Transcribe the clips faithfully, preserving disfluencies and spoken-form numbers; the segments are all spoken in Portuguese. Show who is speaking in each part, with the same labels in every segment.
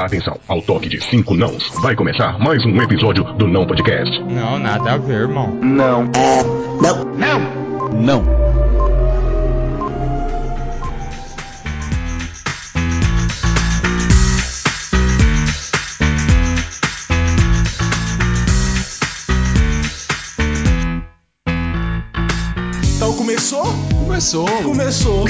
Speaker 1: Atenção, ao toque de cinco nãos. Vai começar mais um episódio do Não Podcast.
Speaker 2: Não, nada a ver, irmão.
Speaker 3: Não. É. Não.
Speaker 2: Não.
Speaker 3: Não.
Speaker 4: Então começou?
Speaker 2: Começou.
Speaker 4: Começou.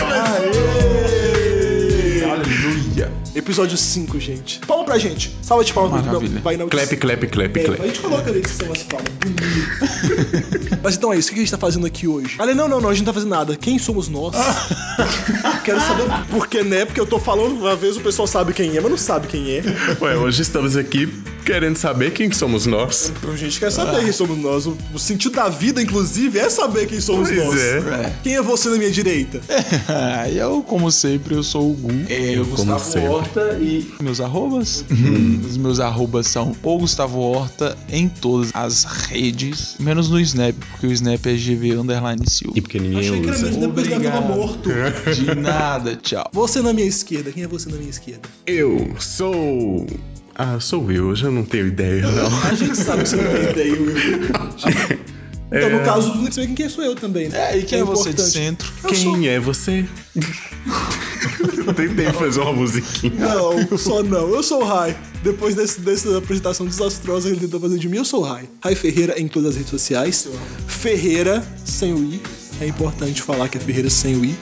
Speaker 2: Aê! Aleluia.
Speaker 4: Episódio cinco, gente. Palma pra gente. Salva de palmas.
Speaker 2: Maravilha.
Speaker 4: Não, vai não.
Speaker 5: Clap, clap, clap,
Speaker 4: É,
Speaker 5: clap.
Speaker 4: a gente coloca ali que são as palmas. Bonito. Mas então é isso. O que a gente tá fazendo aqui hoje? Ah, não, não, não. A gente não tá fazendo nada. Quem somos nós? Quero saber por que, né? Porque eu tô falando, uma vez o pessoal sabe quem é, mas não sabe quem é.
Speaker 5: Ué, hoje estamos aqui querendo saber quem somos nós.
Speaker 4: A gente quer saber quem somos nós. O, o sentido da vida, inclusive, é saber quem somos
Speaker 5: Pois
Speaker 4: nós.
Speaker 5: é.
Speaker 4: Quem é você na minha direita?
Speaker 2: Eu, como sempre, eu sou o Gu. Eu,
Speaker 5: como
Speaker 2: Gustavo
Speaker 5: sempre.
Speaker 2: Horta e meus arrobas. Os meus arrobas são o Gustavo Horta em todas as redes, menos no Snap, porque o Snap é G V underline Silva.
Speaker 5: E porque ninguém
Speaker 4: Achei que era
Speaker 5: usa.
Speaker 4: mesmo, depois que tava
Speaker 2: Obrigado.
Speaker 4: morto.
Speaker 2: De nada, tchau.
Speaker 4: Você na minha esquerda. Quem é você na minha esquerda?
Speaker 5: Eu sou... Ah, sou eu. Eu já não tenho ideia, não.
Speaker 4: A gente sabe que você não tem ideia, Will. Então, no
Speaker 5: É.
Speaker 4: caso, você vê quem sou eu também, né?
Speaker 2: É, e quem é, você de
Speaker 4: importante.
Speaker 2: centro?
Speaker 4: Eu
Speaker 5: Quem
Speaker 4: sou-
Speaker 5: é você? Eu tentei fazer uma musiquinha.
Speaker 4: Não, só não. Eu sou o Rai. Depois desse, dessa apresentação desastrosa que ele tentou fazer de mim, eu sou o Rai. Rai Ferreira em todas as redes sociais. Ferreira sem o I. É importante falar que é Ferreira sem o I.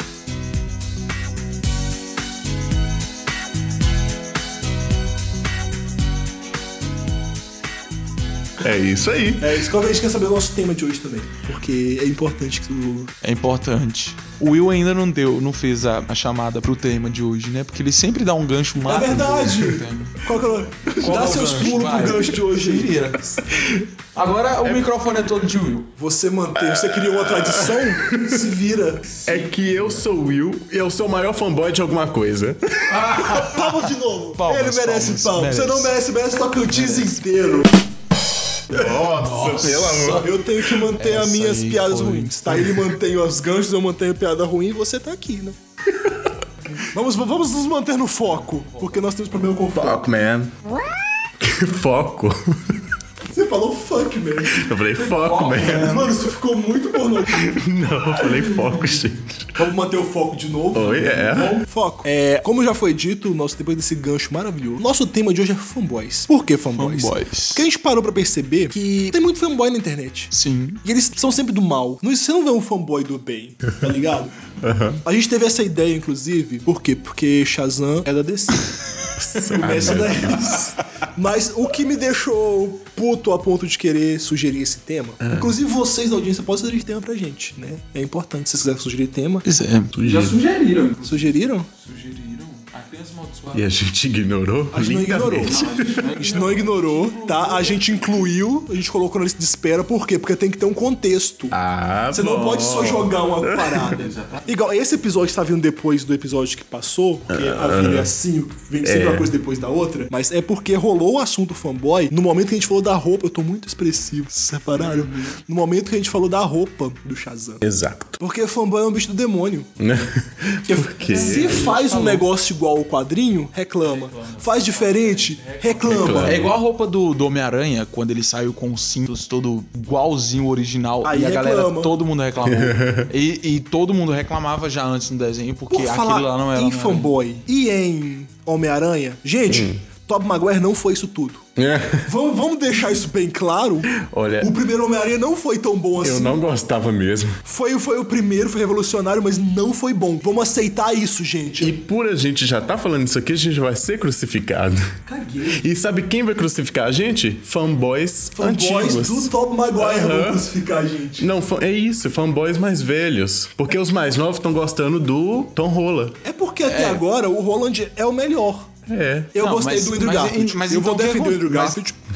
Speaker 5: É isso aí.
Speaker 4: É isso que a gente quer saber o nosso tema de hoje também. Porque é importante que o.
Speaker 2: É importante. O Will ainda não deu, não fez a, a chamada pro tema de hoje, né? Porque ele sempre dá um gancho
Speaker 4: É
Speaker 2: maravilhoso
Speaker 4: verdade!
Speaker 2: pro tema.
Speaker 4: Qual que é o.
Speaker 2: Qual
Speaker 4: Dá
Speaker 2: é o
Speaker 4: seus
Speaker 2: gancho?
Speaker 4: pulos
Speaker 2: Vai.
Speaker 4: pro gancho de hoje
Speaker 2: Se
Speaker 4: aí.
Speaker 2: vira. Agora o microfone é todo de Will.
Speaker 4: Você mantém. Você criou uma tradição? Se vira.
Speaker 5: É que eu sou o Will e eu sou o maior fanboy de alguma coisa.
Speaker 4: Palmas de novo.
Speaker 2: Palmas,
Speaker 4: Ele merece
Speaker 2: palmas,
Speaker 4: palmas.
Speaker 2: merece.
Speaker 4: Você não merece, merece Tocantins inteiro.
Speaker 5: Nossa, pelo amor.
Speaker 4: Eu tenho que manter as
Speaker 2: Essa
Speaker 4: minhas
Speaker 2: aí
Speaker 4: piadas
Speaker 2: foi.
Speaker 4: ruins, tá? Ele mantém os ganchos, eu mantenho a piada ruim e você tá aqui, né? Vamos, vamos nos manter no foco, porque nós temos problema com o foco.
Speaker 5: Fuck, man. Foco.
Speaker 4: Você falou fuck, man.
Speaker 5: Eu falei foco, man.
Speaker 4: Mano, isso ficou muito pornô.
Speaker 5: Não, eu falei foco, gente.
Speaker 4: Vamos manter o foco de novo.
Speaker 5: Oi, é?
Speaker 4: Bom, foco. É, como já foi dito, nosso, depois desse gancho maravilhoso, nosso tema de hoje é fanboys. Por que fanboys?
Speaker 2: Fanboys.
Speaker 4: Porque a gente parou pra perceber que tem muito fanboy na internet.
Speaker 2: Sim.
Speaker 4: E eles são sempre do mal. Não- Você não vê um fanboy do bem, tá ligado? A gente teve essa ideia, inclusive, por quê? Porque Shazam é da D C. Começa daí. Mas o que me deixou puto a ponto de querer sugerir esse tema, inclusive vocês da audiência podem sugerir tema pra gente, né? É importante, se vocês quiserem sugerir tema.
Speaker 2: Pois é.
Speaker 3: Já sugeriram.
Speaker 4: Sugeriram?
Speaker 2: Sugeriram. Apenas amaldiçoado.
Speaker 5: E a gente ignorou?
Speaker 4: A gente não ignorou.
Speaker 5: lindamente.
Speaker 4: A gente não ignorou, tá? A gente incluiu, a gente colocou na lista de espera, por quê? Porque tem que ter um contexto.
Speaker 5: Ah,
Speaker 4: Você não
Speaker 5: bom.
Speaker 4: pode só jogar uma parada. Igual, esse episódio está vindo depois do episódio que passou, porque a vida é assim, vem sempre
Speaker 5: É.
Speaker 4: uma coisa depois da outra, mas é porque rolou o assunto fanboy no momento que a gente falou da roupa. Eu tô muito expressivo, vocês repararam? No momento que a gente falou da roupa do Shazam.
Speaker 5: Exato.
Speaker 4: Porque fanboy é um bicho do demônio.
Speaker 5: Por quê?
Speaker 4: Se faz um negócio igual ao quadrinho, reclama. Faz diferente, reclama.
Speaker 5: Reclama.
Speaker 2: É igual a roupa do, do Homem-Aranha, quando ele saiu com os cintos todo igualzinho ao original.
Speaker 4: Aí
Speaker 2: e a galera,
Speaker 4: reclama.
Speaker 2: todo mundo reclamou. e, e todo mundo reclamava já antes no desenho, porque
Speaker 4: Por
Speaker 2: aquilo
Speaker 4: falar
Speaker 2: lá não era
Speaker 4: em
Speaker 2: Homem-Aranha.
Speaker 4: fanboy e em Homem-Aranha, gente,
Speaker 5: Hum.
Speaker 4: Tobey Maguire não foi isso tudo. Vamos, vamos deixar isso bem claro.
Speaker 5: Olha,
Speaker 4: O primeiro Homem-Aranha não foi tão bom assim.
Speaker 5: eu não gostava mesmo.
Speaker 4: Foi, foi o primeiro, foi revolucionário, mas não foi bom. Vamos aceitar isso, gente.
Speaker 5: E por a gente já tá falando isso aqui, a gente vai ser crucificado.
Speaker 4: Caguei.
Speaker 5: E sabe quem vai crucificar a gente? Fanboys,
Speaker 4: Fanboys
Speaker 5: antigos.
Speaker 4: do Tobey Maguire
Speaker 5: Aham.
Speaker 4: vão crucificar a gente.
Speaker 5: Não, fa- é isso, fanboys mais velhos. Porque os mais novos estão gostando do Tom Holland.
Speaker 4: É porque até agora o Roland é o melhor.
Speaker 5: É.
Speaker 4: Eu
Speaker 2: Não,
Speaker 4: gostei
Speaker 2: mas-
Speaker 4: do Andrew
Speaker 2: mas-
Speaker 4: Garfield.
Speaker 2: mas
Speaker 4: eu
Speaker 2: então
Speaker 4: vou defender o
Speaker 2: que-
Speaker 4: Andrew
Speaker 2: mas-
Speaker 4: Garfield.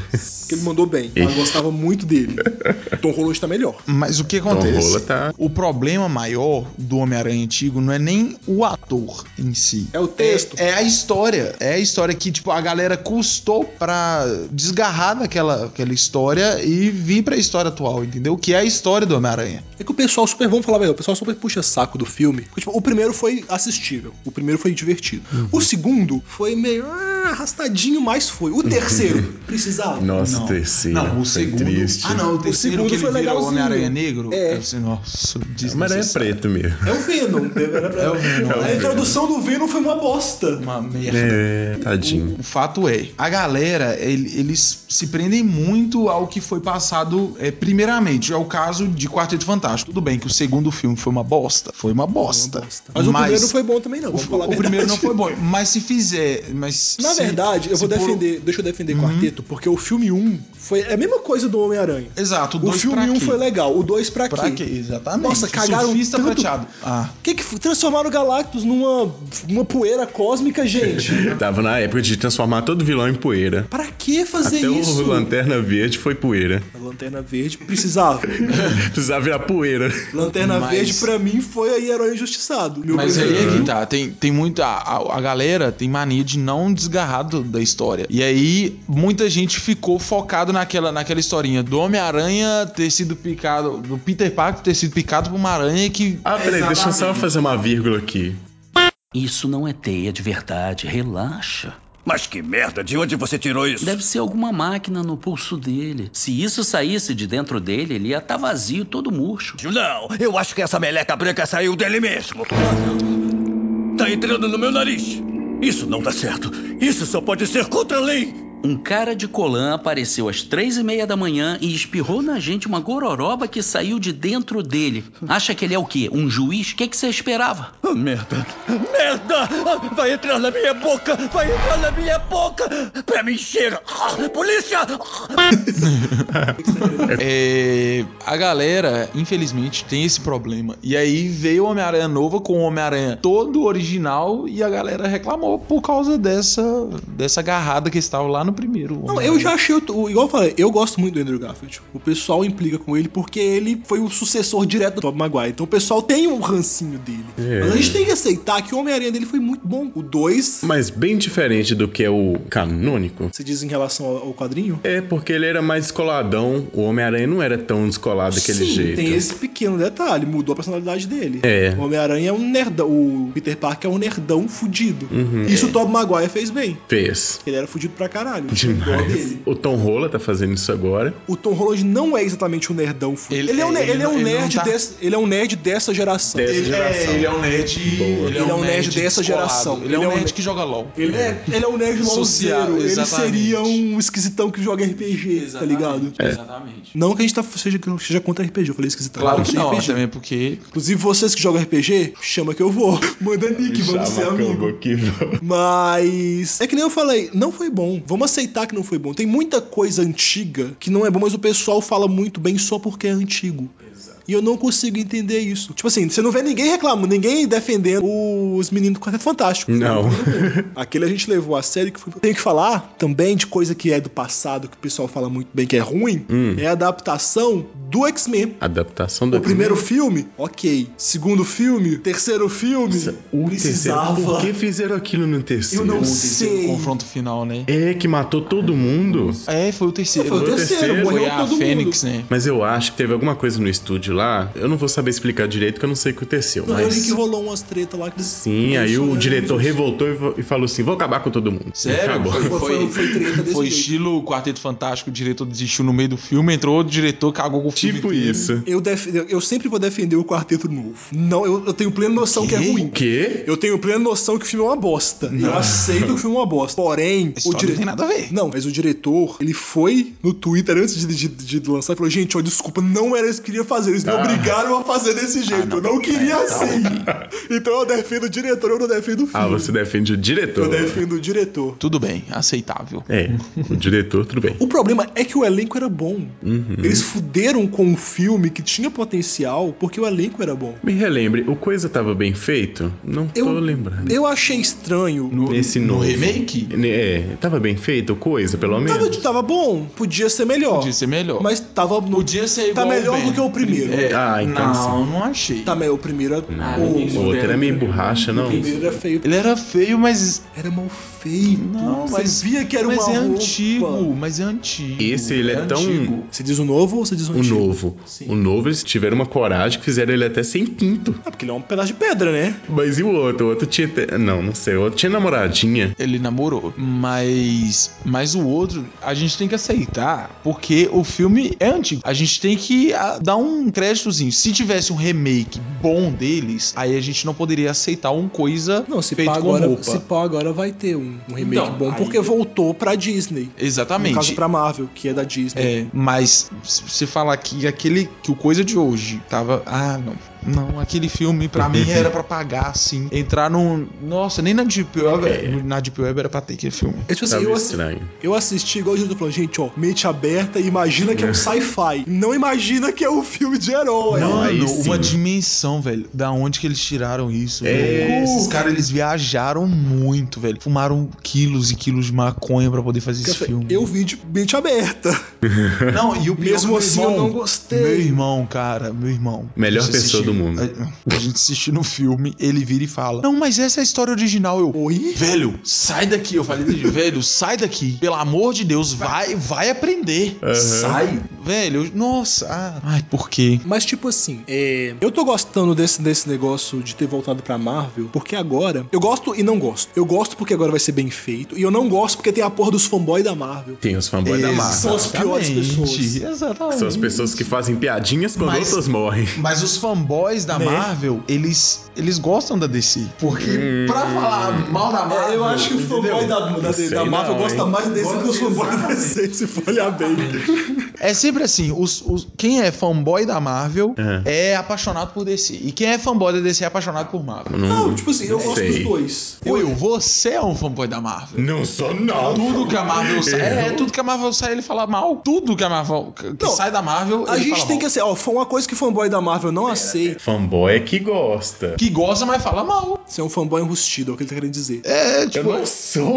Speaker 4: Porque ele mandou bem. Ela gostava muito dele. Tom Holland tá melhor.
Speaker 2: Mas o que acontece?
Speaker 5: Tom Holland tá...
Speaker 2: O problema maior do Homem-Aranha antigo não é nem o ator em si.
Speaker 4: É o texto.
Speaker 2: É, é a história. É a história que, tipo, a galera custou pra desgarrar daquela aquela história e vir pra história atual, entendeu? Que é a história do Homem-Aranha.
Speaker 4: É que o pessoal super, vamos falar melhor, o pessoal super puxa saco do filme. Porque, tipo, o primeiro foi assistível. O primeiro foi divertido. Uhum. O segundo foi meio ah, arrastadinho, mas foi. O terceiro, precisava.
Speaker 5: Nossa,
Speaker 2: não.
Speaker 5: o terceiro.
Speaker 2: Não, o segundo.
Speaker 5: Triste.
Speaker 2: Ah, não, o terceiro
Speaker 4: o
Speaker 2: que ele
Speaker 4: foi
Speaker 2: vira o
Speaker 4: legalzinho.
Speaker 2: Homem-Aranha negro.
Speaker 4: É.
Speaker 2: Eu assim, nossa,
Speaker 5: Mas é preto mesmo.
Speaker 4: É o Venom. É o Venom. A introdução do Venom foi uma bosta.
Speaker 2: Uma merda.
Speaker 5: É, tadinho.
Speaker 2: O, o fato é, a galera, ele, eles se prendem muito ao que foi passado é, primeiramente. É o caso de Quarteto Fantástico. Tudo bem que o segundo filme foi uma bosta. Foi uma bosta. Uma bosta.
Speaker 4: Mas, mas o primeiro não foi bom também, não. Vamos
Speaker 2: o,
Speaker 4: falar a
Speaker 2: o primeiro não foi bom. Mas se fizer... Mas
Speaker 4: Na
Speaker 2: se,
Speaker 4: verdade, eu vou defender... Por... Deixa eu defender uhum. Quarteto, porque o filme um foi a mesma coisa do Homem-Aranha.
Speaker 2: Exato.
Speaker 4: O, o filme um foi legal. O dois pra quê?
Speaker 2: Pra quê? Exatamente.
Speaker 4: Nossa, cagaram
Speaker 2: Surfista
Speaker 4: tanto.
Speaker 2: prateado. Ah.
Speaker 4: Que que transformaram o Galactus numa uma poeira cósmica, gente?
Speaker 5: Tava na época de transformar todo vilão em poeira.
Speaker 4: Pra que fazer
Speaker 5: Até
Speaker 4: isso?
Speaker 5: O Lanterna Verde foi poeira.
Speaker 4: A Lanterna Verde precisava.
Speaker 5: Precisava virar poeira.
Speaker 4: Lanterna
Speaker 2: Mas...
Speaker 4: Verde, pra mim, foi aí Herói Injustiçado.
Speaker 2: Meu Mas aí é que tá. Tem, tem muita... A, a galera tem mania de não desgarrar do, da história. E aí, muita gente ficou focado naquela, naquela historinha do Homem-Aranha ter sido picado... Do Peter Parker ter sido picado por uma aranha que...
Speaker 5: Ah, peraí, Exatamente. Deixa eu só fazer uma vírgula aqui.
Speaker 6: Isso não é teia de verdade, relaxa.
Speaker 7: Mas que merda, de onde você tirou isso?
Speaker 6: Deve ser alguma máquina no pulso dele. Se isso saísse de dentro dele, ele ia estar vazio, todo murcho.
Speaker 7: Não, eu acho que essa meleca branca saiu dele mesmo. Tá entrando no meu nariz. Isso não dá certo. Isso só pode ser contra a lei.
Speaker 6: Um cara de colã apareceu às três e meia da manhã e espirrou na gente uma gororoba que saiu de dentro dele. Acha que ele é o quê? Um juiz? O que, que você esperava?
Speaker 7: Oh, merda! Merda! Vai entrar na minha boca! Vai entrar na minha boca! Pra me encher! Polícia!
Speaker 2: é, a galera, infelizmente, tem esse problema. E aí veio o Homem-Aranha novo com o Homem-Aranha todo original e a galera reclamou por causa dessa, dessa agarrada que estava lá no primeiro.
Speaker 4: Não, eu já achei, o, igual eu falei, eu gosto muito do Andrew Garfield. O pessoal implica com ele porque ele foi o sucessor direto do Tobey Maguire. Então o pessoal tem um rancinho dele. É. Mas a gente tem que aceitar que o Homem-Aranha dele foi muito bom. O dois...
Speaker 5: Mas bem diferente do que é o canônico.
Speaker 4: Você diz em relação ao quadrinho?
Speaker 5: É, porque ele era mais descoladão. O Homem-Aranha não era tão descolado daquele
Speaker 4: Sim,
Speaker 5: jeito.
Speaker 4: Tem esse pequeno detalhe. Mudou a personalidade dele.
Speaker 5: É.
Speaker 4: O Homem-Aranha é um nerdão. O Peter Parker é um nerdão fudido. Uhum. Isso é. o Tobey Maguire fez bem.
Speaker 5: Fez.
Speaker 4: Ele era fudido pra caralho.
Speaker 5: Demais. O Tom Holland tá fazendo isso agora.
Speaker 4: O Tom Holland não é exatamente um nerdão fudido. Ele, ele, é, um, ele, ele é um ele nerd tá... dessa, ele é um nerd dessa geração.
Speaker 5: Dessa
Speaker 2: ele,
Speaker 5: geração.
Speaker 2: É, ele é um nerd. Ele,
Speaker 4: ele é um nerd, nerd dessa descolado. geração.
Speaker 2: Ele, ele é um nerd que joga LOL.
Speaker 4: Ele é, ele é um nerd social. Ele seria um esquisitão que joga R P G, exatamente, tá ligado?
Speaker 2: É. Exatamente.
Speaker 4: Não que a gente tá, seja, seja contra R P G, eu falei esquisitão.
Speaker 2: Claro que não, também porque...
Speaker 4: Inclusive vocês que jogam R P G, chama que eu vou. Manda nick, vamos ser amigo. Mas é que nem eu falei, não foi bom. Vamos aceitar que não foi bom. Tem muita coisa antiga que não é bom, mas o pessoal fala muito bem só porque é antigo. Exato. E eu não consigo entender isso. Tipo assim, você não vê ninguém reclamando, ninguém defendendo os meninos do Quarteto Fantástico.
Speaker 5: Não.
Speaker 4: Aquele a gente levou a sério. Que foi... Tenho que falar também de coisa que é do passado, que o pessoal fala muito bem que é ruim. Hum. É a adaptação do X-Men.
Speaker 5: Adaptação do
Speaker 4: O X-Men. Primeiro filme, ok. Segundo filme, terceiro filme,
Speaker 5: Nossa, o precisava. Terceiro, por que fizeram aquilo no terceiro?
Speaker 4: Eu não
Speaker 2: o
Speaker 4: sei.
Speaker 2: Terceiro confronto final, né?
Speaker 5: É, que matou todo mundo.
Speaker 2: É, foi o terceiro.
Speaker 4: Foi o terceiro, terceiro.
Speaker 2: Foi a
Speaker 4: todo
Speaker 2: Fênix,
Speaker 4: mundo.
Speaker 2: né?
Speaker 5: Mas eu acho que teve alguma coisa no estúdio lá. Eu não vou saber explicar direito, que eu não sei o que aconteceu.
Speaker 4: Não,
Speaker 5: mas...
Speaker 4: eu li que rolou umas tretas lá. Que eles...
Speaker 5: Sim, aí o diretor revoltou e falou assim, vou acabar com todo mundo.
Speaker 2: Sério?
Speaker 5: Acabou.
Speaker 2: Foi, foi,
Speaker 4: foi, foi, treta desse
Speaker 2: foi
Speaker 4: jeito.
Speaker 2: Estilo Quarteto Fantástico, o diretor desistiu no meio do filme, entrou outro diretor, cagou com o filme
Speaker 5: Tipo
Speaker 2: inteiro.
Speaker 5: isso.
Speaker 4: Eu, def... eu sempre vou defender o Quarteto Novo. Não, eu, eu tenho plena noção que, que é ruim.
Speaker 5: O quê?
Speaker 4: Eu tenho plena noção que o filme é uma bosta. Não. Eu aceito que o filme é uma bosta. Porém,
Speaker 2: o diretor... não tem nada a ver.
Speaker 4: Não, mas o diretor, ele foi no Twitter antes de, de, de lançar e falou, gente, ó, desculpa, não era isso que eu queria fazer. Eles me
Speaker 5: Ah.
Speaker 4: obrigaram a fazer desse jeito.
Speaker 2: não.
Speaker 4: Eu não queria
Speaker 2: É, tá
Speaker 4: assim. Então eu defendo o diretor, eu não defendo o filme.
Speaker 5: Ah, você defende o diretor.
Speaker 4: Eu defendo o diretor.
Speaker 2: Tudo bem, aceitável.
Speaker 5: É, o diretor, tudo bem.
Speaker 4: O problema é que o elenco era bom.
Speaker 5: Uhum.
Speaker 4: Eles fuderam com um filme que tinha potencial porque o elenco era bom.
Speaker 5: Me relembre, o Coisa tava bem feito? Não tô
Speaker 4: Eu,
Speaker 5: lembrando.
Speaker 4: eu achei estranho.
Speaker 5: Nesse
Speaker 2: no
Speaker 5: novo.
Speaker 2: remake?
Speaker 5: É, tava bem feito o Coisa, pelo menos?
Speaker 4: Tava, tava bom, podia ser melhor.
Speaker 2: Podia ser melhor.
Speaker 4: Mas tava no,
Speaker 2: Podia ser
Speaker 4: tá
Speaker 2: igual
Speaker 4: melhor
Speaker 2: o Ben.
Speaker 4: do que o primeiro.
Speaker 2: É,
Speaker 5: Ah, então
Speaker 2: não, não achei.
Speaker 4: Tá melhor, o primeiro é-
Speaker 5: Não,
Speaker 4: o,
Speaker 5: o outro era meio borracha,
Speaker 4: o
Speaker 5: não?
Speaker 4: primeiro é feio.
Speaker 2: Ele era feio, mas...
Speaker 4: Era mal feito.
Speaker 2: Não,
Speaker 4: Você
Speaker 2: mas...
Speaker 4: via que era
Speaker 2: mas
Speaker 4: uma
Speaker 2: é
Speaker 4: roupa.
Speaker 2: antigo, mas é antigo.
Speaker 5: Esse, ele é tão-
Speaker 2: antigo.
Speaker 4: Você diz o novo ou você diz o
Speaker 5: O
Speaker 4: antigo?
Speaker 5: novo.
Speaker 4: Sim.
Speaker 5: O novo, eles tiveram uma coragem que fizeram ele até sem pinto.
Speaker 4: Ah, porque ele é um pedaço de pedra, né?
Speaker 5: Mas e o outro? O outro tinha... te- Não, não sei. O outro tinha namoradinha.
Speaker 2: Ele namorou. Mas. Mas o outro, a gente tem que aceitar. Porque o filme é antigo. A gente tem que ah, dar um créditozinho. Se tivesse um remake bom deles, aí a gente não poderia aceitar um coisa
Speaker 4: Não, se
Speaker 2: feito
Speaker 4: pá
Speaker 2: com
Speaker 4: agora,
Speaker 2: roupa.
Speaker 4: se pá agora vai ter um, um remake
Speaker 2: Então,
Speaker 4: bom,
Speaker 2: aí-
Speaker 4: porque voltou pra Disney.
Speaker 2: Exatamente.
Speaker 4: No caso pra Marvel, que é da Disney.
Speaker 2: É, mas se você falar que aquele que o coisa de hoje tava, ah, não. Não, aquele filme pra mim era pra pagar assim, entrar num, nossa, nem na Deep Web,
Speaker 5: É.
Speaker 2: na Deep Web era pra ter aquele filme.
Speaker 4: É tipo assim,
Speaker 5: Tava
Speaker 4: eu, assi-
Speaker 5: estranho.
Speaker 4: eu assisti, igual o Júlio falou, gente, ó, mente aberta, imagina que é um sci-fi. Não imagina que é um filme de herói.
Speaker 5: Não, aí
Speaker 2: Mano,
Speaker 5: sim.
Speaker 2: uma dimensão, velho. Da onde que eles tiraram isso?
Speaker 5: É.
Speaker 2: velho? Esses caras, eles viajaram muito, velho. Fumaram quilos e quilos de maconha pra poder fazer esse filme.
Speaker 4: Eu vi de mente aberta.
Speaker 2: Não, e o pior
Speaker 4: Mesmo
Speaker 2: meu
Speaker 4: assim,
Speaker 2: irmão,
Speaker 4: eu não gostei.
Speaker 2: Meu irmão, cara, meu irmão.
Speaker 5: Melhor
Speaker 2: A gente
Speaker 5: pessoa do mundo.
Speaker 2: A, a gente assistindo o filme, ele vira e fala: Não, mas essa é a história original. Eu,
Speaker 4: Oi?
Speaker 2: velho, sai daqui. Eu falei, velho, sai daqui. Pelo amor de Deus, vai, vai aprender. Sai. Velho, eu- nossa. Ah, ai, por quê?
Speaker 4: Mas, tipo assim, é, eu tô gostando desse, desse negócio de ter voltado pra Marvel, porque agora. Eu gosto e não gosto. Eu gosto porque agora vai ser bem feito. E eu não gosto porque tem a porra dos fanboys da Marvel.
Speaker 5: Tem os fanboys da Marvel.
Speaker 4: São as piores pessoas.
Speaker 2: Exatamente.
Speaker 5: São as pessoas que fazem piadinhas quando
Speaker 2: Mas-
Speaker 5: outras morrem.
Speaker 2: Mas os fanboys da
Speaker 4: Né?
Speaker 2: Marvel, eles, eles gostam da D C. Porque pra falar mal da Marvel.
Speaker 4: É, eu acho que o
Speaker 2: entendeu?
Speaker 4: fanboy da, da,
Speaker 5: sei
Speaker 4: da Marvel
Speaker 5: não,
Speaker 4: gosta
Speaker 5: hein?
Speaker 4: mais desse do que os fanboys da D C, se for olhar bem.
Speaker 2: É sempre assim, os, os- quem é fanboy da Marvel
Speaker 5: Uhum.
Speaker 2: é apaixonado por D C. E quem é fanboy da D C é apaixonado por Marvel.
Speaker 4: Não, tipo assim, eu gosto
Speaker 5: sei.
Speaker 4: dos dois.
Speaker 2: Will, você é um fanboy da Marvel.
Speaker 5: Não sou não.
Speaker 2: Tudo que a Marvel sai.
Speaker 5: Eu-
Speaker 2: É, tudo que a Marvel sai, ele fala mal. Tudo que a Marvel que
Speaker 4: Não,
Speaker 2: sai da Marvel,
Speaker 4: A
Speaker 2: ele
Speaker 4: gente
Speaker 2: fala
Speaker 4: tem
Speaker 2: mal.
Speaker 4: que ser, ó, foi uma coisa que fanboy da Marvel não aceita.
Speaker 5: Fanboy é que gosta.
Speaker 2: Que gosta, mas fala mal.
Speaker 4: Você é um fanboy enrustido, é o que ele tá querendo dizer.
Speaker 2: É,
Speaker 5: Eu
Speaker 2: tipo.
Speaker 5: não sou.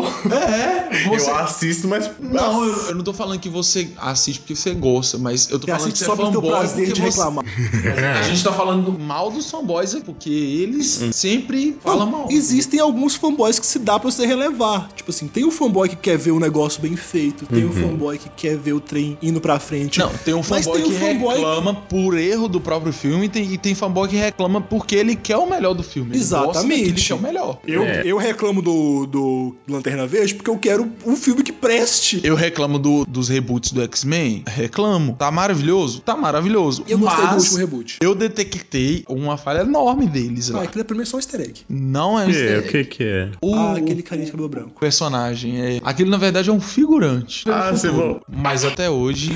Speaker 2: É, você.
Speaker 5: Eu assisto, mas.
Speaker 2: Não, eu, eu não tô falando que você assiste porque você gosta, mas eu tô
Speaker 4: Você
Speaker 2: falando
Speaker 4: assiste
Speaker 2: que você
Speaker 4: só
Speaker 2: é
Speaker 4: pro teu
Speaker 2: fanboy
Speaker 4: prazer
Speaker 2: porque
Speaker 4: de
Speaker 2: você...
Speaker 4: reclamar.
Speaker 2: A gente tá falando mal dos fanboys aqui, porque eles sempre falam
Speaker 4: Não,
Speaker 2: mal.
Speaker 4: existem alguns fanboys que se dá pra você relevar. Tipo assim, tem um fanboy que quer ver o negócio bem feito, tem um fanboy que quer ver o trem indo pra frente.
Speaker 2: Não, tem um
Speaker 4: Mas
Speaker 2: fanboy
Speaker 4: tem
Speaker 2: que
Speaker 4: um fanboy
Speaker 2: reclama por erro do próprio filme e tem, e tem fanboy que reclama porque ele quer o melhor do filme. Ele gosta
Speaker 4: Exatamente.
Speaker 2: daquilo que é o melhor.
Speaker 4: Eu,
Speaker 5: É.
Speaker 4: eu reclamo do, do Lanterna Verde porque eu quero um filme que preste.
Speaker 2: Eu reclamo do- dos reboots do X-Men? Reclamo. Tá maravilhoso? Tá maravilhoso.
Speaker 4: E eu gostei do
Speaker 2: Mas
Speaker 4: último reboot.
Speaker 2: eu detectei uma falha enorme deles
Speaker 4: Ah,
Speaker 2: lá.
Speaker 4: aquilo é pra mim é só um easter egg.
Speaker 2: Não é um
Speaker 5: É,
Speaker 2: easter
Speaker 5: o
Speaker 2: egg.
Speaker 5: que que é?
Speaker 2: O,
Speaker 4: ah,
Speaker 2: o
Speaker 4: aquele carinha de cabelo branco.
Speaker 2: personagem. É... Aquele, na verdade, é um figurante.
Speaker 5: Ah,
Speaker 2: do
Speaker 5: você
Speaker 2: futuro.
Speaker 5: vou-
Speaker 2: Mas até hoje,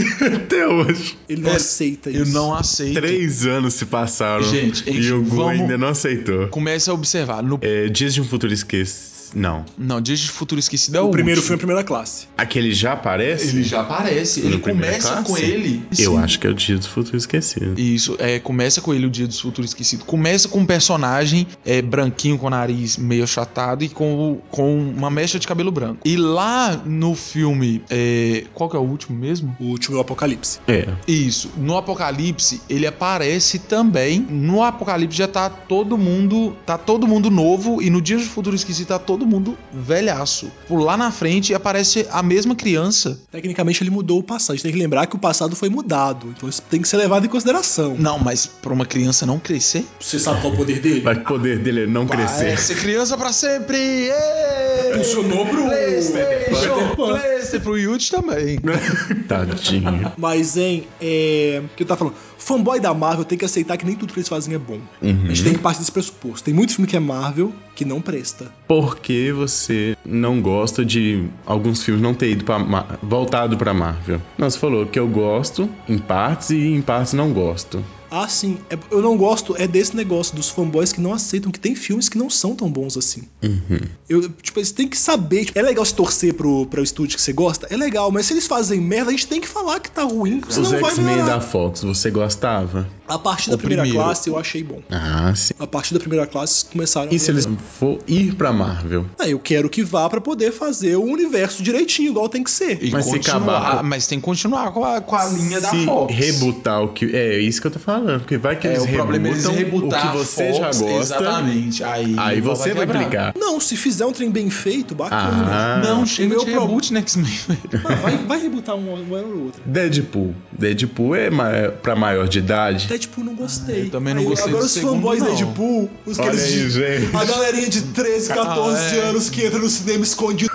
Speaker 5: Até hoje.
Speaker 4: Ele não
Speaker 2: É,
Speaker 4: aceita isso.
Speaker 2: eu não aceito.
Speaker 5: Três anos se passaram.
Speaker 2: Gente,
Speaker 5: e
Speaker 2: enfim,
Speaker 5: o Gu
Speaker 2: vamos-
Speaker 5: ainda não aceitou.
Speaker 2: Comece a observar. No...
Speaker 5: É, Dias de um Futuro Esquecido. Não.
Speaker 2: Não, Dias de Futuro Esquecido é o,
Speaker 4: O primeiro
Speaker 2: último.
Speaker 4: filme é a primeira classe.
Speaker 5: Aquele já aparece?
Speaker 2: Ele já aparece. Ele
Speaker 5: No primeira
Speaker 2: começa
Speaker 5: classe?
Speaker 2: com ele.
Speaker 5: Eu
Speaker 2: Sim.
Speaker 5: acho que é o Dia do Futuro Esquecido.
Speaker 2: Isso, é, começa com ele o Dia do Futuro Esquecido. Começa com um personagem é, branquinho, com o nariz meio achatado e com, o- com uma mecha de cabelo branco. E lá no filme, é, qual que é o último mesmo?
Speaker 4: O último é o Apocalipse.
Speaker 5: É.
Speaker 2: Isso, no Apocalipse ele aparece também. No Apocalipse já tá todo mundo, tá todo mundo novo e no Dia do Futuro Esquecido tá todo mundo velhaço. Por lá na frente aparece a mesma criança.
Speaker 4: Tecnicamente ele mudou o passado. A gente tem que lembrar que o passado foi mudado. Então isso tem que ser levado em consideração.
Speaker 2: Não, mas pra uma criança não crescer?
Speaker 4: Você sabe qual é o poder dele?
Speaker 5: Mas o poder dele é não
Speaker 2: Vai
Speaker 5: crescer.
Speaker 2: ser criança pra sempre! Êêê!
Speaker 4: Funcionou pro
Speaker 2: PlayStation,
Speaker 4: Peter Pan.
Speaker 2: PlayStation, pro Yuji também.
Speaker 5: Tadinho.
Speaker 4: Mas, hein, é. O que eu tava falando? Fanboy da Marvel tem que aceitar que nem tudo que eles fazem é bom.
Speaker 5: Uhum.
Speaker 4: A gente tem que partir desse pressuposto. Tem muito filme que é Marvel que não presta.
Speaker 5: Por que você não gosta de alguns filmes não ter ido pra Ma- voltado pra Marvel? Não, você falou que eu gosto em partes e em partes não gosto.
Speaker 4: Ah, sim. É- eu não gosto é desse negócio dos fanboys que não aceitam que tem filmes que não são tão bons assim.
Speaker 5: Uhum.
Speaker 4: Eu, tipo, você tem que saber. Tipo, é legal se torcer pro, pro estúdio que você gosta? É legal, mas se eles fazem merda, a gente tem que falar que tá ruim, porque
Speaker 5: Os
Speaker 4: senão não vai
Speaker 5: X-Men
Speaker 4: melhorar.
Speaker 5: da Fox, você gostava?
Speaker 4: A partir da
Speaker 2: O
Speaker 4: primeira
Speaker 2: primeiro.
Speaker 4: classe eu achei bom.
Speaker 5: Ah, sim.
Speaker 4: A partir da primeira classe começaram
Speaker 5: E
Speaker 4: a
Speaker 5: se eles for ir pra Marvel?
Speaker 4: Ah, eu quero que vá pra poder fazer o universo direitinho, igual tem que ser.
Speaker 2: E
Speaker 5: Mas se
Speaker 2: continuar,
Speaker 5: acabar com-
Speaker 2: mas tem que continuar com a, com a linha da
Speaker 5: Se
Speaker 2: Fox.
Speaker 5: rebutar o que... É isso que eu tô falando. Porque vai que
Speaker 2: É,
Speaker 5: eles
Speaker 2: o problema é eles
Speaker 5: rebutam
Speaker 2: rebutar
Speaker 5: o que você
Speaker 2: a
Speaker 5: já
Speaker 2: Fox,
Speaker 5: gosta.
Speaker 2: exatamente. Aí,
Speaker 5: Aí
Speaker 2: igual
Speaker 5: você vai
Speaker 2: quebrar.
Speaker 5: implicar.
Speaker 4: Não, se fizer um trem bem feito, bacana.
Speaker 5: Ah,
Speaker 2: Não, chega
Speaker 4: meu
Speaker 2: de
Speaker 4: pro-
Speaker 2: reboot no X-Men.
Speaker 4: Ah, vai, vai rebutar um, um ano ou outro.
Speaker 5: Deadpool. Deadpool é ma- pra maior de idade.
Speaker 4: Deadpool não gostei.
Speaker 2: Ah, eu também não
Speaker 4: Aí,
Speaker 2: gostei
Speaker 4: Agora
Speaker 2: do
Speaker 4: os
Speaker 2: segundo,
Speaker 4: fanboys
Speaker 2: não.
Speaker 4: Deadpool, os
Speaker 5: Olha
Speaker 4: aqueles
Speaker 5: aí,
Speaker 4: de-
Speaker 5: gente.
Speaker 4: a galerinha de treze, catorze
Speaker 2: Ah, é.
Speaker 4: anos que entra no cinema escondido.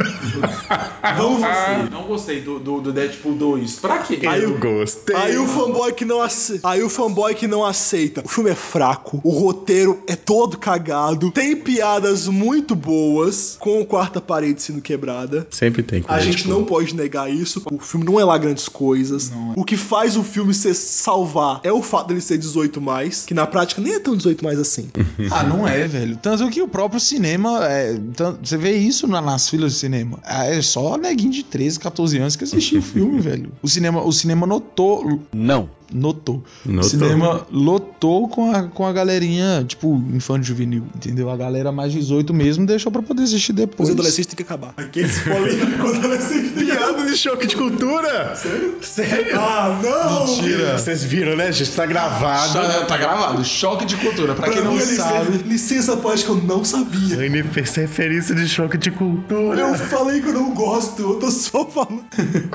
Speaker 2: Não gostei, não gostei do, do, do Deadpool dois. Pra quê?
Speaker 4: Aí
Speaker 5: Eu
Speaker 4: o-
Speaker 5: gostei.
Speaker 4: Aí o fanboy que não aceita. Aí o fanboy que não aceita. O filme é fraco, o roteiro é todo cagado, tem piadas muito boas, com a quarta parede sendo quebrada.
Speaker 5: Sempre tem com
Speaker 4: A
Speaker 5: Deadpool.
Speaker 4: gente não pode negar isso. O filme não é lá grandes coisas. O que faz o filme ser salvar é o fato dele ser dezoito mais, que na prática nem é tão dezoito mais assim.
Speaker 2: Ah, não é, velho. Tanto que o próprio cinema. É, tanto- você vê isso na- nas filas de cinema. Ah, é só neguinho de treze, catorze anos que assistia o filme, velho. O cinema, o cinema notou.
Speaker 7: Não.
Speaker 2: Notou.
Speaker 5: Notou.
Speaker 2: O cinema lotou com a, com a galerinha, tipo, infanto juvenil, entendeu? A galera mais dezoito mesmo deixou pra poder assistir depois.
Speaker 4: Os adolescentes têm que acabar. Aqueles polêmicos com adolescentes têm que acabar.
Speaker 5: Piada de choque de cultura! Sério? Sério?
Speaker 4: Ah, não!
Speaker 2: Mentira.
Speaker 5: Vocês viram, né, gente? Tá gravado.
Speaker 2: Tá, tá gravado. Choque de cultura. Pra,
Speaker 4: Pra
Speaker 2: quem não
Speaker 4: mim, é
Speaker 2: sabe.
Speaker 4: licença, licença poética, eu não sabia.
Speaker 5: A N P C é referência de choque de cultura.
Speaker 4: Eu falei que eu não gosto, eu tô só falando.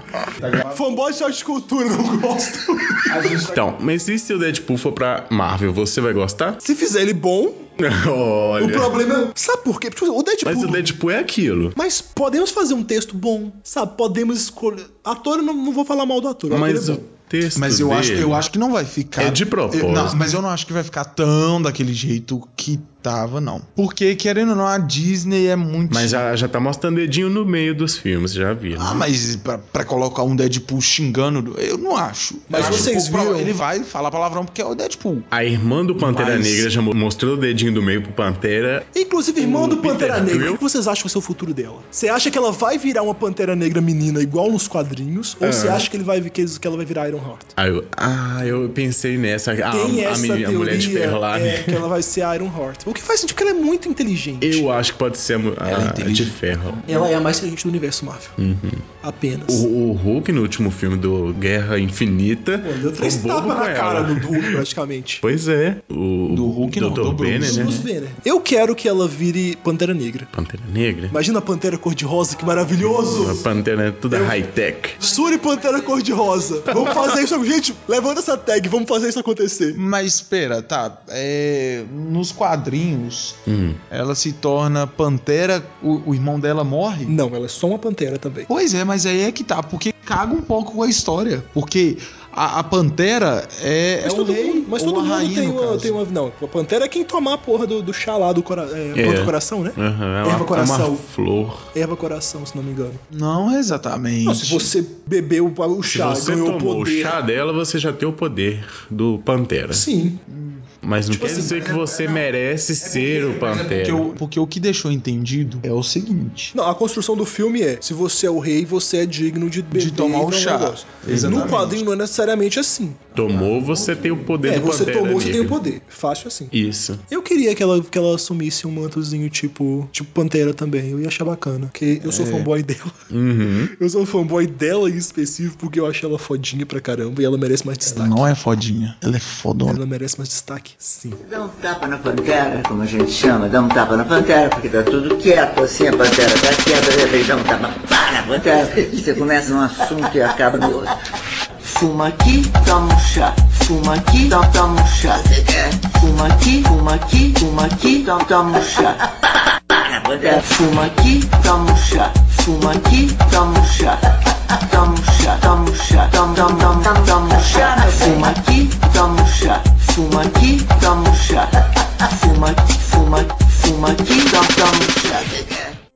Speaker 4: Fanboy de choque de cultura, eu não gosto.
Speaker 5: Então, mas e se o Deadpool for pra Marvel, você vai gostar?
Speaker 4: Se fizer ele bom,
Speaker 5: Olha.
Speaker 4: o problema é. Sabe por quê? Tipo, o Deadpool.
Speaker 5: Mas o Deadpool é aquilo.
Speaker 4: Mas podemos fazer um texto bom, sabe? Podemos escolher. Ator, eu não, não vou falar mal do ator. O
Speaker 5: Mas
Speaker 4: ator é
Speaker 5: o
Speaker 4: bom.
Speaker 5: texto
Speaker 2: Mas eu acho,
Speaker 5: dele
Speaker 2: eu acho que não vai ficar.
Speaker 5: é de propósito.
Speaker 2: Eu- não, mas eu não acho que vai ficar tão daquele jeito que tava, não. Porque, querendo ou não, a Disney é muito.
Speaker 5: Mas já, já tá mostrando dedinho no meio dos filmes, já viram.
Speaker 2: Ah, mas pra, pra colocar um Deadpool xingando, eu não acho.
Speaker 4: Mas
Speaker 2: Eu acho
Speaker 4: vocês
Speaker 2: um pouco
Speaker 4: viram-
Speaker 2: pro- Ele vai falar palavrão porque é o Deadpool.
Speaker 5: A irmã do Pantera
Speaker 2: Mas-
Speaker 5: Negra já mo- mostrou o dedinho do meio pro Pantera.
Speaker 4: Inclusive, irmã
Speaker 5: O
Speaker 4: do
Speaker 5: Peter
Speaker 4: Pantera Negra,
Speaker 5: Quill.
Speaker 4: o que vocês acham que vai ser o futuro dela? Você acha que ela vai virar uma Pantera Negra menina igual nos quadrinhos? Ou
Speaker 5: Ah.
Speaker 4: você acha que, ele vai, que eles- que ela vai virar Iron Heart?
Speaker 5: Aí eu, ah, eu pensei nessa. A,
Speaker 4: Tem
Speaker 5: a,
Speaker 4: essa
Speaker 5: menina- a
Speaker 4: teoria
Speaker 5: mulher de ferro lá,
Speaker 4: é,
Speaker 5: né?
Speaker 4: que ela vai ser a Iron Heart. O que faz sentido, porque ela é muito inteligente.
Speaker 5: Eu acho que pode ser a, mu- a-
Speaker 2: Ela é
Speaker 5: a de
Speaker 2: inteligente.
Speaker 5: ferro.
Speaker 4: Ela é a mais inteligente do universo Marvel. Apenas.
Speaker 5: O, o Hulk, no último filme do Guerra Infinita,
Speaker 4: Pô, deu três
Speaker 5: ficou bobo
Speaker 4: tapas
Speaker 5: com
Speaker 4: na cara
Speaker 5: ela.
Speaker 4: do Hulk, praticamente.
Speaker 5: Pois é. O
Speaker 2: Do Hulk não,
Speaker 5: doutor
Speaker 2: do
Speaker 5: Banner,
Speaker 2: Bruce.
Speaker 5: né?
Speaker 4: Bruce Banner. Eu quero que ela vire Pantera Negra.
Speaker 5: Pantera Negra.
Speaker 4: Imagina a Pantera cor-de-rosa, que maravilhoso!
Speaker 5: A Pantera toda high-tech.
Speaker 4: Suri Pantera cor-de-rosa. Vamos fazer isso, gente. Levanta essa tag, vamos fazer isso acontecer.
Speaker 2: Mas espera, tá. É, nos quadrinhos,
Speaker 5: Hum.
Speaker 2: ela se torna Pantera, o, o irmão dela morre.
Speaker 4: Não, ela é só uma Pantera também.
Speaker 2: Pois é, mas aí é que tá, porque caga um pouco com a história. Porque a, a Pantera é,
Speaker 4: Mas
Speaker 2: é o
Speaker 4: todo
Speaker 2: rei,
Speaker 4: mundo, mas
Speaker 2: ou
Speaker 4: todo
Speaker 2: a
Speaker 4: mundo
Speaker 2: rainha,
Speaker 4: tem
Speaker 2: no
Speaker 4: uma,
Speaker 2: caso.
Speaker 4: tem uma. Não, a Pantera é quem tomar a porra do, do chá lá do cora, é,
Speaker 5: É.
Speaker 4: planta coração, né?
Speaker 5: Aham, é
Speaker 4: Erva
Speaker 5: uma, é
Speaker 4: coração.
Speaker 5: uma flor.
Speaker 4: Erva coração, se não me engano.
Speaker 2: Não exatamente.
Speaker 4: Não, se você bebeu o
Speaker 5: Se
Speaker 4: chá,
Speaker 5: você
Speaker 4: ganhou o
Speaker 5: tomou o
Speaker 4: poder.
Speaker 5: chá dela, você já tem o poder do Pantera.
Speaker 4: Sim.
Speaker 5: Mas não
Speaker 4: Tipo
Speaker 5: quer
Speaker 4: assim,
Speaker 5: dizer que você merece ser o Pantera.
Speaker 2: Porque o, porque o que deixou entendido é o seguinte.
Speaker 4: Não, a construção do filme é: se você é o rei, você é digno de beber
Speaker 2: tomar o
Speaker 4: e
Speaker 2: chá.
Speaker 4: negócio.
Speaker 2: Exatamente.
Speaker 4: No quadrinho não é necessariamente assim.
Speaker 5: Tomou, você tem o poder
Speaker 4: É,
Speaker 5: do
Speaker 4: você
Speaker 5: Pantera
Speaker 4: tomou, você tem o
Speaker 5: Negra.
Speaker 4: poder. Fácil assim.
Speaker 5: Isso.
Speaker 4: Eu queria que ela, que ela assumisse um mantozinho tipo, tipo Pantera também. Eu ia achar bacana. Porque eu sou fanboy dela.
Speaker 5: Uhum.
Speaker 4: Eu sou fanboy dela em específico porque eu acho ela fodinha pra caramba e ela merece mais
Speaker 2: Ela
Speaker 4: destaque.
Speaker 2: não é fodinha, ela é fodona.
Speaker 4: Ela merece mais destaque? Sim.
Speaker 8: Dá um tapa na pantera, como a gente chama, dá um tapa na pantera, porque tá tudo quieto, assim, a pantera tá quieta, de repente dá um tapa pá, na pantera, você começa num assunto e acaba no outro. Fuma aqui, toma um chá, fuma aqui, toma, toma um chá, você quer? Fuma aqui, fuma aqui, fuma aqui, toma, toma um chá, pá, pá, na pantera. Fuma aqui, toma um chá, fuma aqui, toma um chá, toma um chá, toma um chá, toma, toma, toma, toma, toma um chá, fuma aqui, toma um chá. Fuma aqui, toma um chá. Fuma, fuma, fuma aqui, toma, toma um chá.
Speaker 4: Você viu que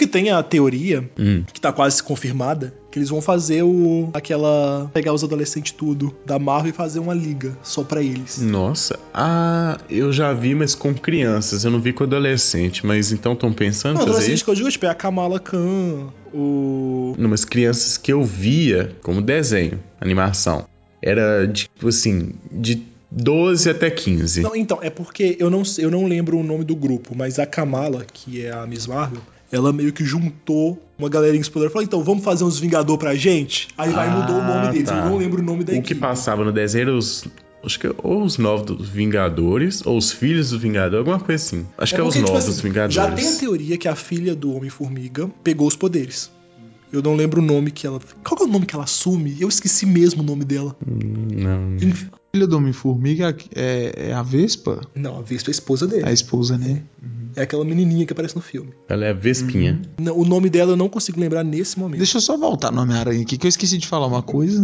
Speaker 4: tem a teoria,
Speaker 5: Hum.
Speaker 4: que tá quase confirmada, que eles vão fazer o... aquela... pegar os adolescentes tudo da Marvel e fazer uma liga só pra eles.
Speaker 5: Nossa, ah, eu já vi, mas com crianças. Eu não vi com adolescente, mas então estão pensando
Speaker 4: Não,
Speaker 5: em fazer
Speaker 4: adolescente
Speaker 5: isso?
Speaker 4: que eu digo, tipo, é a Kamala Khan, o...
Speaker 5: Numas crianças que eu via como desenho, animação. Era, tipo assim, de doze até quinze.
Speaker 4: Não, então, é porque eu não, eu não lembro o nome do grupo, mas a Kamala, que é a Miss Marvel, ela meio que juntou uma galerinha exploradora e falou, então, vamos fazer uns Vingador pra gente? Aí vai e mudou o nome
Speaker 5: Ah,
Speaker 4: deles,
Speaker 5: tá.
Speaker 4: eu não lembro o nome da
Speaker 5: O
Speaker 4: equipe.
Speaker 5: que passava no desenho era os... Acho que é ou os novos Vingadores, ou os filhos dos Vingadores, alguma coisa assim. Acho que é os
Speaker 4: porque, tipo
Speaker 5: novos
Speaker 4: assim,
Speaker 5: Vingadores.
Speaker 4: Já tem a teoria que a filha do Homem-Formiga pegou os poderes. Eu não lembro o nome que ela... Qual que é o nome que ela assume? Eu esqueci mesmo o nome dela.
Speaker 5: Hum, Não.
Speaker 4: Inf-
Speaker 2: Filha do Homem-Formiga é, é a Vespa?
Speaker 4: Não, a Vespa é a esposa dele.
Speaker 2: A esposa, né?
Speaker 4: É aquela menininha que aparece no filme.
Speaker 5: Ela é a Vespinha.
Speaker 4: Não, o nome dela eu não consigo lembrar nesse momento.
Speaker 2: Deixa eu só voltar no Homem-Aranha aqui, que eu esqueci de falar uma coisa.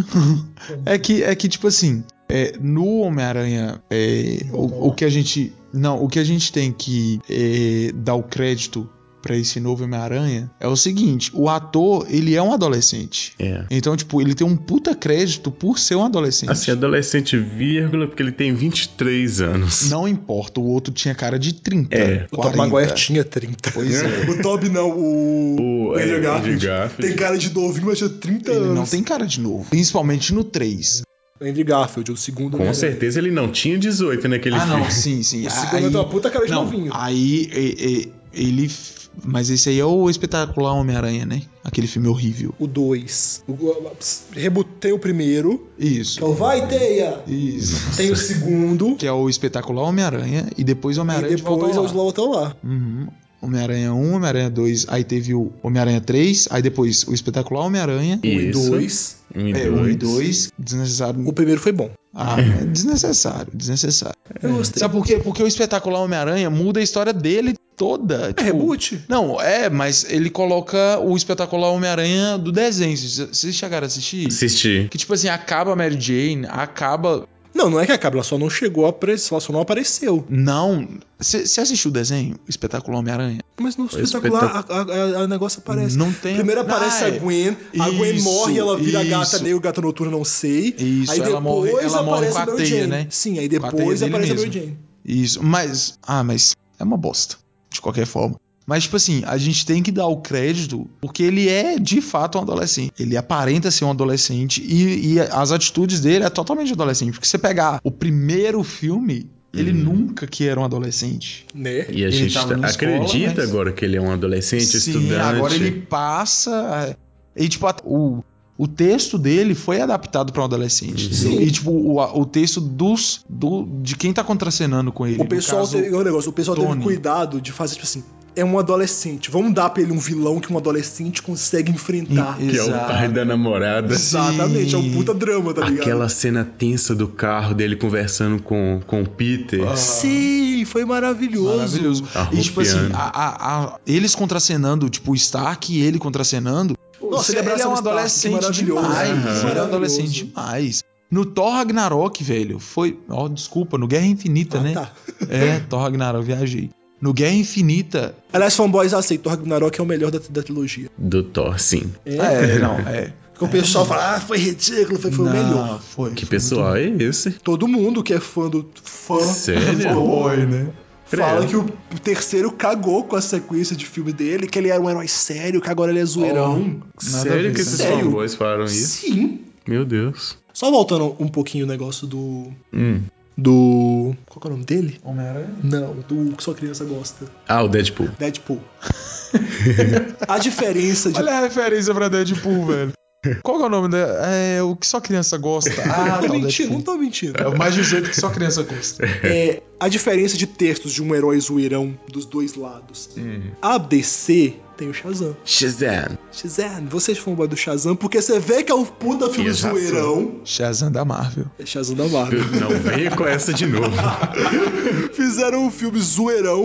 Speaker 2: é, que, é que, tipo assim, é, no Homem-Aranha, é, o, o que a gente. Não, o que a gente tem que é, dar o crédito pra esse novo Homem-Aranha é o seguinte: o ator, ele é um adolescente.
Speaker 5: É.
Speaker 2: Então, tipo, ele tem um puta crédito por ser um adolescente.
Speaker 5: Assim, adolescente, vírgula, porque ele tem vinte e três anos.
Speaker 2: Não importa, o outro tinha cara de trinta.
Speaker 5: É.
Speaker 4: O Tobey Maguire tinha trinta.
Speaker 2: Pois é.
Speaker 4: O Tobey não, o,
Speaker 5: O,
Speaker 4: o Andrew
Speaker 5: é,
Speaker 4: Garfield,
Speaker 5: Andrew Garfield.
Speaker 4: tem cara de novinho, mas tinha trinta
Speaker 2: Ele
Speaker 4: anos.
Speaker 2: não tem cara de novo. Principalmente no três.
Speaker 4: O Andrew Garfield, o segundo.
Speaker 5: Com
Speaker 4: Homem-Aranha.
Speaker 5: certeza ele não tinha dezoito naquele
Speaker 2: Ah,
Speaker 5: filme.
Speaker 2: não, sim, sim.
Speaker 4: O segundo tem uma puta cara de
Speaker 2: não,
Speaker 4: novinho.
Speaker 2: Aí e- e- ele. Mas esse aí é o espetacular Homem-Aranha, né? Aquele filme horrível.
Speaker 4: O dois. Rebutei o primeiro.
Speaker 2: Isso.
Speaker 4: Que é o Vai, Teia!
Speaker 2: Isso.
Speaker 4: Tem o segundo.
Speaker 2: Que é o espetacular Homem-Aranha. E depois o
Speaker 4: E
Speaker 2: Homem-Aranha de volta
Speaker 4: depois
Speaker 2: ao
Speaker 4: é os
Speaker 2: lar.
Speaker 4: voltam lá.
Speaker 2: Uhum. Homem-Aranha um, Homem-Aranha dois. Aí teve o Homem-Aranha três. Aí depois o espetacular Homem-Aranha.
Speaker 4: Um e
Speaker 5: Isso.
Speaker 4: dois.
Speaker 5: Um e
Speaker 2: É,
Speaker 5: dois.
Speaker 2: um e dois. Desnecessário.
Speaker 4: O primeiro foi bom.
Speaker 2: Ah, é desnecessário. Desnecessário.
Speaker 4: Eu gostei.
Speaker 2: Sabe por quê? Porque o espetacular Homem-Aranha muda a história dele toda.
Speaker 4: É
Speaker 2: tipo,
Speaker 4: reboot?
Speaker 2: Não, é, mas ele coloca o espetacular Homem-Aranha do desenho. Vocês vocês chegaram a assistir?
Speaker 5: Assisti.
Speaker 2: Que tipo assim, acaba a Mary Jane, acaba.
Speaker 4: Não, não é que acaba, ela só não chegou a aparecer, ela só não apareceu.
Speaker 2: Não. Você assistiu o desenho? O espetacular Homem-Aranha?
Speaker 4: Mas no
Speaker 5: O
Speaker 4: espetacular, a, a, a negócio aparece.
Speaker 2: Não tem.
Speaker 4: Primeiro aparece
Speaker 2: Ah,
Speaker 4: a Gwen, a Gwen
Speaker 2: isso,
Speaker 4: morre, ela vira
Speaker 2: isso.
Speaker 4: gata negra, gata noturna, não sei.
Speaker 2: Isso,
Speaker 4: aí
Speaker 2: ela
Speaker 4: depois
Speaker 2: morre- ela morre
Speaker 4: aparece
Speaker 2: com a
Speaker 4: a Mary
Speaker 2: teia,
Speaker 4: Jane.
Speaker 2: né?
Speaker 4: Sim, aí
Speaker 2: Com a teia
Speaker 4: depois
Speaker 2: dele
Speaker 4: aparece a Mary
Speaker 2: mesmo.
Speaker 4: Jane.
Speaker 2: Isso. Mas. Ah, mas é uma bosta. De qualquer forma. Mas, tipo assim, a gente tem que dar o crédito porque ele é, de fato, um adolescente. Ele aparenta ser um adolescente e, e as atitudes dele é totalmente adolescente. Porque você pegar o primeiro filme, ele nunca que era um adolescente.
Speaker 4: Né?
Speaker 5: E a
Speaker 2: Ele
Speaker 5: gente
Speaker 2: tava
Speaker 5: tá-
Speaker 2: na escola,
Speaker 5: acredita
Speaker 2: mas-
Speaker 5: agora que ele é um adolescente,
Speaker 2: Sim,
Speaker 5: estudante.
Speaker 2: agora ele passa... E, tipo, a- o... O texto dele foi adaptado para um adolescente.
Speaker 4: Sim.
Speaker 2: E, tipo, o, a- o texto dos, do, de quem tá contracenando com ele.
Speaker 4: O
Speaker 2: No
Speaker 4: pessoal,
Speaker 2: caso,
Speaker 4: teve, o negócio, o pessoal teve
Speaker 2: Tony.
Speaker 4: cuidado de fazer, tipo assim, é um adolescente. Vamos dar pra ele um vilão que um adolescente consegue enfrentar.
Speaker 2: E-
Speaker 5: Que é o
Speaker 2: Exato.
Speaker 5: pai da namorada.
Speaker 4: Exatamente, é um
Speaker 2: Sim.
Speaker 4: puta drama, tá ligado?
Speaker 5: Aquela cena tensa do carro dele conversando com, com o Peter.
Speaker 2: Ah.
Speaker 4: Sim, foi maravilhoso.
Speaker 2: Maravilhoso. E, tipo assim,
Speaker 5: Arrupiando.
Speaker 2: a- a- a- eles contracenando, tipo, o Stark e ele contracenando.
Speaker 4: Nossa, ele
Speaker 2: ele é
Speaker 4: abraçando
Speaker 2: um
Speaker 4: o Stark,
Speaker 2: adolescente
Speaker 4: que maravilhoso.
Speaker 2: demais.
Speaker 5: Aham.
Speaker 2: Ele é um
Speaker 4: Maravilhoso.
Speaker 2: adolescente demais. No Thor Ragnarok, velho, foi... Ó, desculpa, no Guerra Infinita,
Speaker 4: Ah,
Speaker 2: né?
Speaker 4: tá.
Speaker 2: É, Thor Ragnarok, viajei. No Guerra Infinita...
Speaker 4: Aliás, fanboys aceitam. O Ragnarok é o melhor da, da trilogia.
Speaker 5: Do Thor, sim.
Speaker 2: É, não, é...
Speaker 4: Porque o pessoal fala, ah, foi ridículo, foi, foi o
Speaker 2: Não,
Speaker 4: melhor.
Speaker 2: Foi,
Speaker 5: Que
Speaker 2: foi
Speaker 5: pessoal é esse?
Speaker 4: Todo mundo que é fã do fã
Speaker 5: Sério?
Speaker 2: Foi, né?
Speaker 4: fala
Speaker 5: Credo.
Speaker 4: que o terceiro cagou com a sequência de filme dele, que ele era um herói sério, que agora ele é zoeirão.
Speaker 2: Nada a
Speaker 5: Sério
Speaker 2: ver,
Speaker 5: que esses
Speaker 4: sério?
Speaker 5: fanboys falaram isso?
Speaker 4: Sim.
Speaker 5: Meu Deus.
Speaker 4: Só voltando um pouquinho o negócio do.
Speaker 5: Hum.
Speaker 4: Do. Qual que é o nome dele?
Speaker 2: Homem-Aranha?
Speaker 4: Não, do que sua criança gosta.
Speaker 5: Ah, o Deadpool.
Speaker 4: Deadpool. A diferença de.
Speaker 2: Olha a referência pra Deadpool, velho. Qual que é o nome dela? É o que só criança gosta. Ah,
Speaker 4: Não tô
Speaker 2: tá, o
Speaker 4: mentindo, não
Speaker 2: Deadpool.
Speaker 4: tô mentindo.
Speaker 2: É o mais dezoito que só criança gosta.
Speaker 4: É, a diferença de textos de um herói zoeirão dos dois lados. A D C tem o Shazam.
Speaker 5: Shazam.
Speaker 4: Shazam, vocês fã do Shazam, porque você vê que é um puta filme
Speaker 5: Eu já sou.
Speaker 4: zoeirão.
Speaker 2: Shazam da Marvel.
Speaker 4: É Shazam da Marvel.
Speaker 5: Não venha com essa de novo.
Speaker 4: Fizeram um filme zoeirão,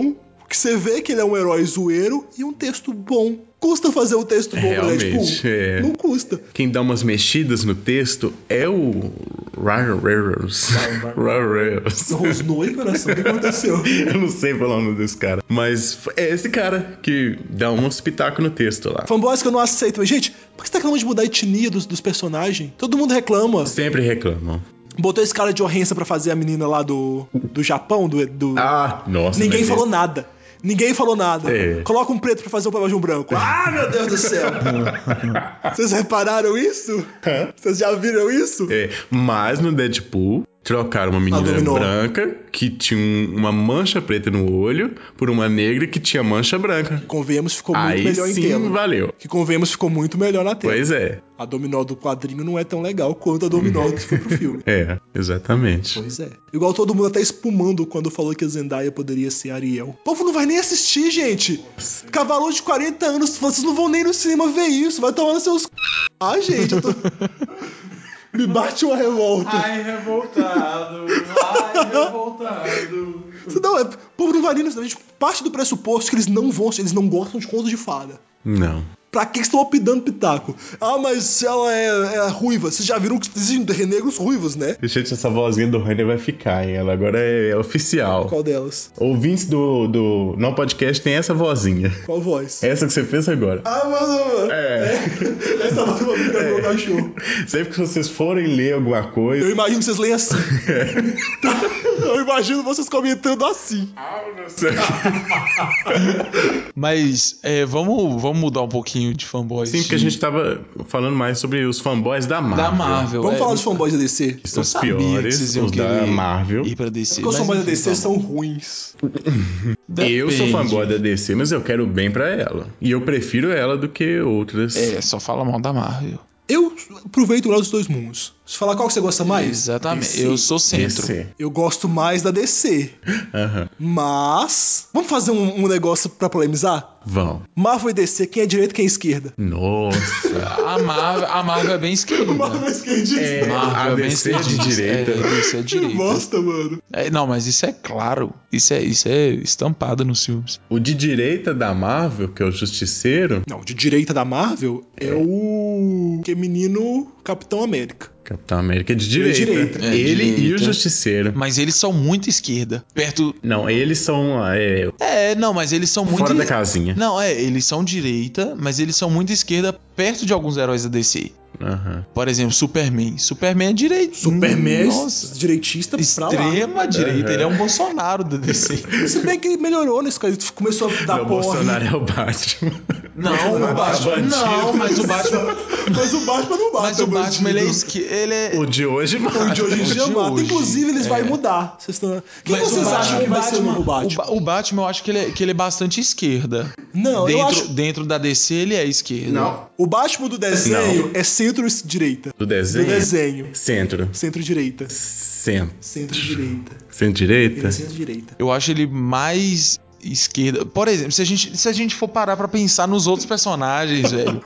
Speaker 4: Que você vê que ele é um herói zoeiro e um texto bom. Custa fazer um texto bom pra
Speaker 5: Realmente,
Speaker 4: Deadpool?
Speaker 5: é.
Speaker 4: Não custa.
Speaker 5: Quem dá umas mexidas no texto é o Ryan Reynolds. Ryan Reynolds.
Speaker 4: Rosnou, coração, o que aconteceu?
Speaker 5: Eu não sei falar o nome desse cara. Mas é esse cara que dá um espetáculo no texto lá.
Speaker 4: Fanboys que eu não aceito. Mas, gente, por que você tá reclamando de mudar a etnia dos, dos personagens? Todo mundo reclama.
Speaker 5: Sempre reclamam.
Speaker 4: Botou esse cara de Johansson pra fazer a menina lá do, do Japão, do, do...
Speaker 5: Ah, nossa.
Speaker 4: Ninguém
Speaker 5: mas
Speaker 4: falou
Speaker 5: esse-
Speaker 4: nada. Ninguém falou nada.
Speaker 5: É.
Speaker 4: Coloca um preto pra fazer o papel de um branco. Ah, meu Deus do céu. Vocês repararam isso? Vocês já viram isso?
Speaker 5: É, mas no Deadpool trocaram uma menina
Speaker 4: dominou.
Speaker 5: branca que tinha um- uma mancha preta no olho por uma negra que tinha mancha branca.
Speaker 4: Convenhamos, ficou muito
Speaker 5: Aí
Speaker 4: melhor
Speaker 5: sim
Speaker 4: em tela.
Speaker 5: valeu.
Speaker 4: Que convenhamos, ficou muito melhor na tela.
Speaker 5: Pois é.
Speaker 4: A Dominó do quadrinho não é tão legal quanto a Dominó que foi pro filme.
Speaker 5: É, exatamente.
Speaker 4: Pois é. Igual todo mundo até espumando quando falou que a Zendaya poderia ser Ariel. O povo não vai nem assistir, gente. Cavalo de quarenta anos, vocês não vão nem no cinema ver isso. Vai tomar nos seus... Ah, gente, eu tô... Me bate uma revolta.
Speaker 2: Ai, revoltado. Ai, revoltado.
Speaker 4: Não, é, o povo não vai nem no cinema. A gente parte do pressuposto que eles não vão, eles não gostam de contos de fada.
Speaker 5: Não.
Speaker 4: Pra que estão opinando pitaco? Ah, mas ela é, é ruiva. Vocês já viram que existem negros ruivos, né?
Speaker 5: Gente, essa vozinha do Rainer vai ficar, hein? Ela agora é, é oficial.
Speaker 4: Qual delas?
Speaker 5: Ouvintes do, do Não Podcast tem essa vozinha.
Speaker 4: Qual voz?
Speaker 5: Essa que você fez agora.
Speaker 4: Ah, mano,
Speaker 5: É.
Speaker 4: essa voz vai brincar com o meu cachorro.
Speaker 5: Sempre que vocês forem ler alguma coisa.
Speaker 4: Eu imagino que vocês leem assim. Eu imagino vocês comentando assim.
Speaker 2: Mas é, vamos, vamos mudar um pouquinho de fanboys.
Speaker 5: Sim, porque a gente tava falando mais sobre os fanboys da Marvel.
Speaker 2: Da Marvel.
Speaker 4: Vamos
Speaker 2: é,
Speaker 4: falar dos fanboys da D C?
Speaker 5: Que são
Speaker 2: Eu
Speaker 5: os
Speaker 2: sabia que
Speaker 5: piores,
Speaker 2: vocês iam
Speaker 5: os da
Speaker 2: querer
Speaker 5: Marvel.
Speaker 2: ir pra D C.
Speaker 4: Porque os
Speaker 2: mas
Speaker 4: fanboys da D
Speaker 2: enfim,
Speaker 4: C
Speaker 2: vamos.
Speaker 4: são ruins.
Speaker 5: Eu sou
Speaker 2: Depende.
Speaker 5: fanboy da D C, mas eu quero bem pra ela. E eu prefiro ela do que outras.
Speaker 2: É, só fala mal da Marvel.
Speaker 4: Eu aproveito o lado dos dois mundos. Se falar qual que você gosta mais?
Speaker 2: Exatamente.
Speaker 4: D C.
Speaker 2: Eu sou centro.
Speaker 5: D C.
Speaker 4: Eu gosto mais da D C.
Speaker 5: Aham.
Speaker 4: Mas... Vamos fazer um, um negócio pra polemizar?
Speaker 5: Vão.
Speaker 4: Marvel e D C, quem é direita e quem é esquerda?
Speaker 5: Nossa.
Speaker 2: A Marvel, a Marvel é bem esquerda.
Speaker 4: Marvel é esquerdista.
Speaker 5: É,
Speaker 2: Marvel
Speaker 5: a
Speaker 2: bem
Speaker 5: D C é de
Speaker 2: esquerdista.
Speaker 5: direita.
Speaker 2: É, a D C é
Speaker 4: Que
Speaker 2: direita.
Speaker 4: bosta, mano.
Speaker 2: É, não, mas isso é claro. Isso é, isso é estampado nos filmes.
Speaker 5: O de direita da Marvel, que é o Justiceiro,
Speaker 4: Não, de direita da Marvel é, o... Que é menino Capitão América.
Speaker 5: Capitão América é de direita.
Speaker 4: direita.
Speaker 2: É,
Speaker 5: Ele
Speaker 2: direita.
Speaker 5: e o Justiceiro.
Speaker 2: Mas eles são muito esquerda. Perto.
Speaker 5: Não, eles são é,
Speaker 2: É, não, mas eles são muito.
Speaker 5: fora da casinha.
Speaker 2: Não, é, eles são direita, mas eles são muito esquerda perto de alguns heróis da D C.
Speaker 5: Aham.
Speaker 2: Por exemplo, Superman. Superman é direita.
Speaker 4: Superman
Speaker 2: Nossa.
Speaker 4: é direitista pra lá.
Speaker 2: Extrema direita.
Speaker 5: Uhum.
Speaker 2: Ele é um Bolsonaro da D C.
Speaker 4: Se bem que ele melhorou nesse cara, ele começou a dar
Speaker 5: Não, o
Speaker 4: porra.
Speaker 5: Bolsonaro é o Batman.
Speaker 2: Não, o Batman. Não, mas o Batman.
Speaker 4: Mas o Batman não mata.
Speaker 2: Mas o Batman, ele é
Speaker 4: bandido.
Speaker 2: esquerda. Ele é.
Speaker 5: O de hoje,
Speaker 4: O de hoje em
Speaker 2: O
Speaker 4: dia
Speaker 2: de
Speaker 4: mata.
Speaker 2: hoje,
Speaker 4: Inclusive, eles
Speaker 2: é.
Speaker 4: vão mudar. Vocês estão... Quem
Speaker 2: Mas
Speaker 4: vocês
Speaker 2: o Batman-
Speaker 4: acham que
Speaker 2: o
Speaker 4: vai ser o novo
Speaker 2: O,
Speaker 4: Batman?
Speaker 2: Ba- o Batman, eu acho que ele é, que ele é bastante esquerda.
Speaker 4: Não, eu
Speaker 2: dentro,
Speaker 4: acho...
Speaker 2: dentro da D C, ele é esquerda.
Speaker 5: Não.
Speaker 4: O Batman do desenho é centro-direita.
Speaker 5: Do
Speaker 4: Do
Speaker 5: desenho?
Speaker 4: desenho.
Speaker 5: Centro.
Speaker 4: Centro-direita.
Speaker 5: Centro.
Speaker 4: Centro-direita. Ele
Speaker 5: Centro-direita?
Speaker 4: é centro-direita.
Speaker 2: Eu acho ele mais esquerda. Por exemplo, se a gente, se a gente for parar pra pensar nos outros personagens, velho.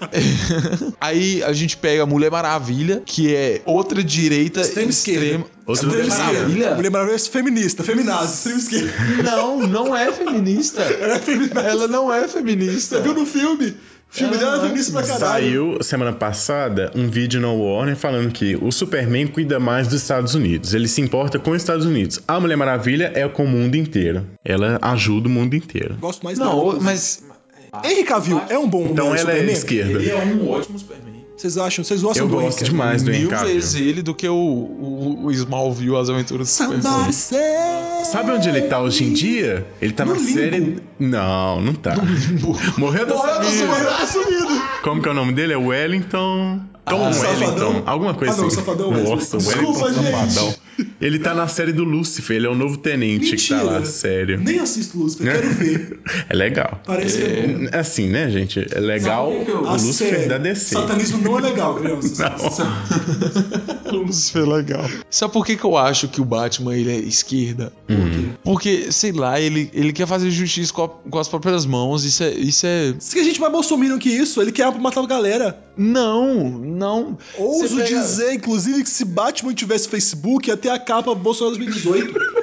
Speaker 2: Aí a gente pega a Mulher Maravilha, que é outra direita
Speaker 4: Extrema esquerda.
Speaker 5: Outra
Speaker 2: Mulher
Speaker 5: esquerda.
Speaker 2: Maravilha?
Speaker 4: Mulher Maravilha é feminista, feminazi, extrema esquerda.
Speaker 2: Não, não é feminista.
Speaker 4: Ela é feminista.
Speaker 2: Ela não é feminista.
Speaker 4: Você viu no filme? O filme dela é feminista pra caralho.
Speaker 5: Saiu semana passada um vídeo no Warner falando que o Superman cuida mais dos Estados Unidos. Ele se importa com os Estados Unidos. A Mulher Maravilha é com o mundo inteiro. Ela ajuda o mundo inteiro.
Speaker 4: Gosto mais
Speaker 2: Não,
Speaker 4: dela.
Speaker 2: mas.
Speaker 4: Henry Cavill é um bom
Speaker 5: Então
Speaker 4: homem
Speaker 5: ela é
Speaker 4: Superman?
Speaker 5: esquerda.
Speaker 2: é um ótimo Superman.
Speaker 4: Vocês acham? Vocês gostam
Speaker 5: Eu
Speaker 4: do
Speaker 5: gosto
Speaker 4: Henry
Speaker 5: demais do Henry
Speaker 2: Mil
Speaker 5: Cavill.
Speaker 2: vezes ele do que o, o, o Smallville, as aventuras do Superman.
Speaker 4: Somebody say-
Speaker 5: Sabe onde ele tá hoje em dia? Ele tá
Speaker 4: No
Speaker 5: na
Speaker 4: limbo.
Speaker 5: série... Não, não tá. Morreu da
Speaker 4: Morreu, tá
Speaker 5: sumido.
Speaker 4: sumido, tá sumido.
Speaker 5: Como que é o nome dele? É Wellington... Tom
Speaker 4: Ah,
Speaker 5: Wellington.
Speaker 4: Safadão?
Speaker 5: Alguma coisa
Speaker 4: Ah, não,
Speaker 5: assim.
Speaker 4: Safadão mesmo.
Speaker 5: Nossa,
Speaker 4: Desculpa,
Speaker 5: Wellington
Speaker 4: gente.
Speaker 5: Safadão. Ele tá na série do Lucifer. Ele é o novo tenente que tá lá, sério.
Speaker 4: Nem assisto Lucifer, quero ver.
Speaker 5: É legal.
Speaker 4: Parece que é bom.
Speaker 5: Assim, né, gente? É legal
Speaker 2: Sabe o que que eu-
Speaker 5: o
Speaker 4: A
Speaker 5: Lucifer
Speaker 4: série.
Speaker 5: da D C.
Speaker 4: Satanismo não é legal, crianças.
Speaker 2: Lucifer legal. Sabe por que, que eu acho que o Batman ele é esquerda?
Speaker 5: Hum.
Speaker 2: Porque, sei lá, ele, ele quer fazer justiça com, a- com as próprias mãos. Isso é. Isso é.
Speaker 4: Se a gente mais bolsominion que isso, ele quer matar a galera.
Speaker 2: Não, não.
Speaker 4: Ouso
Speaker 2: Você pega-
Speaker 4: dizer, inclusive, que se Batman tivesse Facebook, ia ter a capa Bolsonaro dois mil e dezoito.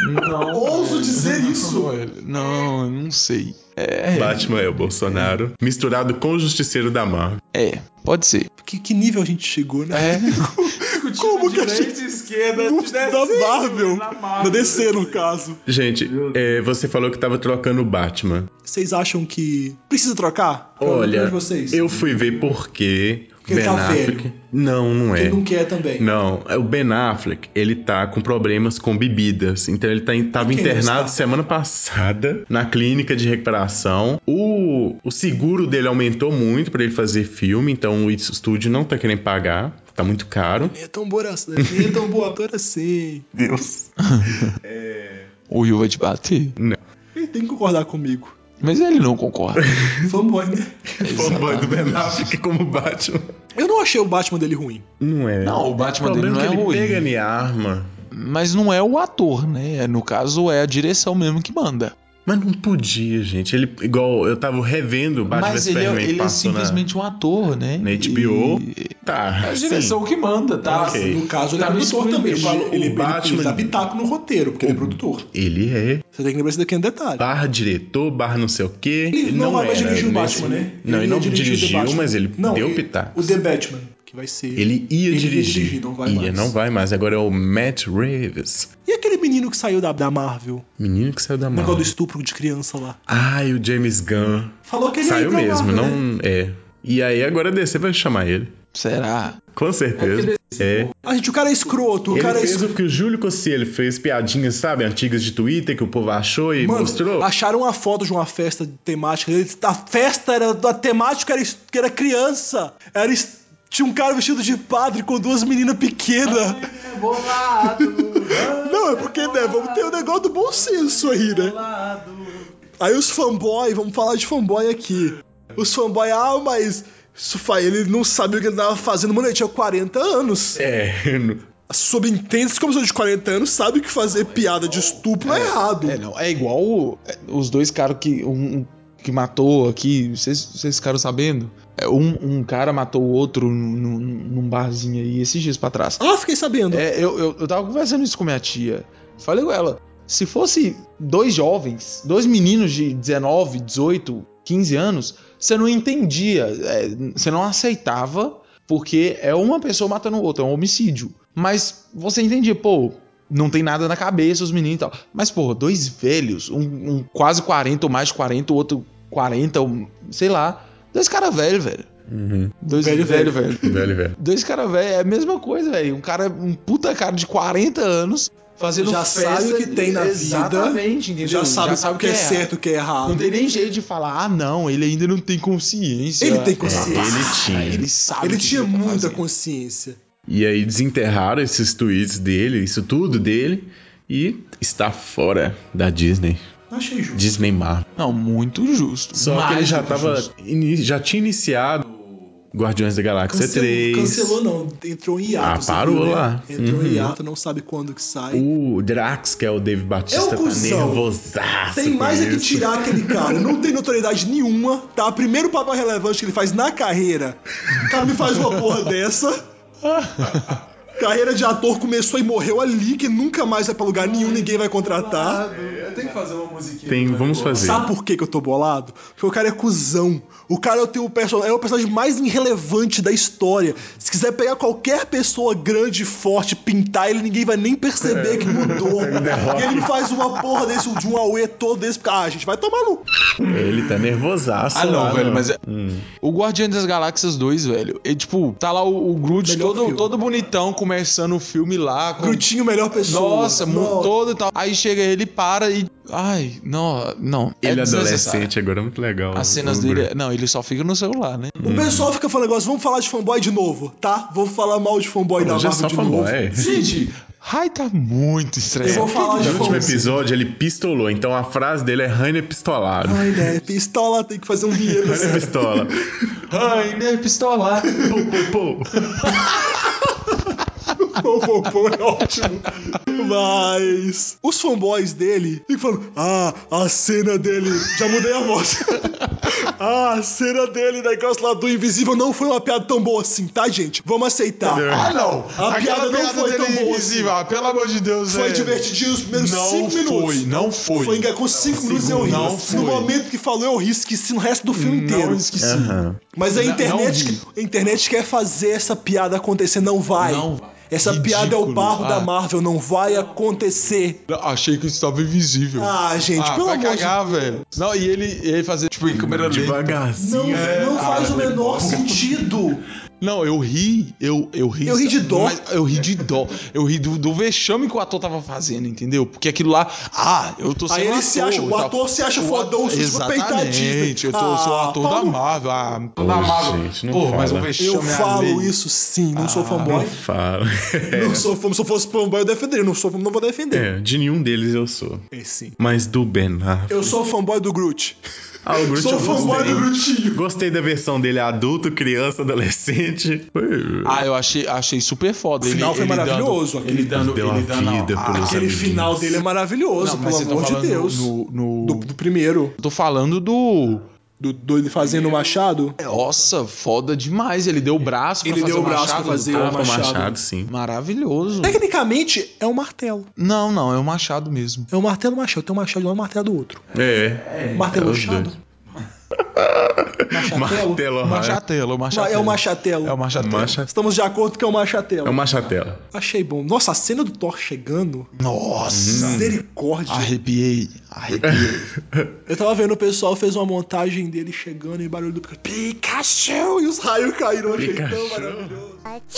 Speaker 2: Não.
Speaker 4: Ouso dizer isso.
Speaker 2: Não, não sei. É.
Speaker 5: Batman é o Bolsonaro, misturado com o Justiceiro da Marvel.
Speaker 2: É, pode ser.
Speaker 4: Que, que nível a gente chegou, né?
Speaker 2: É.
Speaker 4: Como que a gente...
Speaker 2: esquerda
Speaker 4: No- da Marvel. Da D C, no caso.
Speaker 5: Gente, é, você falou que tava trocando o Batman.
Speaker 4: Vocês acham que precisa trocar?
Speaker 5: Olha,
Speaker 4: de vocês.
Speaker 5: eu fui ver por quê.
Speaker 4: Porque ele
Speaker 5: Ben
Speaker 4: tá
Speaker 5: Affleck.
Speaker 4: velho.
Speaker 5: Não, não é.
Speaker 4: Quem não quer também.
Speaker 5: Não, é o Ben Affleck, ele tá com problemas com bebidas. Então ele tá, tava
Speaker 4: Quem não
Speaker 5: internado
Speaker 4: está?
Speaker 5: semana passada na clínica de recuperação. O, o seguro dele aumentou muito pra ele fazer filme, então o estúdio não tá querendo pagar. Tá muito caro.
Speaker 4: Nem é tão boa assim. Nem é tão boa ator assim.
Speaker 5: Deus.
Speaker 2: O Will vai te bater.
Speaker 4: Ele tem que concordar comigo.
Speaker 2: Mas ele não concorda.
Speaker 4: Fanboy, né?
Speaker 5: Fanboy do Ben Affleck como Batman.
Speaker 4: Eu não achei o Batman dele ruim.
Speaker 5: Não é.
Speaker 2: Não, o Batman dele não é
Speaker 5: que ele
Speaker 2: ruim.
Speaker 5: pega em arma.
Speaker 2: Mas não é o ator, né? No caso, é a direção mesmo que manda.
Speaker 5: Mas não podia, gente. Ele, igual, eu tava revendo o Batman
Speaker 2: Mas
Speaker 5: vs
Speaker 2: ele, é,
Speaker 5: Superman que
Speaker 2: ele é
Speaker 5: passou na-
Speaker 2: simplesmente um ator, né?
Speaker 5: na H B O.
Speaker 2: E-
Speaker 5: Tá,
Speaker 2: É a direção que manda, tá?
Speaker 5: Ok.
Speaker 4: No caso, ele
Speaker 2: Tá
Speaker 4: é
Speaker 2: no
Speaker 4: produtor
Speaker 2: screen,
Speaker 4: também.
Speaker 2: eu falo,
Speaker 4: ele, ele,
Speaker 5: o Batman-
Speaker 4: ele dá pitaco no roteiro, porque ele é produtor.
Speaker 5: Ele é
Speaker 4: Você tem que lembrar esse daqui no detalhe.
Speaker 5: barra diretor, barra não sei o quê.
Speaker 4: Ele não vai mais
Speaker 5: era
Speaker 4: dirigir o
Speaker 5: nesse-
Speaker 4: Batman, né?
Speaker 5: Não, ele,
Speaker 4: ia
Speaker 5: não
Speaker 4: dirigir o The
Speaker 5: dirigiu,
Speaker 4: Batman.
Speaker 5: mas ele
Speaker 4: Não,
Speaker 5: deu
Speaker 4: ele-
Speaker 5: pitaco.
Speaker 4: O The Batman, que vai ser...
Speaker 5: Ele ia
Speaker 4: Ele
Speaker 5: dirigir.
Speaker 4: dirigir, não vai
Speaker 5: ia,
Speaker 4: mais.
Speaker 5: não vai mais. Agora é o Matt Reeves.
Speaker 4: E aquele menino que saiu da, da Marvel?
Speaker 5: Menino que saiu da
Speaker 4: O
Speaker 5: mão.
Speaker 4: negócio do estupro de criança lá.
Speaker 5: Ah, e o James Gunn.
Speaker 4: Falou que ele ia
Speaker 5: Saiu
Speaker 4: ir pra
Speaker 5: mesmo,
Speaker 4: Marvel,
Speaker 5: não
Speaker 4: né?
Speaker 5: é. E aí agora a D C vai chamar ele.
Speaker 2: Será?
Speaker 5: Com certeza. É.
Speaker 4: Ah, gente, o cara é escroto. O
Speaker 5: Ele
Speaker 4: cara é
Speaker 5: fez
Speaker 4: escroto.
Speaker 5: o que o Júlio Cossiello fez, piadinhas, sabe, antigas de Twitter, que o povo achou e
Speaker 4: Mano,
Speaker 5: mostrou.
Speaker 4: acharam uma foto de uma festa temática. A festa era. A temática era, que era criança. Era. es- Tinha um cara vestido de padre com duas meninas pequenas. Não, é porque, né? Vamos ter o negócio do bom senso aí, né? Aí os fanboy, vamos falar de fanboy aqui. Os fanboy, ah, mas. Isso faz, ele não sabia o que ele tava fazendo, mano, ele tinha quarenta anos.
Speaker 5: É, no-
Speaker 4: Subentende-se que uma pessoa de quarenta anos sabe que fazer piada de estupro é, errado.
Speaker 2: É, não. É igual o- é, os dois caras que. Um, um que matou aqui. Vocês, vocês ficaram sabendo? É, um, um cara matou o outro num, num barzinho aí esses dias pra trás.
Speaker 4: Ah, fiquei sabendo.
Speaker 2: É, eu, eu, eu tava conversando isso com minha tia. Falei com ela. Se fosse dois jovens, dois meninos de dezenove, dezoito, quinze anos, você não entendia, é, você não aceitava, porque é uma pessoa matando o outro, é um homicídio. Mas você entendia, pô, não tem nada na cabeça os meninos e tal. Mas, pô, dois velhos, um, um quase quarenta ou mais de quarenta, o outro quarenta, um, sei lá. Dois caras velhos, velho.
Speaker 5: Uhum.
Speaker 2: Dois
Speaker 4: Velho,
Speaker 2: velho, velho.
Speaker 5: Velho, velho.
Speaker 2: Dois caras velhos, é a mesma coisa, velho. Um cara, um puta cara de quarenta anos fazendo
Speaker 4: Já
Speaker 2: festa.
Speaker 4: sabe o que tem na vida.
Speaker 2: Exatamente, entendeu?
Speaker 4: Já sabe, o que é certo e o que é errado.
Speaker 2: Não tem nem jeito de falar, ah, não, ele ainda não tem consciência.
Speaker 4: Ele tem consciência.
Speaker 5: Ele tinha.
Speaker 2: Ele sabe.
Speaker 4: Ele
Speaker 2: o que
Speaker 4: tinha
Speaker 2: ele tá
Speaker 4: muita
Speaker 2: fazendo.
Speaker 4: consciência.
Speaker 5: E aí desenterraram esses tweets dele, isso tudo dele, e está fora da Disney.
Speaker 4: Não achei justo.
Speaker 5: Disney Marvel.
Speaker 2: Não, muito justo.
Speaker 5: Só
Speaker 2: Mais
Speaker 5: que ele já
Speaker 2: do que
Speaker 5: tava.
Speaker 2: justo.
Speaker 5: ini- já tinha iniciado Guardiões da Galáxia
Speaker 4: Cancelou,
Speaker 5: três.
Speaker 4: cancelou não, entrou em hiato.
Speaker 5: Ah,
Speaker 4: você
Speaker 5: parou
Speaker 4: viu, né?
Speaker 5: lá.
Speaker 4: Entrou
Speaker 5: Uhum.
Speaker 4: em hiato, não sabe quando que sai.
Speaker 5: O Drax, que é o Dave Bautista,
Speaker 4: É um
Speaker 5: tá
Speaker 4: cuzão.
Speaker 5: nervosaço.
Speaker 4: Tem
Speaker 5: com
Speaker 4: mais é que
Speaker 5: isso.
Speaker 4: tirar aquele cara. Não tem notoriedade nenhuma, tá? Primeiro papel relevante que ele faz na carreira. O cara me faz uma porra dessa. Carreira de ator começou e morreu ali, que nunca mais vai pra lugar nenhum, ninguém vai contratar.
Speaker 2: Tem que fazer uma musiquinha.
Speaker 5: Tem, vamos fazer.
Speaker 4: Sabe por que, que eu tô bolado? Porque o cara é cuzão. O cara tem o person... é o personagem mais irrelevante da história. Se quiser pegar qualquer pessoa grande e forte, pintar ele, ninguém vai nem perceber que mudou. Porque ele faz uma porra desse, de um auê todo desse. Ah, a gente vai tomar no.
Speaker 5: Ele tá nervosaço.
Speaker 2: Ah, não,
Speaker 5: lá,
Speaker 2: velho,
Speaker 5: no-
Speaker 2: mas é... O Guardiões das Galáxias dois, velho, é tipo, tá lá o, o Groot
Speaker 4: Melhor
Speaker 2: todo,
Speaker 4: filme.
Speaker 2: todo bonitão, começando o filme lá. Com...
Speaker 4: Grutinho, melhor pessoa.
Speaker 2: Nossa,
Speaker 4: Não.
Speaker 2: mu- todo e tal. Aí chega ele, para e... Ai, não, não.
Speaker 5: Ele
Speaker 2: é desnecessário.
Speaker 5: adolescente agora é muito legal.
Speaker 2: As cenas
Speaker 5: O
Speaker 2: dele...
Speaker 5: Groot.
Speaker 2: Não, ele só fica no celular, né?
Speaker 4: O pessoal fica falando negócio, vamos falar de fanboy de novo, tá? Vou falar mal de fanboy da
Speaker 5: Hoje é
Speaker 4: Marvel
Speaker 5: só
Speaker 4: de
Speaker 5: fanboy,
Speaker 4: novo.
Speaker 5: é.
Speaker 2: Gente, Rai tá muito
Speaker 4: Eu vou
Speaker 2: estressado.
Speaker 4: falar de
Speaker 5: No último
Speaker 4: fanboy.
Speaker 5: episódio ele pistolou, então a frase dele é Rainer pistolado.
Speaker 4: Ai, né? Pistola tem que fazer um vinheta assim.
Speaker 5: Rainer pistola.
Speaker 2: Ai, né, pistolar.
Speaker 5: Pô, pô, pô.
Speaker 4: Pô, pô, pô, é ótimo. Mas os fanboys dele ficam falando: ah, a cena dele. Já mudei a voz. ah, a cena dele na negócio lá do invisível não foi uma piada tão boa assim, tá, gente? Vamos aceitar.
Speaker 2: Ah, não.
Speaker 4: A piada não
Speaker 2: piada
Speaker 4: foi
Speaker 2: dele
Speaker 4: tão boa
Speaker 2: invisível.
Speaker 4: assim.
Speaker 2: Ah, pelo amor de Deus,
Speaker 4: Foi
Speaker 2: velho.
Speaker 4: divertidinho os primeiros
Speaker 2: Não
Speaker 4: cinco
Speaker 2: foi,
Speaker 4: minutos.
Speaker 2: não foi.
Speaker 4: Foi enga- com cinco minutos eu ri.
Speaker 2: Não foi.
Speaker 4: No momento que falou, eu ri, esqueci no resto do filme inteiro.
Speaker 2: Não esqueci.
Speaker 5: Aham.
Speaker 4: Mas a
Speaker 2: Não-
Speaker 4: internet,
Speaker 2: não ri.
Speaker 4: a internet quer fazer essa piada acontecer, não vai.
Speaker 2: Não.
Speaker 4: Essa
Speaker 2: Ridículo.
Speaker 4: piada é o barro
Speaker 2: Ah.
Speaker 4: da Marvel, não vai acontecer.
Speaker 2: Achei que estava invisível.
Speaker 4: Ah, gente,
Speaker 2: Ah,
Speaker 4: pelo
Speaker 2: vai
Speaker 4: amor de
Speaker 2: cagar, velho. Não, e ele, ele fazia, tipo, em câmera lenta.
Speaker 5: Devagarzinho.
Speaker 4: Não,
Speaker 5: né?
Speaker 4: não faz
Speaker 2: Ah,
Speaker 4: o menor
Speaker 2: foi bom.
Speaker 4: sentido.
Speaker 2: Não, eu ri, eu, eu ri.
Speaker 4: Eu ri de dó.
Speaker 2: Mas eu ri de dó. Eu ri do, do vexame que o ator tava fazendo, entendeu? Porque aquilo lá, ah, eu tô sendo
Speaker 4: Aí ele
Speaker 2: ator.
Speaker 4: se acha, o
Speaker 2: e tal.
Speaker 4: ator se acha
Speaker 2: O
Speaker 4: fodão,
Speaker 2: ator-
Speaker 4: se for peitar a Disney.
Speaker 2: Exatamente, eu tô,
Speaker 4: Ah,
Speaker 2: sou ator
Speaker 4: pau
Speaker 2: da
Speaker 4: no-
Speaker 2: Marvel. Ah,
Speaker 5: Ô,
Speaker 2: da Marvel.
Speaker 5: gente, não
Speaker 2: Pô, mas
Speaker 5: fala.
Speaker 2: o vexame
Speaker 4: Eu falo
Speaker 2: alheio.
Speaker 4: isso sim, não sou
Speaker 2: Ah,
Speaker 4: fanboy.
Speaker 5: Não fala.
Speaker 4: Não sou fã, se eu fosse fanboy eu defenderia, não sou fã, não vou defender.
Speaker 5: É, de nenhum deles eu sou.
Speaker 4: É sim.
Speaker 5: Mas do Ben Affleck.
Speaker 4: Eu sou fanboy do Groot.
Speaker 5: Ah, o Groot
Speaker 4: Sou
Speaker 5: eu
Speaker 4: fanboy
Speaker 5: gostei.
Speaker 4: do Grootinho.
Speaker 5: Gostei da versão dele adulto, criança, adolescente.
Speaker 2: Ah, eu achei, achei super foda.
Speaker 4: O final
Speaker 2: ele,
Speaker 4: foi
Speaker 2: ele
Speaker 4: maravilhoso,
Speaker 2: Dando,
Speaker 4: aquele
Speaker 2: ele dando,
Speaker 5: deu
Speaker 2: ele
Speaker 5: a
Speaker 2: dando
Speaker 5: vida
Speaker 2: a-
Speaker 5: pelos
Speaker 4: Aquele
Speaker 5: amiguinhos.
Speaker 4: final dele é maravilhoso,
Speaker 2: Não, mas
Speaker 4: pelo
Speaker 2: você tá
Speaker 4: amor de
Speaker 2: falando
Speaker 4: Deus.
Speaker 2: no- no-
Speaker 4: Do, do primeiro.
Speaker 2: Eu tô falando do.
Speaker 4: Do, do ele fazendo o machado.
Speaker 2: Nossa, foda demais. Ele deu o braço pra
Speaker 4: Ele
Speaker 2: fazer
Speaker 4: deu o
Speaker 2: o
Speaker 4: braço
Speaker 2: machado.
Speaker 4: pra fazer
Speaker 5: Ah,
Speaker 4: o
Speaker 5: foi
Speaker 4: machado.
Speaker 5: Machado, sim.
Speaker 2: Maravilhoso.
Speaker 4: Tecnicamente, é um martelo.
Speaker 2: Não, não, é o machado mesmo.
Speaker 4: É um martelo machado. Tem um machado de um é um martelo do outro.
Speaker 5: É.
Speaker 4: Martelo
Speaker 5: é os
Speaker 4: machado?
Speaker 5: dois.
Speaker 4: Machatelo?
Speaker 5: Martelo,
Speaker 2: O machatelo, o machatelo.
Speaker 4: É o machatelo.
Speaker 2: É o machatelo.
Speaker 5: Macha...
Speaker 4: Estamos de acordo que é o machatelo.
Speaker 5: É uma chatela.
Speaker 4: Achei bom. Nossa, a cena do Thor chegando.
Speaker 2: Nossa.
Speaker 4: Misericórdia.
Speaker 2: Arrepiei, arrepiei.
Speaker 4: Eu tava vendo o pessoal fez uma montagem dele chegando e barulho do Pikachu e os raios caíram. Eu achei tão
Speaker 5: Pikachu.
Speaker 4: maravilhoso.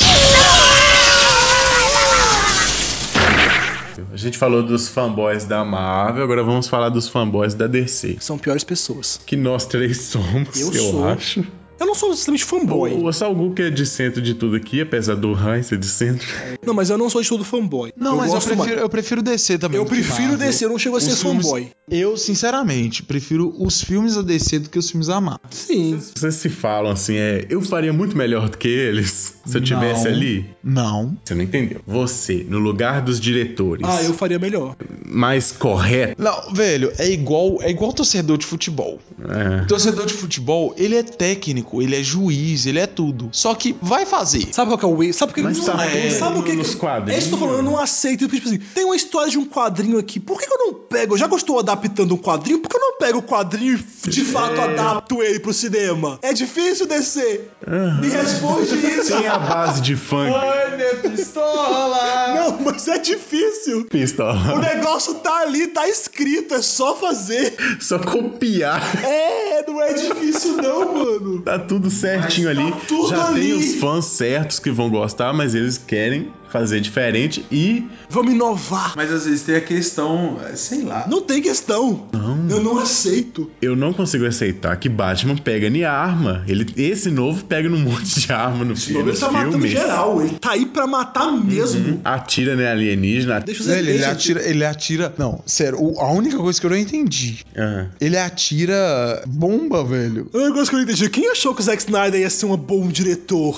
Speaker 5: A gente falou dos fanboys da Marvel, agora vamos falar dos fanboys da D C.
Speaker 4: São piores pessoas.
Speaker 5: Que nós três somos,
Speaker 4: Eu
Speaker 5: eu,
Speaker 4: sou.
Speaker 5: acho.
Speaker 4: Eu não sou extremamente fanboy.
Speaker 5: O Salgu que é de centro de tudo aqui, apesar do Heinz ser de centro.
Speaker 4: Não, mas eu não sou de tudo fanboy.
Speaker 2: Não,
Speaker 4: eu
Speaker 2: mas eu
Speaker 4: gosto
Speaker 2: prefiro,
Speaker 4: mais.
Speaker 2: eu prefiro D C também.
Speaker 4: Eu
Speaker 2: do que
Speaker 4: prefiro
Speaker 2: Marvel.
Speaker 4: D C, eu não chego a ser
Speaker 2: Os filmes-
Speaker 4: fanboy.
Speaker 2: Eu, sinceramente, prefiro os filmes da D C do que os filmes da Marvel.
Speaker 4: Sim.
Speaker 5: Vocês se falam assim, é, eu faria muito melhor do que eles se eu tivesse
Speaker 2: Não.
Speaker 5: ali.
Speaker 2: Não.
Speaker 5: Você não entendeu. Você, no lugar dos diretores,
Speaker 4: Ah, eu faria melhor.
Speaker 5: mais correto.
Speaker 2: Não, velho, é igual, é igual torcedor de futebol.
Speaker 5: É.
Speaker 2: Torcedor de futebol, ele é técnico, ele é juiz, ele é tudo. Só que vai fazer.
Speaker 4: Sabe qual que é o erro? Sabe por que
Speaker 5: Mas
Speaker 4: não
Speaker 5: tá
Speaker 4: é?
Speaker 5: tudo
Speaker 4: Sabe o que
Speaker 5: nos
Speaker 4: que-
Speaker 5: quadrinhos.
Speaker 4: É isso que eu tô falando, eu não aceito. Porque, tipo assim, tem uma história de um quadrinho aqui. Por que, que eu não pego? Eu já estou adaptando um quadrinho, por que eu não pego o quadrinho e de fato adapto ele pro cinema? É difícil descer. Me responde isso.
Speaker 5: Tem a base de funk.
Speaker 2: Ai, minha pistola!
Speaker 4: Não, mas é difícil. O
Speaker 5: Pistola.
Speaker 4: negócio tá ali, tá escrito, é só fazer.
Speaker 5: Só copiar.
Speaker 4: É, não é difícil não, mano.
Speaker 5: Tá tudo certinho
Speaker 4: Mas tá
Speaker 5: ali.
Speaker 4: tudo
Speaker 5: Já
Speaker 4: ali.
Speaker 5: tem os fãs certos que vão gostar, mas eles querem fazer diferente e
Speaker 4: Vamos inovar.
Speaker 2: Mas às vezes tem a questão, sei lá.
Speaker 4: Não tem questão. Eu não aceito.
Speaker 5: eu não consigo aceitar que Batman pega em arma. Ele, esse novo pega num monte de arma no filme.
Speaker 4: Ele tá matando geral. Ele tá aí pra matar mesmo.
Speaker 5: Atira né alienígena.
Speaker 4: Deixa eu dizer,
Speaker 2: Ele, ele
Speaker 4: deixa-
Speaker 2: atira, ele atira. Não, sério, o- a única coisa que eu não entendi.
Speaker 5: Ah.
Speaker 2: Ele atira bomba, velho.
Speaker 4: É um negócio que eu não entendi. Quem achou que o Zack Snyder ia ser um bom diretor?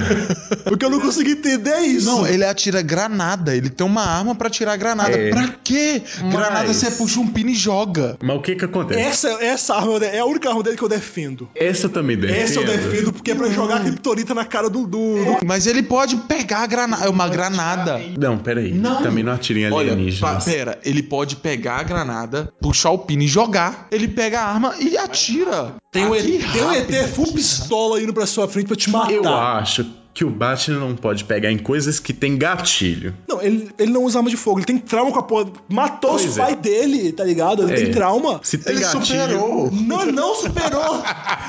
Speaker 4: Porque eu não consegui entender isso.
Speaker 2: Não, ele atira granada. Ele tem uma arma pra tirar granada.
Speaker 5: É.
Speaker 2: Pra quê?
Speaker 5: Mas-
Speaker 2: Granada você puxa um pino e joga.
Speaker 5: Mas o que que acontece?
Speaker 4: Essa, essa arma eu de- é a única arma dele que eu defendo.
Speaker 5: Essa também defende.
Speaker 4: Essa eu defendo porque é pra jogar a Kryptonita na cara do... do...
Speaker 2: Mas ele pode pegar a granada. É uma granada.
Speaker 5: Não, peraí.
Speaker 2: Não.
Speaker 5: Também não atira em
Speaker 2: Olha,
Speaker 5: alienígenas.
Speaker 2: pa- pera, ele pode pegar a granada, puxar o pino e jogar. Ele pega a arma e atira.
Speaker 4: Tem um, E
Speaker 2: Aqui,
Speaker 4: T, tem um E T
Speaker 2: rápido.
Speaker 4: full pistola indo pra sua frente pra te matar.
Speaker 5: Eu acho que o Batman não pode pegar em coisas que tem gatilho.
Speaker 4: Não, ele, ele não usa arma de fogo. Ele tem trauma com a porra. Matou
Speaker 5: Pois
Speaker 4: os
Speaker 5: é.
Speaker 4: pais dele, tá ligado? Ele
Speaker 5: É.
Speaker 4: tem trauma.
Speaker 5: Se tem
Speaker 2: Ele
Speaker 5: gatilho...
Speaker 2: superou.
Speaker 4: Não, ele não superou.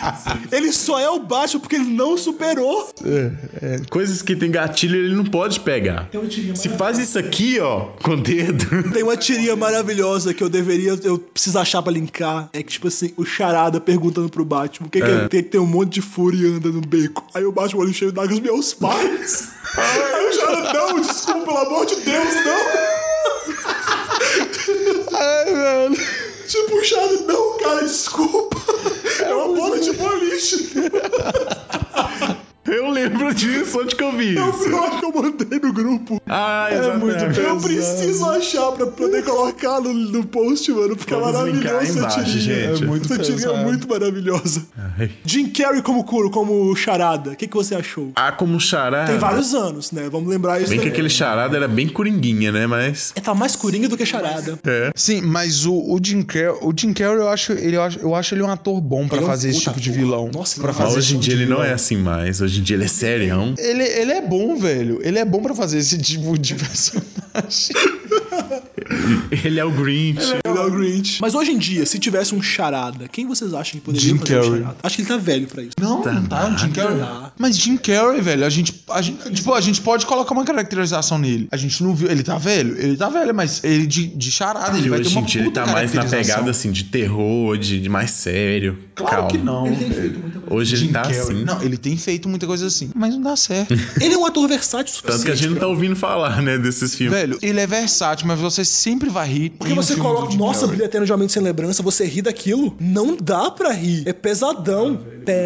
Speaker 4: Ele só é o Batman porque ele não superou.
Speaker 5: Coisas que tem gatilho ele não pode pegar.
Speaker 4: Tem uma tirinha
Speaker 5: Se faz isso aqui, ó, com o dedo...
Speaker 4: Tem uma tirinha maravilhosa que eu deveria, eu preciso achar pra linkar. É que, tipo assim, o Charada perguntando pro Batman o que, que
Speaker 5: É.
Speaker 4: é tem que ter um monte de fúria e anda no beco. Aí o Batman olha cheio d'água, os meus pais. Aí o Charada, não, desculpa, pelo amor de Deus, não.
Speaker 2: Ai, velho.
Speaker 4: Tipo, o Charada, não, cara, desculpa. É uma bola de boliche.
Speaker 5: Eu lembro lembro disso, onde que eu vi
Speaker 4: Eu,
Speaker 5: isso?
Speaker 4: eu acho que eu mandei no grupo.
Speaker 5: Ah, exatamente.
Speaker 4: Eu preciso achar pra poder colocar no, no post, mano, porque
Speaker 5: Vamos
Speaker 4: é
Speaker 5: linkar aí
Speaker 4: maravilhosa essa
Speaker 5: embaixo,
Speaker 4: tirinha.
Speaker 5: gente.
Speaker 2: É muito
Speaker 4: Essa tirinha é
Speaker 2: pesado.
Speaker 4: muito maravilhosa.
Speaker 5: Ai.
Speaker 4: Jim Carrey como curo, como charada. O que, que você achou?
Speaker 5: Ah, como charada.
Speaker 4: Tem vários anos, né? Vamos lembrar isso.
Speaker 5: Bem que
Speaker 4: daí.
Speaker 5: aquele charada era bem coringuinha, né? Mas.
Speaker 4: É, tá mais coringa do que charada.
Speaker 5: É.
Speaker 2: Sim, mas o, o Jim Carrey, o Jim Carrey eu acho, ele, eu acho, eu acho ele um ator bom pra
Speaker 4: Ele é um
Speaker 2: fazer esse
Speaker 4: puta
Speaker 2: tipo de
Speaker 4: ator.
Speaker 2: vilão.
Speaker 4: Nossa,
Speaker 2: pra
Speaker 4: ele é
Speaker 2: fazer
Speaker 5: Mas
Speaker 2: esse
Speaker 5: hoje em
Speaker 2: tipo
Speaker 5: dia
Speaker 2: de
Speaker 5: ele não
Speaker 2: vilão.
Speaker 5: é assim mais. Hoje em dia ele é serião.
Speaker 2: Ele, ele é bom, velho. Ele é bom pra fazer esse tipo de personagem.
Speaker 5: Ele é o Grinch.
Speaker 4: Ele é o Grinch. Mas hoje em dia, se tivesse um charada, quem vocês acham que poderia
Speaker 2: Jim
Speaker 4: fazer
Speaker 2: Carrey.
Speaker 4: um charada? Acho que ele tá velho pra isso.
Speaker 2: Não, não tá, Jim Carrey.
Speaker 4: Tá.
Speaker 2: Mas Jim Carrey, velho, a gente, a gente, tipo, a gente pode colocar uma caracterização nele. A gente não viu, ele tá velho, ele tá velho, mas ele de, de charada, ele
Speaker 5: E
Speaker 2: vai ter
Speaker 5: hoje
Speaker 2: uma
Speaker 5: em dia ele
Speaker 2: puta
Speaker 5: tá mais na
Speaker 2: caracterização.
Speaker 5: pegada assim de terror, de, de mais sério.
Speaker 2: Claro
Speaker 5: Calma.
Speaker 2: que não.
Speaker 4: Ele tem feito muita coisa.
Speaker 5: Hoje ele
Speaker 2: Jim
Speaker 5: tá
Speaker 2: Carrey.
Speaker 5: assim.
Speaker 2: Não, ele tem feito muita coisa assim, mas não dá certo.
Speaker 4: Ele é um ator versátil o
Speaker 5: Tanto que a
Speaker 4: suficiente
Speaker 5: gente não
Speaker 4: pra-
Speaker 5: tá ouvindo falar, né, desses filmes.
Speaker 2: Velho, ele é versátil, mas você sempre vai rir.
Speaker 4: Porque
Speaker 2: em um
Speaker 4: você
Speaker 2: filme
Speaker 4: coloca,
Speaker 2: do Jim
Speaker 4: nossa,
Speaker 2: Carrey.
Speaker 4: Brilho Eterno de Uma Mente Sem Lembrança, você ri daquilo? Não dá pra rir. É pesadão.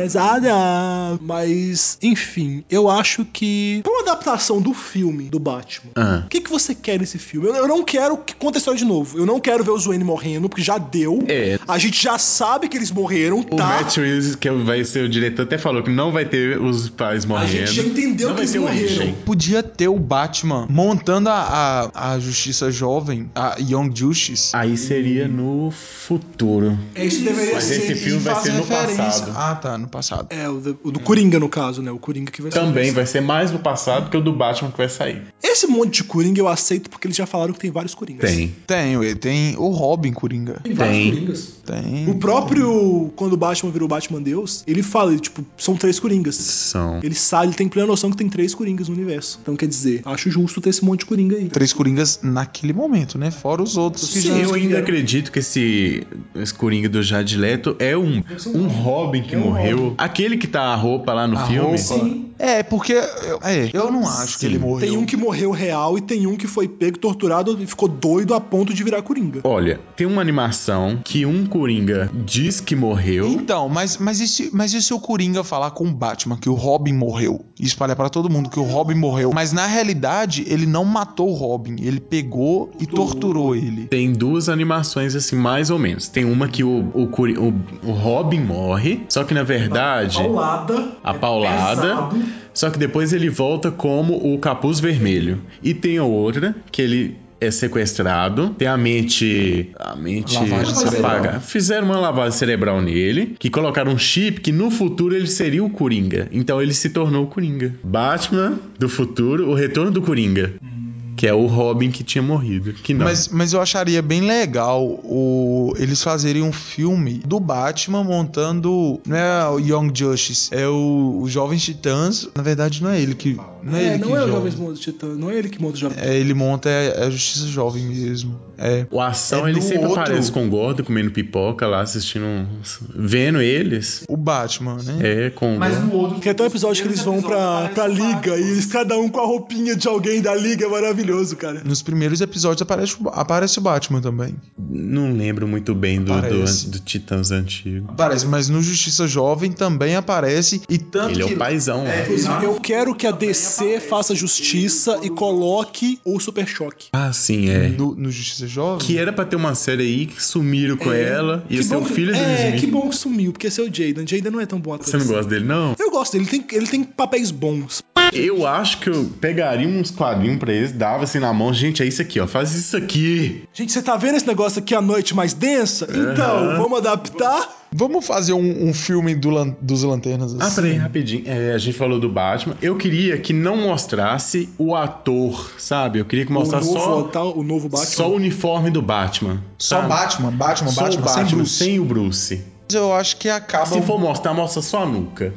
Speaker 4: Pesadão. Mas, enfim, eu acho que... Pra uma adaptação do filme do Batman,
Speaker 5: Ah.
Speaker 4: o que, que você quer nesse filme? Eu, eu não quero que conte a história de novo. Eu não quero ver os Wayne morrendo, porque já deu.
Speaker 5: É.
Speaker 4: A gente já sabe que eles morreram,
Speaker 5: O
Speaker 4: tá?
Speaker 5: Matt Reeves, que vai ser o diretor, até falou que não vai ter os pais
Speaker 4: A
Speaker 5: morrendo.
Speaker 4: gente já entendeu
Speaker 5: não
Speaker 4: que
Speaker 5: vai
Speaker 4: eles
Speaker 5: ter
Speaker 4: morreram.
Speaker 5: origem.
Speaker 2: Podia ter o Batman montando a, a, a Justiça Jovem, a Young Justice.
Speaker 5: Aí seria no futuro.
Speaker 4: Isso deveria
Speaker 5: Mas
Speaker 4: ser...
Speaker 5: esse filme vai
Speaker 2: Faz
Speaker 5: ser no
Speaker 2: referência.
Speaker 5: passado.
Speaker 2: Ah, tá, no passado.
Speaker 4: É, o do, o do Coringa, no caso, né? O Coringa que vai ser...
Speaker 5: Também vai ser mais no passado que o do Batman que vai sair.
Speaker 4: Esse monte de Coringa eu aceito porque eles já falaram que tem vários Coringas.
Speaker 5: Tem.
Speaker 2: Tem, ué, tem o Robin Coringa.
Speaker 4: Tem vários
Speaker 5: Tem.
Speaker 4: Coringas.
Speaker 2: Tem.
Speaker 4: O próprio, quando o Batman virou Batman Deus, ele fala, ele, tipo, são três Coringas.
Speaker 5: São.
Speaker 4: Ele sabe, ele tem plena noção que tem três Coringas no universo. Então, quer dizer, acho justo ter esse monte de Coringa aí.
Speaker 2: Três Coringas naquele momento, né? Fora os outros que
Speaker 4: Sim,
Speaker 2: já...
Speaker 5: Eu ainda
Speaker 4: é.
Speaker 5: acredito que esse, esse Coringa do Jared Leto é um, um Robin que
Speaker 4: É um
Speaker 5: morreu.
Speaker 4: Robin.
Speaker 5: Aquele que tá a roupa lá no
Speaker 2: A
Speaker 5: filme.
Speaker 2: roupa.
Speaker 4: Sim.
Speaker 2: É, porque... eu- É, eu não acho que
Speaker 5: Sim.
Speaker 2: ele morreu.
Speaker 4: Tem um que morreu real e tem um que foi pego, torturado e ficou doido a ponto de virar Coringa.
Speaker 5: Olha, tem uma animação que um Coringa diz que morreu.
Speaker 2: Então, mas, mas, e se, mas e se o Coringa falar com o Batman que o Robin morreu? E espalhar pra todo mundo que o Robin morreu. Mas na realidade, ele não matou o Robin. Ele pegou e torturou ele.
Speaker 5: Tem duas animações assim, mais ou menos. Tem uma que o, o, Cori- o, o Robin morre, só que na verdade...
Speaker 4: Paulada.
Speaker 5: A paulada.
Speaker 4: pesado.
Speaker 5: Só que depois ele volta como o Capuz Vermelho. E tem a outra que ele é sequestrado. Tem a mente. A mente.
Speaker 2: Lavagem cerebral.
Speaker 5: apaga- Fizeram uma lavagem cerebral nele. Que colocaram um chip que no futuro ele seria o Coringa. Então ele se tornou o Coringa. Batman do futuro, o retorno do Coringa. Que é o Robin que tinha morrido. Que não.
Speaker 2: Mas, mas eu acharia bem legal o, eles fazerem um filme do Batman montando. Não é o Young Justice, é o, o Jovens Titãs. Na verdade, não é ele que. Não é,
Speaker 4: É,
Speaker 2: ele
Speaker 4: não
Speaker 2: que
Speaker 4: é o
Speaker 2: joga.
Speaker 4: Jovens Monstros Titã, não é ele que monta o Jovem.
Speaker 2: É, ele monta é, é a Justiça Jovem mesmo. É.
Speaker 5: O Ação,
Speaker 2: É
Speaker 5: ele
Speaker 2: no
Speaker 5: sempre
Speaker 2: outro-
Speaker 5: aparece com o Gordo comendo pipoca lá, assistindo. uns- Vendo eles.
Speaker 2: O Batman, né?
Speaker 5: É, com o Gordo.
Speaker 3: outro.
Speaker 4: Tem até um episódio que eles vão pra, pra liga e eles, cada um com a roupinha de alguém da liga, é maravilhoso, cara.
Speaker 2: Nos primeiros episódios aparece, o- aparece o Batman também.
Speaker 5: Não lembro muito bem do, do,
Speaker 2: Aparece.
Speaker 5: do Titãs antigo.
Speaker 2: Aparece, mas no Justiça Jovem também aparece. E tanto
Speaker 5: Ele é
Speaker 2: que...
Speaker 5: o paizão lá.
Speaker 4: Inclusive, eu quero que a D C faça justiça e coloque o Super Choque.
Speaker 5: Ah, sim, é.
Speaker 2: No, no Justiça Jovem?
Speaker 5: Que era pra ter uma série aí que sumiram com ela. Ia
Speaker 4: Que
Speaker 5: ser
Speaker 4: bom
Speaker 5: o
Speaker 4: que-
Speaker 5: filho do
Speaker 4: É,
Speaker 5: Smith.
Speaker 4: que bom que sumiu, porque esse é o Jaden. Jaden não é tão bom ator.
Speaker 5: Você não
Speaker 4: assim.
Speaker 5: gosta dele, não?
Speaker 4: Eu gosto dele, ele tem, ele tem papéis bons.
Speaker 5: Eu acho que eu pegaria uns quadrinhos pra eles, dava assim na mão. Gente, é isso aqui, ó. Faz isso aqui.
Speaker 4: Gente, você tá vendo esse negócio aqui, a noite mais densa? Então, vamos adaptar?
Speaker 2: Vamos fazer um, um filme do lan- dos Lanternas assim.
Speaker 5: Ah, peraí, rapidinho. É, a gente falou do Batman. Eu queria que não mostrasse o ator, sabe? Eu queria que
Speaker 4: O
Speaker 5: mostrasse
Speaker 4: novo,
Speaker 5: só,
Speaker 4: tal- o novo Batman.
Speaker 5: só o uniforme do Batman.
Speaker 2: Só
Speaker 5: sabe?
Speaker 2: Batman, Batman,
Speaker 5: Só
Speaker 2: Batman,
Speaker 5: o Batman,
Speaker 2: sem Bruce.
Speaker 5: sem o Bruce.
Speaker 2: Eu acho que acaba...
Speaker 5: Se for mostrar, mostra só a nuca.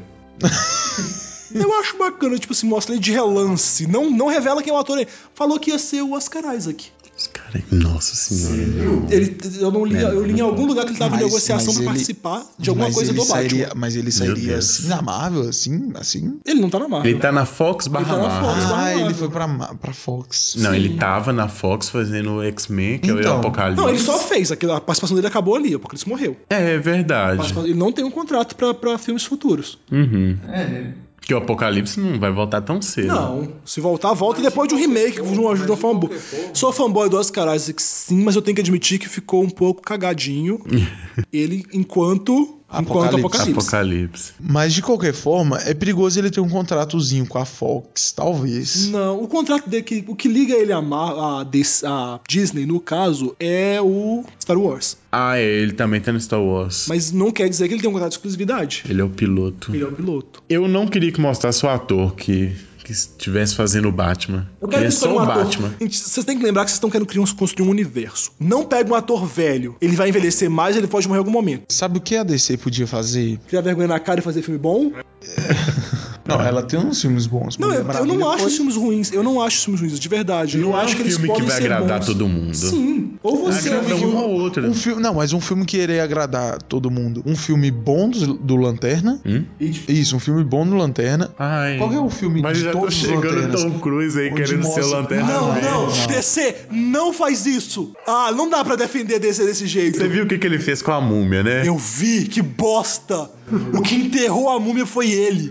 Speaker 4: Eu acho bacana, tipo, se mostra ele de relance. Não, não revela quem é o ator aí. Falou que ia ser o Oscar Isaac.
Speaker 5: Os caras, nossa senhora.
Speaker 4: Ele, eu não li, eu li em algum lugar que ele tava
Speaker 2: Mas-
Speaker 4: em negociação
Speaker 2: mas
Speaker 4: pra
Speaker 2: ele-
Speaker 4: participar de alguma
Speaker 2: mas
Speaker 4: coisa
Speaker 2: ele
Speaker 4: do Batman.
Speaker 2: sairia, Mas ele sairia
Speaker 5: Deus.
Speaker 2: assim na Marvel, assim, assim?
Speaker 4: Ele não tá na Marvel.
Speaker 5: Ele tá na Fox barra
Speaker 4: Ele tá na
Speaker 5: Marvel.
Speaker 4: Fox.
Speaker 2: Ah,
Speaker 4: Marvel.
Speaker 2: ele foi pra, Ma- pra Fox.
Speaker 5: Não, ele tava na Fox fazendo o X-Men, que é
Speaker 2: Então.
Speaker 5: o Apocalipse.
Speaker 4: Não, ele só fez. Aquilo, a participação dele acabou ali. O Apocalipse morreu.
Speaker 5: É, é verdade.
Speaker 4: Participação- Ele não tem um contrato pra, pra filmes futuros.
Speaker 5: Uhum.
Speaker 3: É,
Speaker 5: Que o Apocalipse não vai voltar tão cedo.
Speaker 4: Não, se voltar, volta depois de um remake, de uma ajuda fanboy. Sou fanboy do Oscar Isaac, sim, mas eu tenho que admitir que ficou um pouco cagadinho. Ele, enquanto... Enquanto Apocalipse.
Speaker 5: Apocalipse.
Speaker 2: Mas de qualquer forma, é perigoso ele ter um contratozinho com a Fox, talvez.
Speaker 4: Não, o contrato dele, que, o que liga ele a, a, a Disney, no caso, é o Star Wars.
Speaker 5: Ah, é, ele também tá no Star Wars.
Speaker 4: Mas não quer dizer que ele tem um contrato de exclusividade.
Speaker 5: Ele é o piloto.
Speaker 4: Ele é o piloto.
Speaker 5: Eu não queria que mostrasse o ator que... que estivesse fazendo o Batman.
Speaker 4: Eu quero
Speaker 5: ele
Speaker 4: que
Speaker 5: é só
Speaker 4: um
Speaker 5: o
Speaker 4: ator.
Speaker 5: Batman.
Speaker 4: Gente, vocês têm que lembrar que vocês estão querendo criar, construir um universo. Não pega um ator velho. Ele vai envelhecer mais, ele pode morrer em algum momento.
Speaker 2: Sabe o que a D C podia fazer?
Speaker 4: Criar vergonha na cara e fazer filme bom?
Speaker 2: Não, ela tem uns filmes bons.
Speaker 4: Não, eu, eu não acho
Speaker 2: foi...
Speaker 4: os filmes ruins. Eu não acho os filmes ruins, de verdade.
Speaker 5: Não
Speaker 4: eu
Speaker 5: é
Speaker 4: acho
Speaker 5: um
Speaker 4: que eles
Speaker 5: filme
Speaker 4: podem
Speaker 5: que vai
Speaker 4: ser
Speaker 5: agradar
Speaker 4: bons.
Speaker 5: todo mundo.
Speaker 4: Sim. Ou você
Speaker 5: Agrada
Speaker 4: é
Speaker 5: um ou outro.
Speaker 2: Um filme, não, mas um filme que iria agradar todo mundo. Um filme bom do, do Lanterna.
Speaker 5: Hum?
Speaker 2: Isso, um filme bom do Lanterna.
Speaker 5: Ai,
Speaker 2: Qual é o filme
Speaker 5: mas
Speaker 2: de
Speaker 5: já
Speaker 2: todos
Speaker 5: tô
Speaker 2: os
Speaker 5: chegando
Speaker 2: Lanternas?
Speaker 5: Tom Cruise aí
Speaker 2: Onde
Speaker 5: querendo
Speaker 2: mostra-
Speaker 5: ser o Lanterna
Speaker 4: Não,
Speaker 5: Verde.
Speaker 4: não,
Speaker 2: não.
Speaker 4: D C, não faz isso. Ah, não dá pra defender D C desse jeito.
Speaker 5: Você viu o que, que ele fez com a múmia, né?
Speaker 4: Eu vi, que bosta! O que enterrou a múmia foi ele.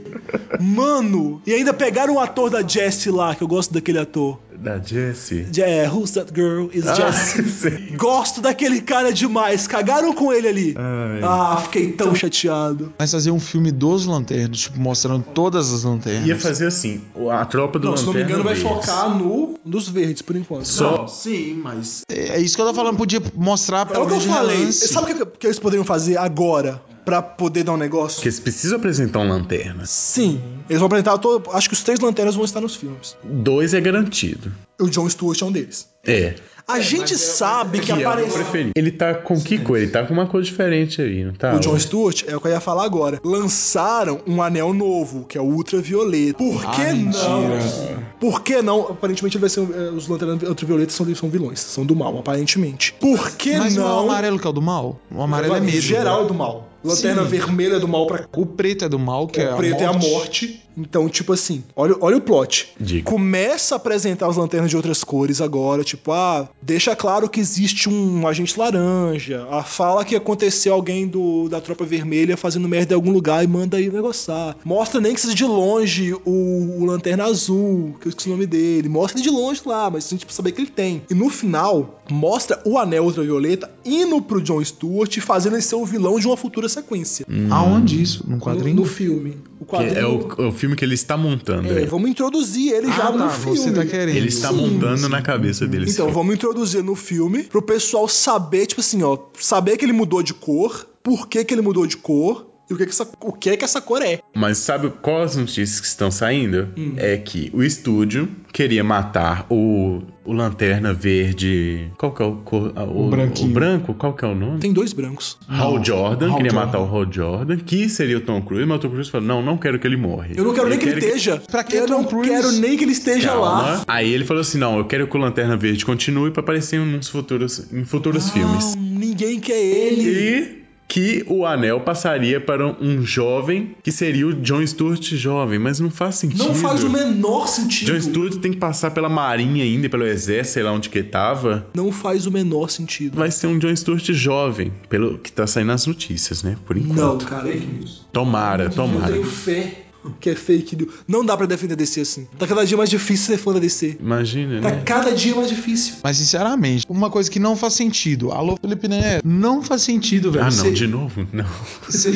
Speaker 4: Mano, e ainda pegaram o ator da Jessie lá, que eu gosto daquele ator.
Speaker 5: Da Jessie.
Speaker 4: É, Who's That Girl? Is
Speaker 5: Ah,
Speaker 4: Jessie.
Speaker 5: sei.
Speaker 4: Gosto daquele cara demais. Cagaram com ele ali.
Speaker 5: Ai.
Speaker 4: Ah, fiquei tão chateado.
Speaker 2: Mas fazer um filme dos Lanternas, tipo, mostrando todas as lanternas.
Speaker 5: Ia fazer assim, a tropa do
Speaker 4: Não, se não me
Speaker 5: Lanterna
Speaker 4: engano, vai
Speaker 5: Verde.
Speaker 4: focar no dos verdes, por enquanto.
Speaker 5: Só-
Speaker 4: Não, sim, mas...
Speaker 2: É isso que eu tô falando, podia mostrar
Speaker 4: É
Speaker 2: pelo
Speaker 4: o que eu
Speaker 2: menos de
Speaker 4: falei.
Speaker 2: relance.
Speaker 4: Sabe o que, que eles poderiam fazer agora pra poder dar um negócio?
Speaker 5: Porque eles precisam apresentar um Lanterna.
Speaker 4: Sim. Eles vão apresentar todo... Acho que os três lanternas vão estar nos filmes.
Speaker 5: Dois é garantido.
Speaker 4: O Jon Stewart é um deles.
Speaker 5: É.
Speaker 4: A gente sabe que,
Speaker 5: Que é o meu
Speaker 4: apareceu...
Speaker 5: preferido. Ele tá com que cor? Ele tá com uma cor diferente aí, não tá?
Speaker 4: O Jon Stewart é o que eu ia falar agora. Lançaram um anel novo, que é o ultravioleta. Por que
Speaker 2: Ah,
Speaker 4: não?
Speaker 2: mentira.
Speaker 4: Por que não? Aparentemente ele vai ser. eh, Os lanternas ultravioletas são, são vilões, são do mal, aparentemente. Por que
Speaker 2: Mas
Speaker 4: não?
Speaker 2: o amarelo que é o do mal? O amarelo é medo.
Speaker 4: Geral é do mal. Lanterna
Speaker 2: Sim.
Speaker 4: vermelha é do mal pra.
Speaker 2: O preto é do mal, que é
Speaker 4: O
Speaker 2: a
Speaker 4: preto é a
Speaker 2: morte.
Speaker 4: morte. Então, tipo assim, olha, olha o plot.
Speaker 5: Diga.
Speaker 4: Começa a apresentar as lanternas de outras cores agora, tipo, ah, deixa claro que existe um agente laranja. Ah, fala que aconteceu alguém do, da tropa vermelha fazendo merda em algum lugar e manda aí negociar. Mostra nem que seja de longe o, o lanterna azul, que eu esqueci o nome dele. Mostra ele de longe lá, mas a gente precisa saber que ele tem. E no final, mostra o anel ultravioleta indo pro Jon Stewart e fazendo ele ser o vilão de uma futura sequência.
Speaker 2: Aonde isso? Num
Speaker 4: No,
Speaker 2: quadrinho?
Speaker 4: no filme. O
Speaker 5: Que
Speaker 4: quadrinho.
Speaker 5: é o, o filme que ele está montando.
Speaker 4: É,
Speaker 5: aí.
Speaker 4: vamos introduzir ele já
Speaker 2: Ah,
Speaker 4: no
Speaker 2: tá,
Speaker 4: filme.
Speaker 2: você tá querendo.
Speaker 5: Ele está
Speaker 4: Sim.
Speaker 5: montando na cabeça dele.
Speaker 4: Então,
Speaker 5: sim.
Speaker 4: vamos introduzir no filme pro pessoal saber, tipo assim, ó, saber que ele mudou de cor, por que que ele mudou de cor e o que que essa, o que é que essa cor é.
Speaker 5: Mas sabe quais as notícias que estão saindo?
Speaker 4: Hum.
Speaker 5: É que o estúdio queria matar o, o Lanterna Verde. Qual que é o, cor- a- o,
Speaker 2: O branquinho.
Speaker 5: o branco? Qual que é o nome?
Speaker 4: Tem dois brancos.
Speaker 5: Hal Jordan,
Speaker 2: Hal
Speaker 5: queria
Speaker 2: Jordan.
Speaker 5: matar o Hal Jordan, que seria o Tom Cruise, mas o Tom Cruise falou: não, não quero que ele morre.
Speaker 4: Eu não quero nem que ele
Speaker 5: quero
Speaker 4: esteja.
Speaker 2: Pra que
Speaker 4: Eu
Speaker 2: Tom
Speaker 4: não
Speaker 2: Cruise?
Speaker 4: quero nem que ele esteja lá.
Speaker 5: Calma. Aí ele falou assim: não, eu quero que o Lanterna Verde continue pra aparecer nos futuros, em futuros filmes.
Speaker 4: Não, ninguém quer ele.
Speaker 5: E que o anel passaria para um jovem, que seria o Jon Stewart jovem, mas não faz sentido.
Speaker 4: Não faz o menor sentido.
Speaker 5: Jon Stewart tem que passar pela marinha ainda, pelo exército, sei lá onde que tava.
Speaker 4: Não faz o menor sentido.
Speaker 5: Vai ser um Jon Stewart jovem, pelo que tá saindo nas notícias, né? Por
Speaker 4: Não,
Speaker 5: enquanto.
Speaker 4: cara.
Speaker 5: Tomara,
Speaker 4: Eu
Speaker 5: tomara.
Speaker 4: tenho fé que é fake news. Não dá pra defender D C assim. Tá cada dia mais difícil ser fã da D C.
Speaker 5: Imagina,
Speaker 4: Tá
Speaker 5: né?
Speaker 4: cada dia mais difícil.
Speaker 2: Mas, sinceramente, uma coisa que não faz sentido. Alô, Felipe Neto. Não faz sentido, velho.
Speaker 5: Ah, não,
Speaker 2: Você-
Speaker 5: de novo? Não.
Speaker 2: você-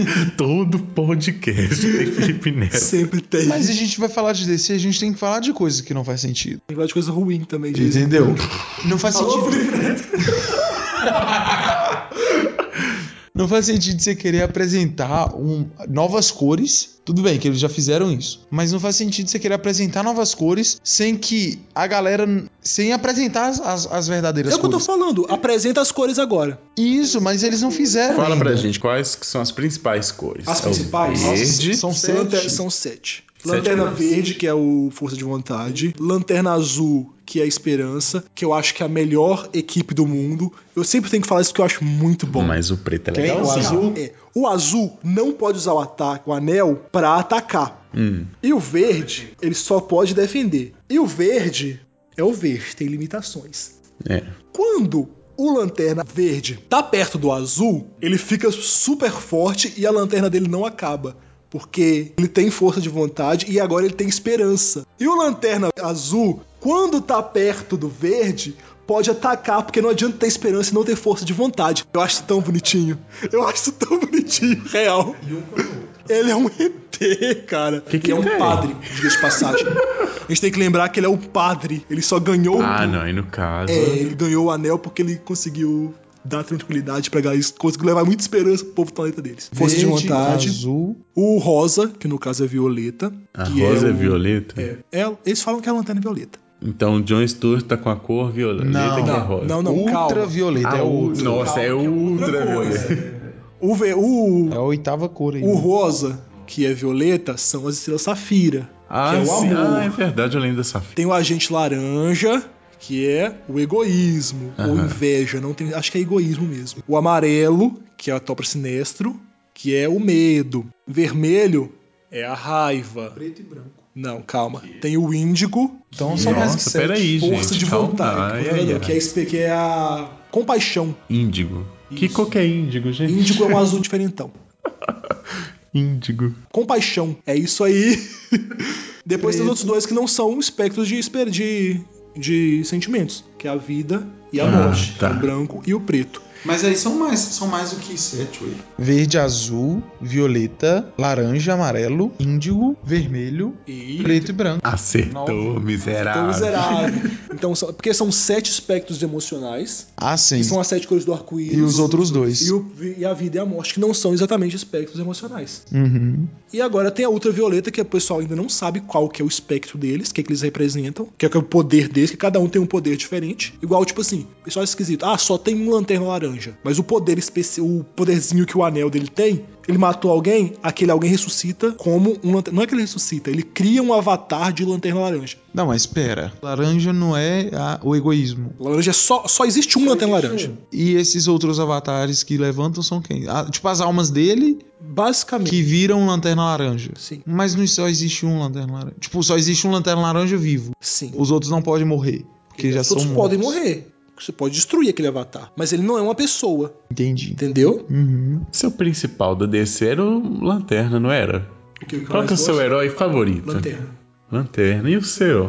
Speaker 5: Todo podcast tem Felipe Neto.
Speaker 4: Sempre tem.
Speaker 2: Mas a gente vai falar de D C, a gente tem que falar de coisas que não faz sentido.
Speaker 4: Tem várias coisas ruins também, gente.
Speaker 2: Entendeu? Não faz
Speaker 4: Alô,
Speaker 2: sentido.
Speaker 4: Felipe Neto.
Speaker 2: Não faz sentido você querer apresentar um- novas cores. Tudo bem que eles já fizeram isso. Mas não faz sentido você querer apresentar novas cores sem que a galera... Sem apresentar as, as, as verdadeiras
Speaker 4: É o que eu tô
Speaker 2: cores.
Speaker 4: falando. Apresenta as cores agora.
Speaker 2: Isso, mas eles não fizeram
Speaker 5: Fala
Speaker 2: ainda.
Speaker 5: pra gente quais que são as principais cores.
Speaker 4: As
Speaker 5: É o
Speaker 4: principais?
Speaker 5: Verde.
Speaker 2: São
Speaker 4: Lanter-
Speaker 2: sete.
Speaker 4: São sete.
Speaker 5: Sete
Speaker 4: Lanterna
Speaker 5: cores.
Speaker 4: Verde, que é o Força de Vontade. Lanterna Azul, que é a Esperança, que eu acho que é a melhor equipe do mundo. Eu sempre tenho que falar isso porque eu acho muito bom.
Speaker 5: Mas o preto é
Speaker 2: Quem?
Speaker 5: legal.
Speaker 2: O azul?
Speaker 4: É. O azul não pode usar o ataque, o anel, pra atacar.
Speaker 5: Hum.
Speaker 4: E o verde, ele só pode defender. E o verde é o verde, tem limitações.
Speaker 5: É.
Speaker 4: Quando o Lanterna Verde tá perto do azul, ele fica super forte e a lanterna dele não acaba. Porque ele tem força de vontade e agora ele tem esperança. E o Lanterna Azul, quando tá perto do verde, pode atacar, porque não adianta ter esperança e não ter força de vontade. Eu acho isso tão bonitinho. Eu acho isso tão bonitinho, real. Ele é um E T, cara.
Speaker 5: Que que
Speaker 4: e é um
Speaker 5: tem?
Speaker 4: padre, diga de passagem. A gente tem que lembrar que ele é um padre. Ele só ganhou...
Speaker 5: Ah, não, e no caso...
Speaker 4: É, ele ganhou o anel porque ele conseguiu dar tranquilidade pra galera. Conseguiu levar muita esperança pro povo do planeta deles. Força de
Speaker 2: Verde,
Speaker 4: vontade.
Speaker 2: azul.
Speaker 4: O rosa, que no caso é violeta.
Speaker 5: A
Speaker 4: que
Speaker 5: rosa é,
Speaker 4: é, o-
Speaker 5: violeta?
Speaker 4: É, é, eles falam que é a lanterna violeta.
Speaker 5: Então o John Stewart tá com a cor violeta
Speaker 2: Não,
Speaker 5: que é
Speaker 4: não,
Speaker 5: rosa.
Speaker 4: não, não.
Speaker 2: Ultravioleta
Speaker 5: Ah,
Speaker 2: é o
Speaker 5: o-
Speaker 2: outro.
Speaker 5: Nossa, é ultravioleta.
Speaker 4: O, ve- o,
Speaker 2: É a oitava cor aí.
Speaker 4: o rosa, que é violeta, são as estrelas safira.
Speaker 5: Ah,
Speaker 4: que é o
Speaker 5: sim.
Speaker 4: amor.
Speaker 5: Ah, é verdade, eu lembro dessa fita.
Speaker 4: Tem o agente laranja, que é o egoísmo, ou
Speaker 5: Aham.
Speaker 4: inveja, não tem, acho que é egoísmo mesmo. O amarelo, que é o Topra Sinestro, que é o medo. Vermelho é a raiva. Preto e branco. Não, calma. Tem o índigo,
Speaker 2: Então são mais que
Speaker 5: Nossa,
Speaker 2: sete.
Speaker 5: peraí,
Speaker 4: força
Speaker 5: gente.
Speaker 4: de
Speaker 5: calma.
Speaker 4: vontade,
Speaker 5: Ai, ai, ai.
Speaker 4: que, é, espe- que é a compaixão.
Speaker 5: Índigo. Que
Speaker 4: Isso.
Speaker 5: cor que é índigo, gente?
Speaker 4: Índigo é um azul diferentão.
Speaker 5: Índigo.
Speaker 4: Compaixão, é isso aí. Depois tem os outros dois que não são espectros de, esper- de, de sentimentos, que é a vida e a
Speaker 5: Ah,
Speaker 4: morte.
Speaker 5: tá.
Speaker 4: O branco e o preto.
Speaker 3: Mas aí são mais, são mais do que sete, ué.
Speaker 2: Verde, azul, violeta, laranja, amarelo, índigo, vermelho,
Speaker 4: E
Speaker 2: preto e branco.
Speaker 5: Acertou,
Speaker 2: Nove.
Speaker 5: miserável.
Speaker 4: tão miserável. Então, são- porque são sete espectros emocionais,
Speaker 2: Ah, sim.
Speaker 4: que são as sete cores do arco-íris.
Speaker 2: E os outros dois.
Speaker 4: E, o- e a vida e a morte, que não são exatamente espectros emocionais.
Speaker 2: Uhum.
Speaker 4: E agora tem a ultravioleta, que o pessoal ainda não sabe qual que é o espectro deles, o que, que eles representam, que é o poder deles, que cada um tem um poder diferente. Igual, tipo assim, o pessoal é esquisito. Ah, só tem um lanterna laranja. Mas o poder especial, o poderzinho que o anel dele tem, ele matou alguém, aquele alguém ressuscita como um lanterna. Não é que ele ressuscita, ele cria um avatar de lanterna laranja.
Speaker 2: Não, mas espera. Laranja não é a- o egoísmo.
Speaker 4: Laranja é só, só existe um lanterna laranja.
Speaker 2: E esses outros avatares que levantam são quem? Ah, tipo as almas dele
Speaker 4: Basicamente.
Speaker 2: que viram lanterna laranja.
Speaker 4: Sim.
Speaker 2: Mas não só existe um lanterna laranja. Tipo, só existe um lanterna laranja vivo.
Speaker 4: Sim.
Speaker 2: Os outros não podem morrer. Porque já
Speaker 4: Os
Speaker 2: são
Speaker 4: outros
Speaker 2: mortos.
Speaker 4: podem morrer. Você pode destruir aquele avatar. Mas ele não é uma pessoa.
Speaker 2: Entendi.
Speaker 4: Entendeu?
Speaker 2: Uhum.
Speaker 5: Seu principal da D C era o Lanterna, não era?
Speaker 4: O que eu
Speaker 5: Qual
Speaker 4: mais
Speaker 5: que é o seu
Speaker 4: gosto?
Speaker 5: herói favorito?
Speaker 4: Lanterna.
Speaker 5: Lanterna. E o seu?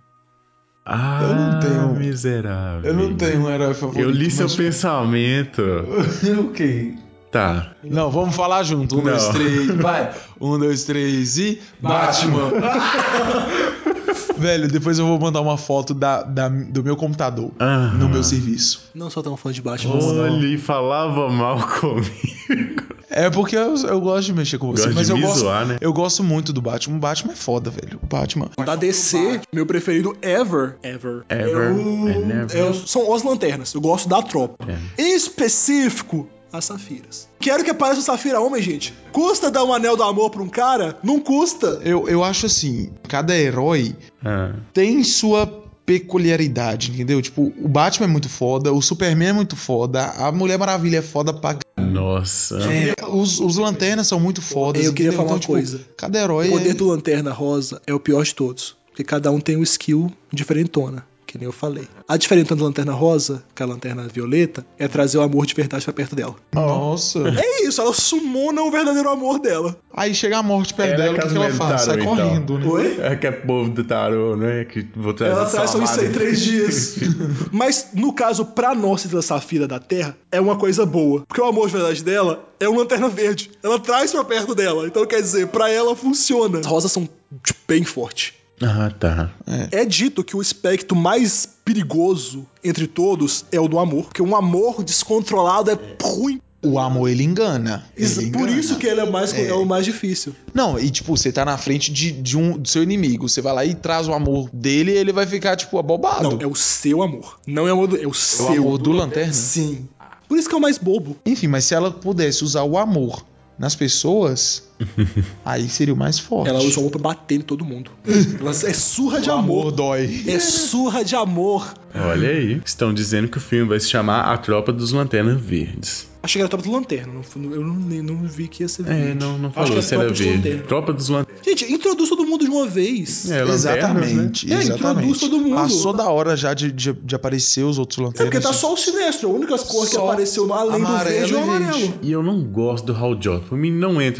Speaker 5: Ah,
Speaker 2: Eu não tenho-
Speaker 5: miserável.
Speaker 2: Eu não tenho um herói favorito.
Speaker 5: Eu li seu
Speaker 2: mas-
Speaker 5: pensamento.
Speaker 2: O quê?
Speaker 5: Tá.
Speaker 2: Não, vamos falar junto. Um,
Speaker 5: Não.
Speaker 2: dois, três, vai. Um, dois, três e. Batman! Velho, depois eu vou mandar uma foto da, da- do meu computador
Speaker 5: Aham.
Speaker 2: no meu serviço.
Speaker 4: Não sou tão fã de Batman. não.
Speaker 5: Olha, e falava mal comigo.
Speaker 2: É porque eu, eu gosto de mexer com você,
Speaker 5: Gosta
Speaker 2: mas
Speaker 5: de
Speaker 2: eu
Speaker 5: me
Speaker 2: gosto,
Speaker 5: zoar, né?
Speaker 2: eu gosto muito do Batman. O Batman é foda, velho. O Batman.
Speaker 4: Da D C, meu preferido ever, ever,
Speaker 5: Ever
Speaker 4: é o-
Speaker 5: and never.
Speaker 4: é o- são as lanternas. Eu gosto da tropa.
Speaker 5: É.
Speaker 4: Em específico, as safiras. Quero que apareça o Safira Homem, gente. Custa dar um anel do amor pra um cara? Não custa.
Speaker 2: Eu, eu acho assim, cada herói
Speaker 5: Ah.
Speaker 2: tem sua peculiaridade, entendeu? Tipo, o Batman é muito foda, o Superman é muito foda, a Mulher Maravilha é foda pra c...
Speaker 5: Nossa.
Speaker 2: É, os, os lanternas são muito fodas.
Speaker 4: Eu queria
Speaker 2: entendeu?
Speaker 4: falar uma
Speaker 2: tipo,
Speaker 4: coisa.
Speaker 2: Cada herói
Speaker 4: O poder
Speaker 2: é...
Speaker 4: do Lanterna Rosa é o pior de todos. Porque cada um tem um skill diferentona. Que nem eu falei. A diferença da Lanterna Rosa, que é a Lanterna Violeta, é trazer o amor de verdade pra perto dela.
Speaker 2: Nossa.
Speaker 4: É isso, ela sumona o verdadeiro amor dela.
Speaker 2: Aí chega a morte perto
Speaker 5: Ela é
Speaker 2: dela, o que, que ela
Speaker 5: casamento
Speaker 2: faz? Sai
Speaker 5: tarô, então.
Speaker 2: correndo, né?
Speaker 4: Oi?
Speaker 5: É que é povo do tarô, né? Que vou trazer
Speaker 4: Ela traz só
Speaker 5: sua
Speaker 4: isso aí em
Speaker 5: amada.
Speaker 4: três dias. Mas, no caso, pra nossa Estrela Safira da Terra, é uma coisa boa. Porque o amor de verdade dela é um lanterna verde. Ela traz pra perto dela. Então, quer dizer, pra ela funciona. As rosas são tipo, bem fortes.
Speaker 5: Ah, tá.
Speaker 4: É dito que o espectro mais perigoso entre todos é o do amor. Porque um amor descontrolado é ruim.
Speaker 2: O amor, ele engana.
Speaker 4: Isso-
Speaker 2: Ele
Speaker 4: por
Speaker 2: engana.
Speaker 4: isso que ele é, mais, é. o mais difícil.
Speaker 2: Não, e tipo, você tá na frente de, de um do seu inimigo. Você vai lá e traz o amor dele e ele vai ficar, tipo, abobado.
Speaker 4: Não, é o seu amor. Não é o amor do... É o
Speaker 2: o
Speaker 4: seu.
Speaker 2: amor do Lanterna.
Speaker 4: Sim. Por isso que é o mais bobo.
Speaker 2: Enfim, mas se ela pudesse usar o amor nas pessoas, aí seria o mais forte.
Speaker 4: Ela usa o amor pra bater em todo mundo. Ela é surra de
Speaker 2: O
Speaker 4: amor.
Speaker 2: amor dói.
Speaker 4: É surra de amor.
Speaker 5: Olha aí. Estão dizendo que o filme vai se chamar A Tropa dos Lanternas Verdes.
Speaker 4: Achei que era Tropa do Lanterna. Não, eu não, nem- não vi que ia ser
Speaker 5: É,
Speaker 4: verde.
Speaker 5: não, não
Speaker 4: Acho
Speaker 5: falou
Speaker 4: que
Speaker 5: se
Speaker 4: era
Speaker 5: era
Speaker 4: Tropa dos
Speaker 5: verde.
Speaker 4: Lanterna.
Speaker 5: Tropa dos Lanternas.
Speaker 4: Gente, introduz todo mundo de uma vez.
Speaker 5: É, lanternas, né?
Speaker 2: Exatamente,
Speaker 4: É,
Speaker 2: exatamente.
Speaker 4: introduz todo mundo.
Speaker 2: Passou da hora já de, de, de aparecer os outros
Speaker 4: É
Speaker 2: lanternas.
Speaker 4: porque tá só o Sinestro. A única cor que
Speaker 2: Só
Speaker 4: apareceu além do
Speaker 2: amarelo
Speaker 4: verde é o
Speaker 2: e verde.
Speaker 4: amarelo.
Speaker 5: E eu não gosto do Hal Jordan. Por mim não entra Hal Jordan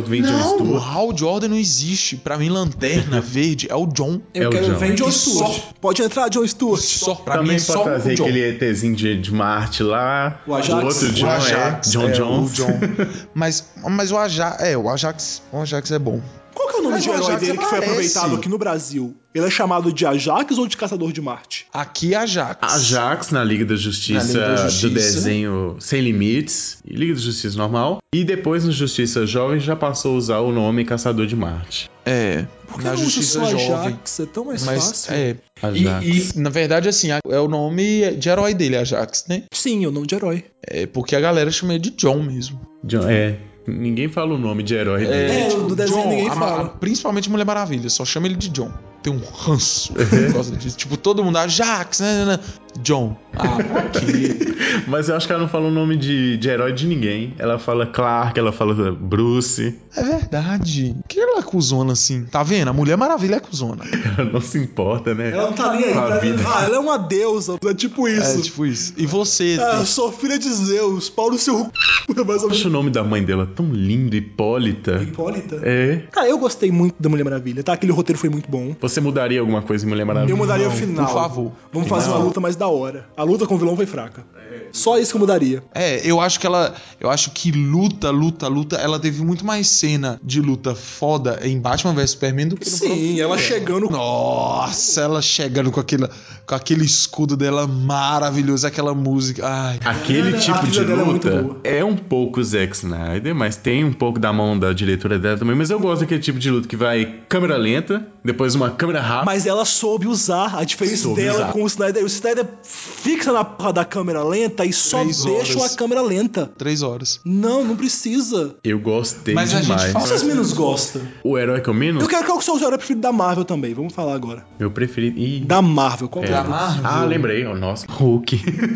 Speaker 5: Jordan vem John
Speaker 2: Não, o
Speaker 5: Stewart.
Speaker 2: Hal Jordan não existe. Pra mim, Lanterna Verde é o John.
Speaker 4: Eu
Speaker 5: É o
Speaker 4: quero
Speaker 5: John.
Speaker 4: ver John
Speaker 2: E
Speaker 4: Stewart.
Speaker 2: só-
Speaker 4: Pode entrar, John Stewart.
Speaker 2: Só, pra
Speaker 5: Também
Speaker 2: mim é
Speaker 5: pode
Speaker 2: só
Speaker 5: trazer
Speaker 2: o John.
Speaker 5: aquele ETzinho de, de Marte lá.
Speaker 4: O Ajax.
Speaker 5: O outro John
Speaker 2: o Ajax,
Speaker 5: é John
Speaker 2: é,
Speaker 5: Jones.
Speaker 2: o John. Mas, mas o Ajax, é, o Ajax, o Ajax é bom.
Speaker 4: Qual que é o nome
Speaker 2: Mas
Speaker 4: de
Speaker 2: o
Speaker 4: herói
Speaker 2: Ajax
Speaker 4: dele que foi
Speaker 2: aparece.
Speaker 4: aproveitado aqui no Brasil? Ele é chamado de Ajax ou de Caçador de Marte?
Speaker 2: Aqui é Ajax.
Speaker 5: Ajax na Liga da Justiça,
Speaker 2: Na Liga da
Speaker 5: do
Speaker 2: Justiça.
Speaker 5: desenho Sem Limites, e Liga da Justiça normal. E depois no Justiça Jovem já passou a usar o nome Caçador de Marte.
Speaker 2: É,
Speaker 4: Por que
Speaker 2: na
Speaker 4: não usa
Speaker 2: Justiça
Speaker 4: só
Speaker 2: Jovem.
Speaker 4: Ajax? É tão mais
Speaker 2: Mas,
Speaker 4: fácil.
Speaker 2: é.
Speaker 5: Ajax.
Speaker 2: E, e, na verdade, assim, é o nome de herói dele, Ajax, né?
Speaker 4: Sim, é o nome de herói.
Speaker 2: É porque a galera chama ele de John mesmo.
Speaker 5: John, é, ninguém fala o nome de herói dele.
Speaker 4: É, do desenho
Speaker 2: John,
Speaker 4: ninguém
Speaker 2: a-
Speaker 4: fala.
Speaker 2: a- principalmente Mulher Maravilha, só chama ele de John. Tem um ranço por causa disso. Tipo, todo mundo, Ajax, né, né, né? John. Ah, pra quê?
Speaker 5: Mas eu acho que ela não fala o nome de, de herói de ninguém. Ela fala Clark, ela fala Bruce.
Speaker 2: É verdade. Por que ela é cuzona assim? Tá vendo? A Mulher Maravilha é cuzona.
Speaker 5: Ela não se importa, né?
Speaker 4: Ela não tá nem aí.
Speaker 5: Com a
Speaker 4: Tá...
Speaker 5: vida.
Speaker 4: Ah, ela é uma deusa. É tipo isso.
Speaker 2: É, tipo isso. E você?
Speaker 4: Ah, eu
Speaker 2: tem-
Speaker 4: sou filha de Zeus. Pau no seu... É mais ou
Speaker 5: Eu acho
Speaker 4: menos.
Speaker 5: o nome da mãe dela tão lindo, Hipólita.
Speaker 4: Hipólita?
Speaker 5: É.
Speaker 4: Cara, eu gostei muito da Mulher Maravilha, tá? Aquele roteiro foi muito bom.
Speaker 5: Você mudaria alguma coisa em Mulher Maravilha?
Speaker 4: Eu mudaria
Speaker 2: Não,
Speaker 4: o final.
Speaker 2: por favor.
Speaker 4: Vamos fazer
Speaker 2: Final.
Speaker 4: uma luta mais da hora. A luta com o vilão foi fraca. Só isso que eu mudaria.
Speaker 2: É, eu acho que ela. Eu acho que luta, luta, luta. Ela teve muito mais cena de luta foda em Batman vs Superman do que no próprio
Speaker 4: Sim,
Speaker 2: filme
Speaker 4: ela
Speaker 2: dela.
Speaker 4: chegando...
Speaker 2: Nossa, ela chegando com aquele, com aquele escudo dela maravilhoso, aquela música. Ai.
Speaker 5: Aquele
Speaker 4: Cara, a
Speaker 5: tipo de
Speaker 4: trilha dela é muito
Speaker 5: luta
Speaker 4: boa.
Speaker 5: é um pouco Zack Snyder, mas tem um pouco da mão da diretora dela também. Mas eu gosto daquele tipo de luta que vai câmera lenta, depois uma câmera rápida.
Speaker 4: Mas ela soube usar a diferença
Speaker 5: Soube
Speaker 4: dela
Speaker 5: usar.
Speaker 4: com o Snyder. O Snyder fixa na porra da câmera lenta e só
Speaker 2: Três
Speaker 4: deixa
Speaker 2: horas.
Speaker 4: a câmera lenta.
Speaker 2: Três horas.
Speaker 4: Não, não precisa.
Speaker 5: Eu gostei
Speaker 2: Mas a gente
Speaker 5: demais.
Speaker 2: fala-
Speaker 4: Qual vocês menos gostam?
Speaker 5: O herói que eu menos?
Speaker 4: Eu quero qual que é o seu herói preferido da Marvel também. Vamos falar agora.
Speaker 5: Meu preferido. Ih.
Speaker 4: Da Marvel, qual
Speaker 5: É.
Speaker 4: que é?
Speaker 5: Ah, lembrei. Oh, nossa. Hulk.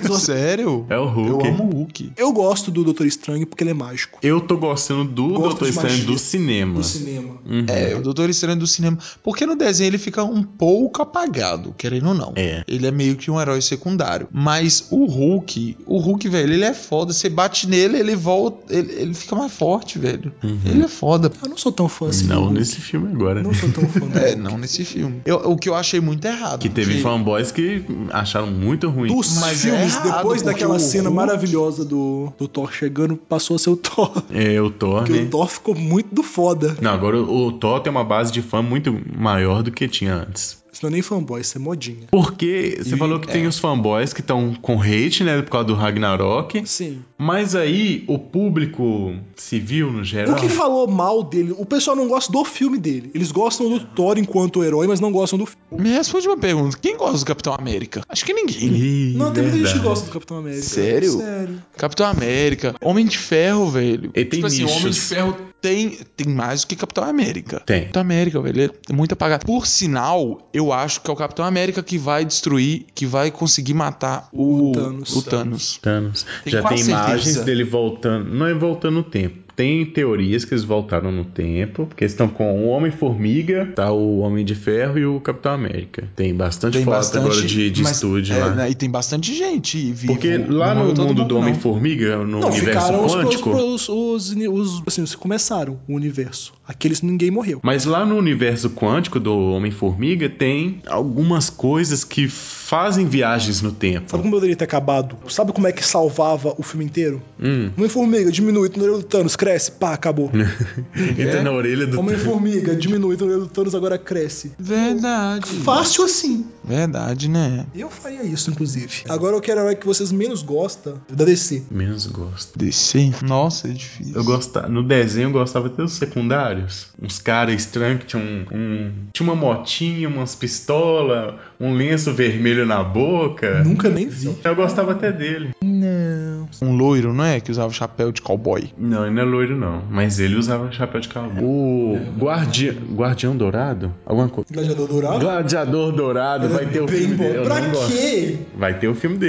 Speaker 2: Sério?
Speaker 5: É o Hulk.
Speaker 2: Eu amo o Hulk.
Speaker 4: Eu gosto do Doutor Estranho porque ele é mágico.
Speaker 5: Eu tô gostando do
Speaker 4: Gosto
Speaker 5: Doutor
Speaker 4: de
Speaker 5: Estranho
Speaker 4: magia.
Speaker 5: do cinema.
Speaker 4: Do cinema.
Speaker 2: É, o Doutor Estranho do cinema. Porque no desenho ele fica um pouco apagado, querendo ou não.
Speaker 5: É.
Speaker 2: Ele é meio que um herói secundário. Mas o Hulk, o Hulk, velho, ele é foda. Você bate nele, ele volta. Ele, ele fica mais forte, velho. Ele é foda.
Speaker 4: Eu não sou tão fã assim do
Speaker 5: Não
Speaker 4: Hulk.
Speaker 5: nesse filme agora.
Speaker 4: Não sou tão fã do
Speaker 2: É,
Speaker 4: Hulk.
Speaker 2: não nesse filme. Eu- o que eu achei muito errado.
Speaker 5: Que teve
Speaker 2: porque-
Speaker 5: fanboys que acharam muito ruim.
Speaker 4: Dos
Speaker 2: Mas
Speaker 4: filmes,
Speaker 2: é errado,
Speaker 4: depois
Speaker 2: porque
Speaker 4: daquela
Speaker 2: o
Speaker 4: cena
Speaker 2: Hulk-
Speaker 4: maravilhosa do, do Thor chegando, passou a ser o Thor.
Speaker 5: É, o Thor,
Speaker 4: Porque
Speaker 5: né?
Speaker 4: o Thor ficou muito do foda.
Speaker 5: Não, agora o, o Thor tem uma base de fã muito maior do que tinha antes.
Speaker 4: Isso não é nem fanboy, isso é modinha.
Speaker 5: Porque você
Speaker 2: E-
Speaker 5: falou que
Speaker 2: é.
Speaker 5: tem os fanboys que estão com hate, né? Por causa do Ragnarok.
Speaker 4: Sim.
Speaker 5: Mas aí o público civil, no geral.
Speaker 4: O que falou mal dele, o pessoal não gosta do filme dele. Eles gostam do Thor enquanto herói, mas não gostam do filme.
Speaker 2: Me responde uma pergunta. Quem gosta do Capitão América? Acho que ninguém.
Speaker 5: Ih,
Speaker 4: Não, tem muita gente que
Speaker 5: verdade.
Speaker 4: gosta do Capitão América.
Speaker 2: Sério?
Speaker 4: Sério.
Speaker 2: Capitão América, Homem de Ferro, velho.
Speaker 5: Ele tem
Speaker 2: tipo assim, o Homem de
Speaker 5: nichos.
Speaker 2: Ferro tem, tem mais do que Capitão América.
Speaker 5: Tem.
Speaker 2: Capitão América, velho, ele é muito apagado. Por sinal, eu acho que é o Capitão América que vai destruir, que vai conseguir matar o,
Speaker 4: O Thanos.
Speaker 2: o Thanos.
Speaker 5: Thanos.
Speaker 2: Tem
Speaker 5: Já tem
Speaker 2: quase
Speaker 5: imagens
Speaker 2: certeza.
Speaker 5: dele voltando. Não é voltando no tempo. Tem teorias que eles voltaram no tempo, porque eles estão com o Homem-Formiga, tá o Homem de Ferro e o Capitão América. Tem bastante
Speaker 2: Tem
Speaker 5: foto
Speaker 2: bastante
Speaker 5: agora de, de
Speaker 2: mas,
Speaker 5: estúdio
Speaker 2: é,
Speaker 5: lá.
Speaker 2: né, e tem bastante gente vivo.
Speaker 5: Porque lá
Speaker 2: Não
Speaker 5: no
Speaker 2: é todo
Speaker 5: mundo
Speaker 2: mundo,
Speaker 5: do
Speaker 2: não.
Speaker 5: Homem-Formiga, no
Speaker 4: Não,
Speaker 5: universo
Speaker 4: ficaram os,
Speaker 5: quântico.
Speaker 4: os, os, os, os- assim, os que começaram o universo. Aqueles ninguém morreu.
Speaker 5: Mas lá no universo quântico do Homem-Formiga tem algumas coisas que fazem viagens no tempo.
Speaker 4: Sabe como poderia ter acabado? Sabe como é que salvava o filme inteiro?
Speaker 5: Hum.
Speaker 4: Homem-Formiga, diminui, o número do Thanos cresce, pá, acabou.
Speaker 5: Entra na orelha do
Speaker 4: Homem-Formiga, diminui, o número do Thanos agora cresce.
Speaker 2: Verdade.
Speaker 4: Fácil assim.
Speaker 2: Verdade, né?
Speaker 4: Eu faria isso, inclusive. Agora eu quero o herói que vocês menos gostam da D C.
Speaker 5: Menos gosto.
Speaker 2: D C? Nossa, é difícil.
Speaker 5: Eu gostava, no desenho eu gostava até dos secundários. Uns caras estranhos que tinham um, um- tinha uma motinha, umas pistolas, um lenço vermelho na boca.
Speaker 4: Nunca nem vi.
Speaker 5: Eu gostava até dele.
Speaker 4: Não.
Speaker 2: Um loiro, não é? Que usava chapéu de cowboy.
Speaker 5: Não, ele não é loiro não, mas ele usava chapéu de cowboy. O guardi... Guardião Dourado? Alguma coisa.
Speaker 4: Gladiador Dourado?
Speaker 5: Gladiador Dourado, vai ter o
Speaker 4: Bem
Speaker 5: filme
Speaker 4: bom.
Speaker 5: dele. Eu
Speaker 4: Pra
Speaker 5: não gosto.
Speaker 4: quê?
Speaker 5: Vai ter o filme dele.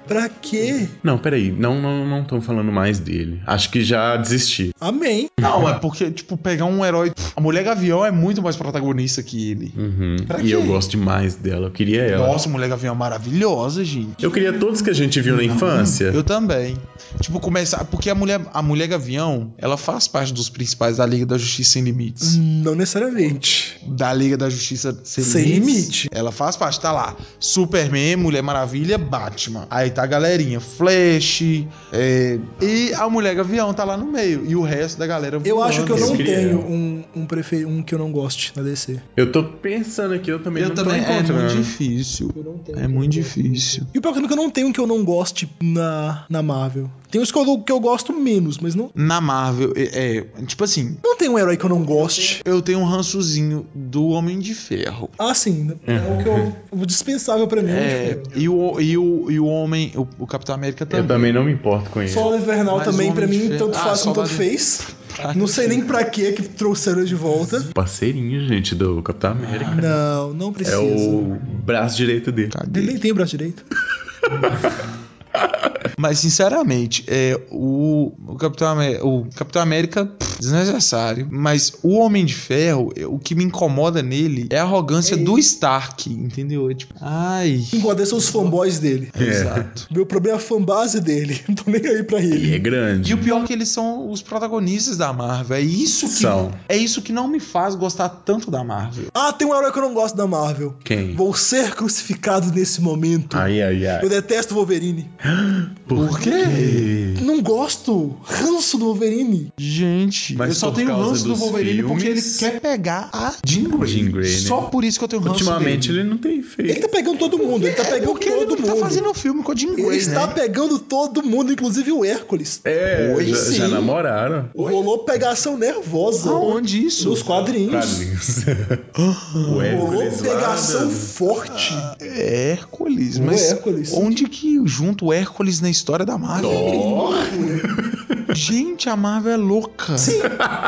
Speaker 4: Pra quê?
Speaker 5: Não, peraí. Não, não, não tô falando mais dele. Acho que já desisti.
Speaker 4: Amém.
Speaker 2: Não, é porque, tipo, pegar um herói... A Mulher Gavião é muito mais protagonista que ele.
Speaker 5: Uhum.
Speaker 2: Pra
Speaker 5: E
Speaker 2: quê?
Speaker 5: eu gosto demais dela. Eu queria ela.
Speaker 2: Nossa, Mulher Gavião é maravilhosa, gente.
Speaker 5: Eu queria todos que a gente viu na infância.
Speaker 2: Eu também. Tipo, começar... Porque a Mulher, a Mulher Gavião, ela faz parte dos principais da Liga da Justiça Sem Limites.
Speaker 4: Não necessariamente.
Speaker 2: Da Liga da Justiça Sem,
Speaker 4: Sem
Speaker 2: Limites.
Speaker 4: limite.
Speaker 2: Ela faz parte, tá lá. Superman, Mulher Maravilha, Batman. Aí tá a galerinha. Flash. É... E a Mulher Gavião tá lá no meio. E o resto da galera voando.
Speaker 4: Eu acho que eu não
Speaker 5: Eu queria
Speaker 4: tenho
Speaker 5: ela.
Speaker 4: um, um, prefe... um que eu não goste na D C.
Speaker 5: Eu tô pensando aqui, eu também
Speaker 2: Eu
Speaker 5: não
Speaker 2: também.
Speaker 5: tô
Speaker 2: É
Speaker 5: encontrando.
Speaker 2: muito difícil.
Speaker 4: Eu não tenho.
Speaker 2: É muito difícil.
Speaker 4: E o pior é que eu não tenho um que eu não goste na, na Marvel. Tem uns que eu, que eu gosto menos, mas não.
Speaker 2: Na Marvel, é, é. Tipo assim.
Speaker 4: Não tem um herói que eu não goste.
Speaker 2: Eu tenho um rançozinho do Homem de Ferro.
Speaker 4: Ah, sim. É o que eu. O dispensável pra mim.
Speaker 2: É,
Speaker 4: tipo,
Speaker 2: e o, e o, e o Homem, o, o Capitão América também.
Speaker 5: Eu também não me importo com ele.
Speaker 4: Solo Invernal
Speaker 2: Mas
Speaker 4: também,
Speaker 2: o
Speaker 4: pra
Speaker 2: Homem
Speaker 4: mim,
Speaker 2: de Ferro-
Speaker 4: tanto
Speaker 2: Ah,
Speaker 4: faz como tanto
Speaker 2: Soldado-
Speaker 4: fez. Não sei nem pra que que trouxeram ele de volta.
Speaker 5: Parceirinho, gente, do Capitão América.
Speaker 4: Não, não precisa.
Speaker 5: É o braço direito dele.
Speaker 4: Ele nem tem o braço direito.
Speaker 2: Mas, sinceramente, é, o, o, Capitão América, o Capitão América, pff, desnecessário. Mas o Homem de Ferro, é, o que me incomoda nele é a arrogância do Stark, entendeu? É tipo, ai.
Speaker 4: Incomoda são os fanboys dele.
Speaker 2: Exato.
Speaker 4: Meu problema é a fanbase dele. Não tô nem aí pra ele.
Speaker 5: E é grande.
Speaker 2: E o pior é que eles são os protagonistas da Marvel. É isso que,
Speaker 5: São.
Speaker 2: é isso que não me faz gostar tanto da Marvel.
Speaker 4: Ah, tem um herói que eu não gosto da Marvel.
Speaker 5: Quem?
Speaker 4: Vou ser crucificado nesse momento.
Speaker 5: Ai, ai, ai.
Speaker 4: Eu detesto o Wolverine.
Speaker 5: Por quê?
Speaker 4: Não gosto. Ranço do Wolverine.
Speaker 2: Gente,
Speaker 5: Mas
Speaker 2: eu só
Speaker 5: por
Speaker 2: tenho
Speaker 5: causa
Speaker 2: ranço do
Speaker 5: dos
Speaker 2: Wolverine porque ele
Speaker 5: filmes-
Speaker 2: quer pegar a Jean Grey.
Speaker 5: Jean Grey, né?
Speaker 2: Só por isso que eu tenho ranço
Speaker 5: Ultimamente
Speaker 2: dele.
Speaker 5: ele não tem feito.
Speaker 4: Ele tá pegando todo mundo. Ele tá pegando
Speaker 2: Porque
Speaker 4: todo
Speaker 2: ele não
Speaker 4: mundo.
Speaker 2: tá fazendo filme com a Jean Grey,
Speaker 4: Ele está
Speaker 2: né?
Speaker 4: pegando todo mundo, inclusive o Hércules.
Speaker 5: É,
Speaker 2: Oi,
Speaker 5: já,
Speaker 2: sim.
Speaker 5: já namoraram.
Speaker 4: Rolou pegação nervosa.
Speaker 2: Aonde isso?
Speaker 4: Nos quadrinhos.
Speaker 5: Quadrinhos. o
Speaker 4: Rolou
Speaker 5: Hércules lá
Speaker 4: pegação
Speaker 5: da-
Speaker 4: forte.
Speaker 2: Hércules,
Speaker 4: O
Speaker 2: mas
Speaker 4: Hércules.
Speaker 2: onde que junta o Hércules na história da Marvel? Gente, a Marvel é louca.
Speaker 4: Sim.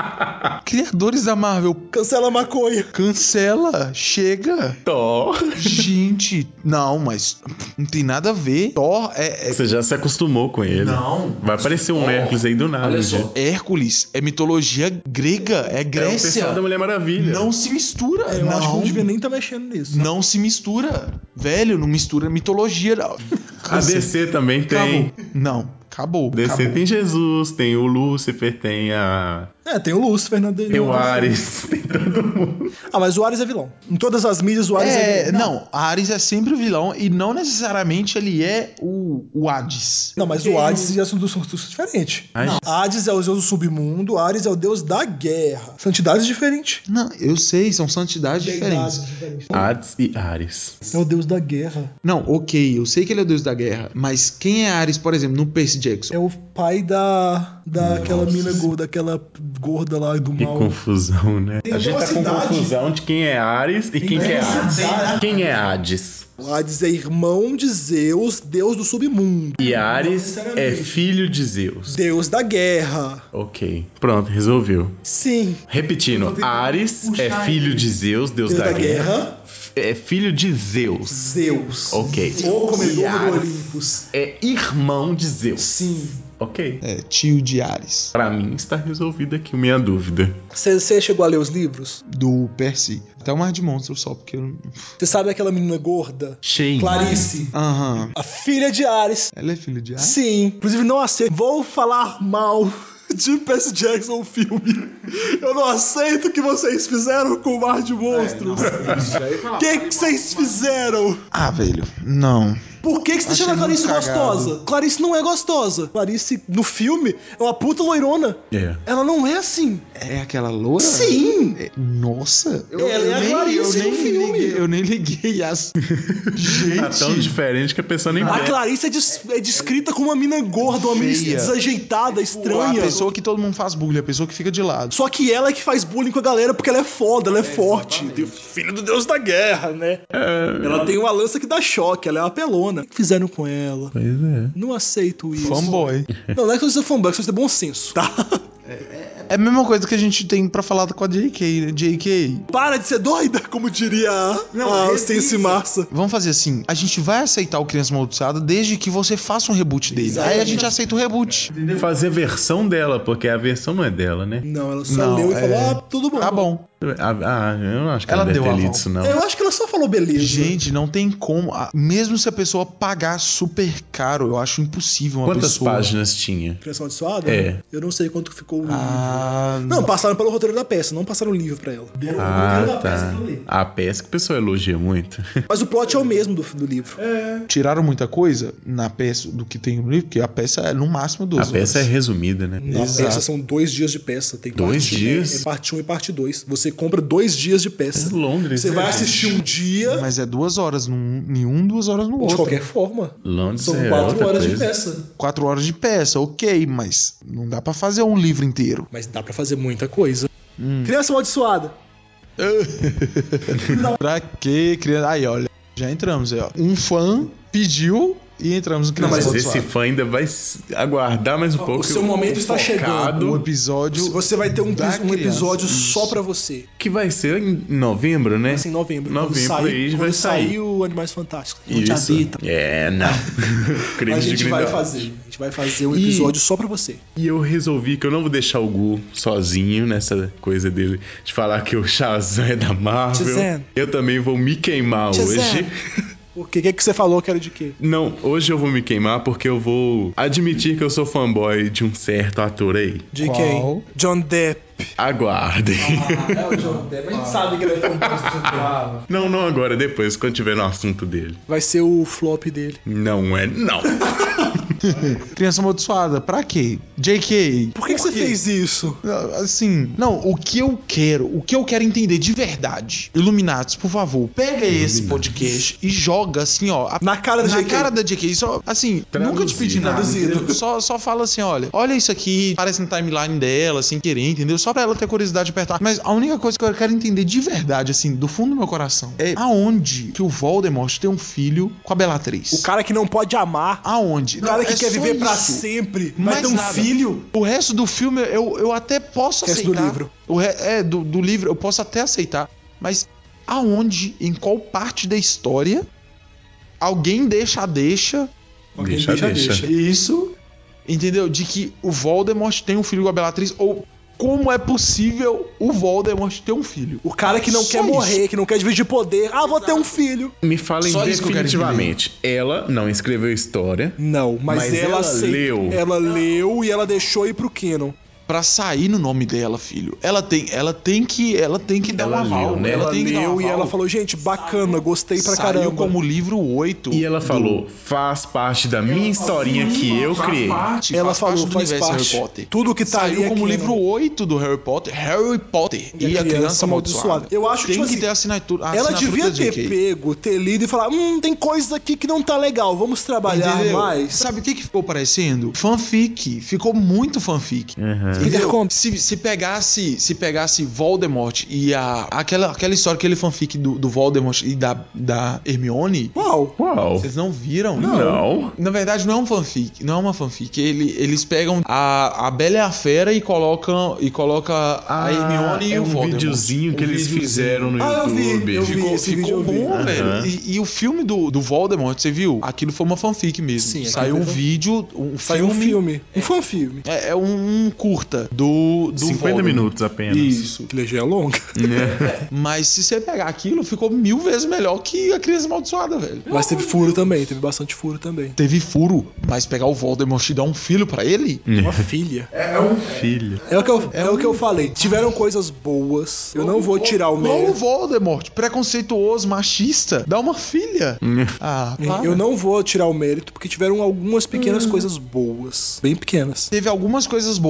Speaker 2: Criadores da Marvel,
Speaker 4: Cancela a maconha.
Speaker 2: cancela, chega.
Speaker 5: Thor.
Speaker 2: Gente, não, mas não tem nada a ver. Thor é, é-
Speaker 5: Você já se acostumou com ele.
Speaker 2: Não.
Speaker 5: Vai aparecer um Hércules aí do nada.
Speaker 3: Olha
Speaker 5: um
Speaker 3: só.
Speaker 5: dia.
Speaker 2: Hércules é mitologia grega, é
Speaker 5: É o
Speaker 2: Grécia.
Speaker 5: pessoal da Mulher Maravilha.
Speaker 2: Não se mistura.
Speaker 4: Eu
Speaker 2: não.
Speaker 4: acho que não devia nem estar mexendo nisso.
Speaker 2: Não se mistura. Velho, não mistura mitologia. Não.
Speaker 5: A D C também tem.
Speaker 2: Acabou. Não, acabou.
Speaker 5: D C
Speaker 2: acabou.
Speaker 5: tem Jesus, tem o Lúcifer, tem a.
Speaker 4: É, tem o Lúcifer na dele.
Speaker 5: Tem o Ares, tem todo mundo.
Speaker 4: Ah, mas o Ares é vilão. Em todas as mídias, o Ares é,
Speaker 2: É,
Speaker 4: vilão.
Speaker 2: não, Ares é sempre o vilão e não necessariamente ele é o, o Hades.
Speaker 4: Não, mas o Hades já são duas coisas diferentes.
Speaker 5: Não.
Speaker 4: Hades é o deus do submundo, Ares é o deus da guerra. Santidades diferentes.
Speaker 2: Não, eu sei, são santidades diferentes.
Speaker 4: Deidades diferentes.
Speaker 5: Hades e Ares.
Speaker 4: É o deus da guerra.
Speaker 2: Não, ok, eu sei que ele é o deus da guerra, mas quem é Ares, por exemplo, no Percy Jackson?
Speaker 4: É o pai da daquela mina gorda, daquela gorda lá do
Speaker 5: Que
Speaker 4: mal.
Speaker 5: confusão, né?
Speaker 4: Tem
Speaker 5: A gente
Speaker 4: uma
Speaker 5: tá com
Speaker 4: cidade.
Speaker 5: confusão de quem é Ares e quem que é
Speaker 4: uma
Speaker 5: Hades.
Speaker 4: cidade.
Speaker 5: Quem é Hades?
Speaker 4: O Hades é irmão de Zeus, deus do submundo.
Speaker 5: E Ares
Speaker 4: Não necessariamente.
Speaker 5: é filho de Zeus.
Speaker 4: Deus da guerra.
Speaker 5: Ok. Pronto, resolveu.
Speaker 4: Sim.
Speaker 5: Repetindo, Ares é filho de Zeus, Deus,
Speaker 4: Deus
Speaker 5: da,
Speaker 4: da
Speaker 5: guerra.
Speaker 4: guerra.
Speaker 5: É filho de Zeus.
Speaker 4: Zeus.
Speaker 5: Ok.
Speaker 4: O comedor
Speaker 5: E
Speaker 4: do
Speaker 5: Ares
Speaker 4: Olympus.
Speaker 5: é irmão de Zeus.
Speaker 4: Sim.
Speaker 5: Ok.
Speaker 2: É, tio de Ares,
Speaker 5: Pra mim está resolvida aqui minha dúvida.
Speaker 4: Você chegou a ler os livros?
Speaker 2: do Percy. Até o Mar de Monstros só, porque eu...
Speaker 4: Você sabe aquela menina gorda?
Speaker 5: Cheio.
Speaker 4: Clarice.
Speaker 2: Aham.
Speaker 4: A filha de Ares.
Speaker 2: Ela é filha de Ares?
Speaker 4: Sim. Inclusive, não aceito. Vou falar mal de Percy Jackson, o filme. Eu não aceito o que vocês fizeram com o Mar de Monstros. O que que vocês fizeram?
Speaker 2: Ah, velho, não.
Speaker 4: Por que, que você
Speaker 2: Achei
Speaker 4: chama a Clarice
Speaker 2: muito cagado.
Speaker 4: gostosa? Clarice não é gostosa. Clarice, no filme, é uma puta loirona.
Speaker 5: É.
Speaker 4: Ela não é assim.
Speaker 2: É aquela loura?
Speaker 4: Sim.
Speaker 2: É- nossa.
Speaker 4: Ela é a
Speaker 2: nem,
Speaker 4: Clarice
Speaker 2: eu nem
Speaker 4: no filme.
Speaker 2: liguei, eu nem liguei as... Gente.
Speaker 5: Tá tão diferente que a pessoa nem
Speaker 4: A
Speaker 5: vê.
Speaker 4: Clarice é, des- é descrita como uma mina gorda, uma mina
Speaker 2: Feia.
Speaker 4: desajeitada,
Speaker 2: A
Speaker 4: estranha.
Speaker 2: pessoa que todo mundo faz bullying, a pessoa que fica de lado.
Speaker 4: Só que ela é que faz bullying com a galera porque ela é foda, ela é, forte. Filho do deus da guerra, né? Ela tem uma lança que dá choque, ela é uma pelona. Luna. O que fizeram com ela?
Speaker 5: Pois é.
Speaker 4: Não aceito isso.
Speaker 2: Fanboy.
Speaker 4: Não, não é que você seja fanboy, é que você tem bom senso, tá?
Speaker 2: É a mesma coisa que a gente tem pra falar com a J K, né? J K.
Speaker 4: Para de ser doida, como diria a Stacey Massa.
Speaker 2: Vamos fazer assim, a gente vai aceitar o Criança Amaldiçoada desde que você faça um reboot dele. Exatamente. Aí a gente aceita o reboot.
Speaker 5: Fazer a versão dela, porque a versão não é dela, né?
Speaker 4: Não, ela só
Speaker 2: Não,
Speaker 4: leu e
Speaker 2: é...
Speaker 4: falou, ah, tudo bom.
Speaker 2: Tá bom.
Speaker 5: Ah, eu não acho que
Speaker 2: ela,
Speaker 5: ela,
Speaker 2: ela
Speaker 5: deve
Speaker 2: deu
Speaker 5: ter lido isso, não.
Speaker 4: Eu acho que ela só falou beleza.
Speaker 2: Gente, não tem como. Mesmo se a pessoa pagar super caro, eu acho impossível uma
Speaker 5: Quantas
Speaker 2: pessoa...
Speaker 5: páginas tinha?
Speaker 4: Criança Amaldiçoada?
Speaker 5: É.
Speaker 4: Eu não sei quanto ficou o livro.
Speaker 2: Ah,
Speaker 4: não, passaram pelo roteiro da peça, não passaram o livro pra ela. Deram
Speaker 5: ah,
Speaker 4: o roteiro da
Speaker 5: tá.
Speaker 4: peça pra ler.
Speaker 5: A peça que o pessoal elogia muito.
Speaker 4: Mas o plot é o mesmo do, do livro. É.
Speaker 2: Tiraram muita coisa na peça do que tem no livro, porque a peça é no máximo duas
Speaker 5: A peça
Speaker 2: horas.
Speaker 5: é resumida, né?
Speaker 4: Na
Speaker 2: Exato.
Speaker 4: peça são dois dias de peça. Tem
Speaker 5: Dois
Speaker 4: parte,
Speaker 5: dias?
Speaker 4: É, é parte um e parte dois. Você compra dois dias de peça.
Speaker 5: É Londres.
Speaker 4: Você
Speaker 5: né,
Speaker 4: vai
Speaker 5: gente?
Speaker 4: assistir um dia.
Speaker 2: Mas é duas horas num, nenhum, duas horas no
Speaker 4: De
Speaker 2: outro.
Speaker 4: qualquer forma.
Speaker 5: Londres
Speaker 4: São
Speaker 5: é
Speaker 4: quatro
Speaker 5: outra
Speaker 4: horas
Speaker 5: coisa.
Speaker 4: de peça.
Speaker 2: Quatro horas de peça, ok, mas não dá pra fazer um livro inteiro.
Speaker 4: Mas dá pra fazer muita coisa.
Speaker 2: Hum.
Speaker 4: Criança Amaldiçoada.
Speaker 2: Pra quê, criança? Aí, olha, já entramos aí, ó. Um fã pediu e entramos no
Speaker 5: Não,
Speaker 2: Criança
Speaker 5: mas
Speaker 2: Amaldiçoada.
Speaker 5: esse fã ainda vai aguardar mais um pouco.
Speaker 4: O seu momento está chegando.
Speaker 2: Um episódio.
Speaker 4: Você vai ter um,
Speaker 2: da
Speaker 4: um episódio
Speaker 2: criança.
Speaker 4: só pra você.
Speaker 5: Que vai ser em novembro, né?
Speaker 4: Assim, em novembro.
Speaker 5: Novembro
Speaker 4: quando sair,
Speaker 5: aí
Speaker 4: quando
Speaker 5: vai
Speaker 4: sair
Speaker 5: sair.
Speaker 4: o Animais Fantásticos. Não te
Speaker 5: Isso.
Speaker 4: habita.
Speaker 5: É, não. Crime
Speaker 4: A
Speaker 5: de
Speaker 4: gente vai
Speaker 5: Grindelwald.
Speaker 4: fazer. A gente vai fazer um
Speaker 5: E-
Speaker 4: episódio só pra você.
Speaker 5: E eu resolvi que eu não vou deixar o Gu sozinho nessa coisa dele de falar que o Shazam é da Marvel.
Speaker 4: Shazam.
Speaker 5: Eu também vou me queimar
Speaker 4: Shazam.
Speaker 5: hoje.
Speaker 4: Por quê? O que, que você falou que era de quê?
Speaker 5: Não, hoje eu vou me queimar porque eu vou admitir que eu sou fanboy de um certo ator aí.
Speaker 4: De
Speaker 2: Qual?
Speaker 4: quem? John Depp.
Speaker 5: Aguardem.
Speaker 4: É o John Depp. A gente sabe que ele é fanboy do John Depp.
Speaker 5: Não, não agora, depois, quando tiver no assunto dele.
Speaker 4: Vai ser o flop dele.
Speaker 5: Não é, não.
Speaker 2: Criança Amaldiçoada, pra quê? J K.
Speaker 4: Por que, que você fez isso?
Speaker 2: Não, Assim, não, o que eu quero, o que eu quero entender de verdade, Illuminatis, por favor, pega esse podcast e joga assim, ó, a-
Speaker 4: Na cara da
Speaker 2: na
Speaker 4: J K.
Speaker 2: cara da J K, só, assim, nunca te pedi nada,
Speaker 4: Traduzido.
Speaker 2: entendeu? Só, só fala assim, olha, olha isso aqui, parece no timeline dela, sem querer, entendeu? Só pra ela ter curiosidade de apertar. Mas a única coisa que eu quero entender de verdade, assim, do fundo do meu coração, é aonde que o Voldemort tem um filho com a Bellatrix.
Speaker 4: O cara que não pode amar.
Speaker 2: Aonde?
Speaker 4: O cara que
Speaker 2: É
Speaker 4: quer
Speaker 2: só
Speaker 4: viver pra
Speaker 2: isso.
Speaker 4: sempre.
Speaker 2: Mais
Speaker 4: Vai ter um
Speaker 2: nada.
Speaker 4: filho.
Speaker 2: O resto do filme eu, eu até posso
Speaker 4: O resto
Speaker 2: aceitar.
Speaker 4: do livro.
Speaker 2: O re- É, do, do livro eu posso até aceitar. Mas aonde, em qual parte da história, alguém deixa a deixa
Speaker 4: Alguém
Speaker 5: Deixa,
Speaker 4: deixa,
Speaker 5: deixa.
Speaker 4: deixa.
Speaker 2: isso, entendeu? De que o Voldemort tem um filho com a Bellatrix, ou como é possível o Voldemort ter um filho?
Speaker 4: O cara que não
Speaker 2: Só
Speaker 4: quer
Speaker 2: isso.
Speaker 4: morrer, que não quer dividir poder. Ah, vou ter um filho.
Speaker 5: Me falem
Speaker 2: Só isso que eu quero
Speaker 5: definitivamente. Ela não escreveu história.
Speaker 4: Não, mas,
Speaker 5: Mas
Speaker 4: ela,
Speaker 5: ela
Speaker 4: acei-
Speaker 5: leu.
Speaker 4: Ela leu e ela deixou ir pro Canon.
Speaker 2: Pra sair no nome dela, filho. Ela tem, ela tem que, ela tem que dar
Speaker 5: Ela
Speaker 2: um aval,
Speaker 5: leu, né?
Speaker 2: Ela,
Speaker 4: Ela
Speaker 2: tem que dar um
Speaker 4: leu e
Speaker 2: aval.
Speaker 4: ela falou, gente, bacana, gostei pra
Speaker 2: Saiu
Speaker 4: caramba.
Speaker 2: como livro oito.
Speaker 5: E ela
Speaker 2: do-
Speaker 5: falou, faz parte da minha historinha que eu
Speaker 2: faz
Speaker 5: criei.
Speaker 2: parte,
Speaker 4: Ela
Speaker 2: faz
Speaker 4: falou,
Speaker 2: parte do
Speaker 4: faz
Speaker 2: universo
Speaker 4: parte.
Speaker 2: Harry Potter.
Speaker 4: Tudo que tá
Speaker 2: Saiu
Speaker 4: ali é
Speaker 2: como
Speaker 4: canon.
Speaker 2: livro oito do Harry Potter, Harry Potter e, a Criança Amaldiçoada.
Speaker 4: Eu acho que,
Speaker 2: tem
Speaker 4: tipo
Speaker 2: que
Speaker 4: assim,
Speaker 2: ter assinatura, a
Speaker 4: ela
Speaker 2: assinatura
Speaker 4: devia
Speaker 2: da J
Speaker 4: ter
Speaker 2: K.
Speaker 4: pego, ter lido e falar, hum, tem coisas aqui que não tá legal, vamos trabalhar
Speaker 2: Entendeu?
Speaker 4: mais.
Speaker 2: Sabe o que, que ficou parecendo? Fanfic. Ficou muito fanfic.
Speaker 5: Uhum.
Speaker 2: Entendeu?
Speaker 4: Intercom.
Speaker 2: Se, se pegasse se pegasse Voldemort e a, aquela, aquela história, aquele fanfic do, do Voldemort e da, da Hermione,
Speaker 4: Uau.
Speaker 5: Uau.
Speaker 2: vocês não viram?
Speaker 5: Não.
Speaker 2: Na verdade, não é um fanfic. Não é uma fanfic. Ele, eles pegam a, a Bela e a Fera e colocam, e coloca a Hermione e
Speaker 5: é
Speaker 2: o
Speaker 5: um
Speaker 2: Voldemort.
Speaker 5: videozinho que
Speaker 2: Um
Speaker 5: eles
Speaker 2: videozinho.
Speaker 5: fizeram no
Speaker 4: Ah, eu vi,
Speaker 5: YouTube.
Speaker 4: eu vi.
Speaker 2: Ficou,
Speaker 4: esse vídeo
Speaker 2: ficou
Speaker 4: eu vi.
Speaker 2: bom,
Speaker 5: Aham.
Speaker 2: velho. E, e o filme do, do Voldemort, você viu? Aquilo foi uma fanfic mesmo.
Speaker 4: Sim, aquilo
Speaker 2: Saiu um
Speaker 4: foi-
Speaker 2: vídeo, um
Speaker 4: Saiu
Speaker 2: filme.
Speaker 4: um filme, um fanfilme.
Speaker 2: É, é um, um curta do, do
Speaker 5: cinquenta
Speaker 2: Voldemort.
Speaker 5: minutos apenas.
Speaker 2: Isso.
Speaker 4: Que legenda longa.
Speaker 2: Mas se você pegar aquilo, ficou mil vezes melhor que a Criança Amaldiçoada, velho.
Speaker 4: Mas teve furo também, teve bastante furo também.
Speaker 2: Teve furo, mas pegar o Voldemort e dar um filho pra ele?
Speaker 4: Uma filha.
Speaker 5: Filho.
Speaker 4: É o que eu, é o que eu falei. Tiveram coisas boas. Eu não vou tirar o
Speaker 2: Igual o
Speaker 4: mérito.
Speaker 2: Voldemort, preconceituoso, machista, dá uma filha. Ah, para.
Speaker 4: Eu não vou tirar o mérito, porque tiveram algumas pequenas coisas boas. Bem pequenas.
Speaker 2: Teve algumas coisas boas, mas o,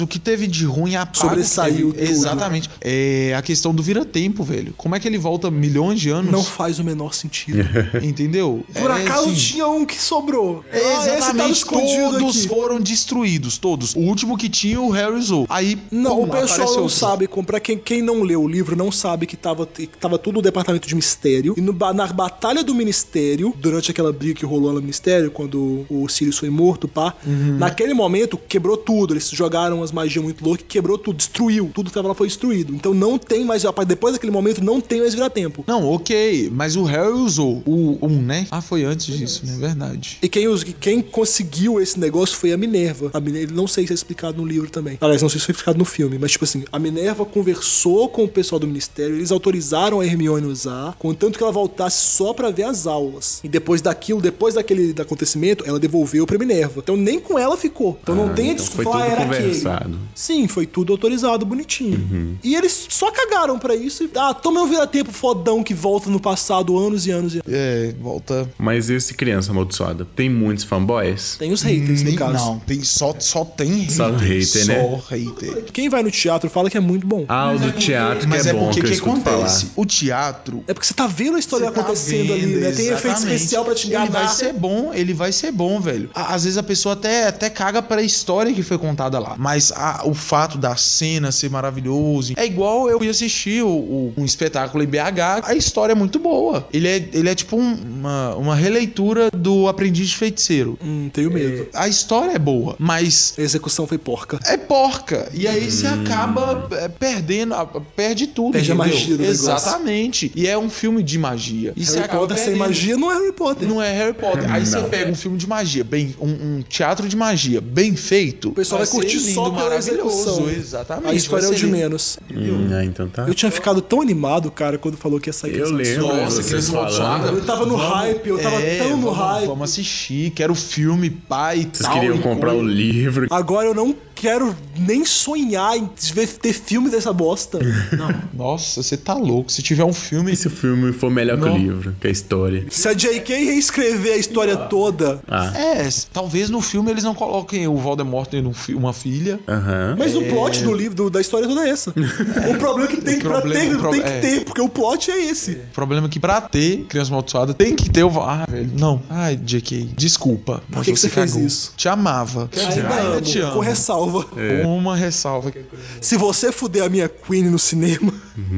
Speaker 2: que teve de ruim apaga
Speaker 4: Sobressaiu
Speaker 2: o que teve.
Speaker 4: tudo.
Speaker 2: Exatamente. É a questão do vira-tempo, velho. Como é que ele volta milhões de anos?
Speaker 4: Não faz o menor sentido.
Speaker 2: Entendeu?
Speaker 4: Por
Speaker 2: É,
Speaker 4: acaso
Speaker 2: assim,
Speaker 4: tinha um que sobrou.
Speaker 2: É,
Speaker 4: Ah, esse tava
Speaker 2: exatamente,
Speaker 4: escondido
Speaker 2: todos
Speaker 4: aqui.
Speaker 2: foram destruídos, todos. O último que tinha, o Harry usou. Aí,
Speaker 4: Não,
Speaker 2: pum,
Speaker 4: o pessoal
Speaker 2: apareceu
Speaker 4: não
Speaker 2: outro.
Speaker 4: sabe, pra quem, quem não leu o livro, não sabe que tava, que tava tudo no departamento de mistério. E no, na batalha do ministério, durante aquela briga que rolou no ministério, quando o Sirius foi morto, pá,
Speaker 2: Uhum.
Speaker 4: naquele momento quebrou tudo. Eles jogaram as magias muito loucas, quebrou tudo, destruiu. Tudo que tava lá foi destruído. Então não tem mais, depois daquele momento, não tem mais vira-tempo.
Speaker 2: Não, ok, mas o Harry usou o um, né? Ah, foi antes disso, né? Verdade.
Speaker 4: E quem, os- quem conseguiu esse negócio foi a Minerva. A Minerva, não sei se é explicado no livro também. Aliás, não sei se foi explicado no filme, mas tipo assim, a Minerva conversou com o pessoal do ministério, eles autorizaram a Hermione usar, contanto que ela voltasse só pra ver as aulas. E depois daquilo, depois daquele acontecimento, ela devolveu pra Minerva. Então nem com ela ficou. Então não
Speaker 5: Ah,
Speaker 4: tem a
Speaker 5: então foi
Speaker 4: desculpa,
Speaker 5: tudo
Speaker 4: ah, era
Speaker 5: conversado.
Speaker 4: aquele. Sim, foi tudo autorizado, bonitinho. E eles só cagaram pra isso e, ah, toma um vira-tempo fodão que volta no passado anos e anos e anos.
Speaker 2: É, volta.
Speaker 5: Mas esse Criança Amaldiçoada tem muitos fanboys?
Speaker 4: Tem os haters, no
Speaker 2: Nem-
Speaker 4: caso.
Speaker 2: Não, tem, só, só tem hater.
Speaker 5: Só hater, né?
Speaker 2: Só hater.
Speaker 4: Quem vai no teatro fala que é muito bom.
Speaker 5: Ah, o do teatro que
Speaker 2: Mas
Speaker 5: é,
Speaker 2: é
Speaker 5: bom,
Speaker 2: porque
Speaker 5: que eu
Speaker 2: que
Speaker 5: escuto
Speaker 2: acontece?
Speaker 5: falar.
Speaker 2: O teatro.
Speaker 4: É porque você tá vendo a história
Speaker 2: Você tá
Speaker 4: acontecendo ali,
Speaker 2: vendo,
Speaker 4: né? Tem efeito
Speaker 2: exatamente.
Speaker 4: especial pra te enganar.
Speaker 2: Ele vai ser bom, ele vai ser bom, velho. À- Às vezes a pessoa até, até caga pra história que foi contada lá. Mas a- o fato da cena ser maravilhoso. É igual eu fui assistir o, o- um espetáculo em B H. A história é muito boa. Ele é, ele é tipo um- uma, uma releitura do Aprendiz de Feiticeiro.
Speaker 4: Hum, tenho medo.
Speaker 2: A história é boa, mas
Speaker 4: A execução foi porca.
Speaker 2: é porca. E aí você acaba é, perdendo, a- perde tudo.
Speaker 4: Perde a
Speaker 2: entendeu?
Speaker 4: magia do negócio.
Speaker 2: Exatamente. E é um filme de magia. E você
Speaker 4: Harry
Speaker 2: acaba
Speaker 4: Potter sem
Speaker 2: perdendo.
Speaker 4: magia não é Harry Potter.
Speaker 2: Não é Harry Potter. Aí você
Speaker 5: Não.
Speaker 2: pega um filme de magia, bem, um, um teatro de magia bem feito.
Speaker 4: O pessoal vai,
Speaker 2: ser
Speaker 4: curtir
Speaker 2: lindo,
Speaker 4: só pela
Speaker 2: maravilhoso.
Speaker 4: execução.
Speaker 2: Exatamente.
Speaker 4: A história é
Speaker 2: vai
Speaker 4: o
Speaker 2: ser
Speaker 4: de
Speaker 2: lindo.
Speaker 4: menos.
Speaker 5: Hum, ah, então tá.
Speaker 4: Eu tinha ficado tão animado, cara, quando falou que ia sair
Speaker 5: Eu
Speaker 4: Criança
Speaker 5: lembro.
Speaker 4: Amaldiçoada.
Speaker 2: Nossa,
Speaker 5: Vocês
Speaker 2: Criança Amaldiçoada.
Speaker 5: falando.
Speaker 4: Eu tava no hype, eu tava
Speaker 2: É,
Speaker 4: tão no
Speaker 2: vamos,
Speaker 4: hype.
Speaker 2: Vamos assistir, quero o filme, pai e
Speaker 5: Vocês
Speaker 2: tal.
Speaker 5: queriam
Speaker 2: e
Speaker 5: comprar
Speaker 2: coisa.
Speaker 5: o livro.
Speaker 4: Agora eu não quero nem sonhar em ver- ter filme dessa bosta.
Speaker 2: Nossa, você tá louco. Se tiver um filme.
Speaker 5: E se o filme for melhor que
Speaker 2: Não.
Speaker 5: o livro, que a história?
Speaker 4: Se a J K reescrever a história toda.
Speaker 5: Ah,
Speaker 2: É, talvez no filme eles não coloquem o Voldemort tendo um fi- uma filha.
Speaker 5: aham.
Speaker 4: Mas o plot do livro, do- da história toda é essa. O problema é que tem,
Speaker 2: O
Speaker 4: pra
Speaker 2: problema-
Speaker 4: ter,
Speaker 2: o pro-
Speaker 4: tem que
Speaker 2: é.
Speaker 4: ter, porque o plot é esse.
Speaker 2: O problema é que pra ter Criança Amaldiçoada tem que ter o. Ah, velho, não. Ai, J K, desculpa. Mas
Speaker 4: que que você fez
Speaker 2: cagou.
Speaker 4: isso?
Speaker 2: Te amava.
Speaker 4: Ainda
Speaker 2: Ainda
Speaker 4: amo,
Speaker 2: te amo.
Speaker 4: com ressalva.
Speaker 2: Uma ressalva.
Speaker 4: Se você fuder a minha Queen no cinema,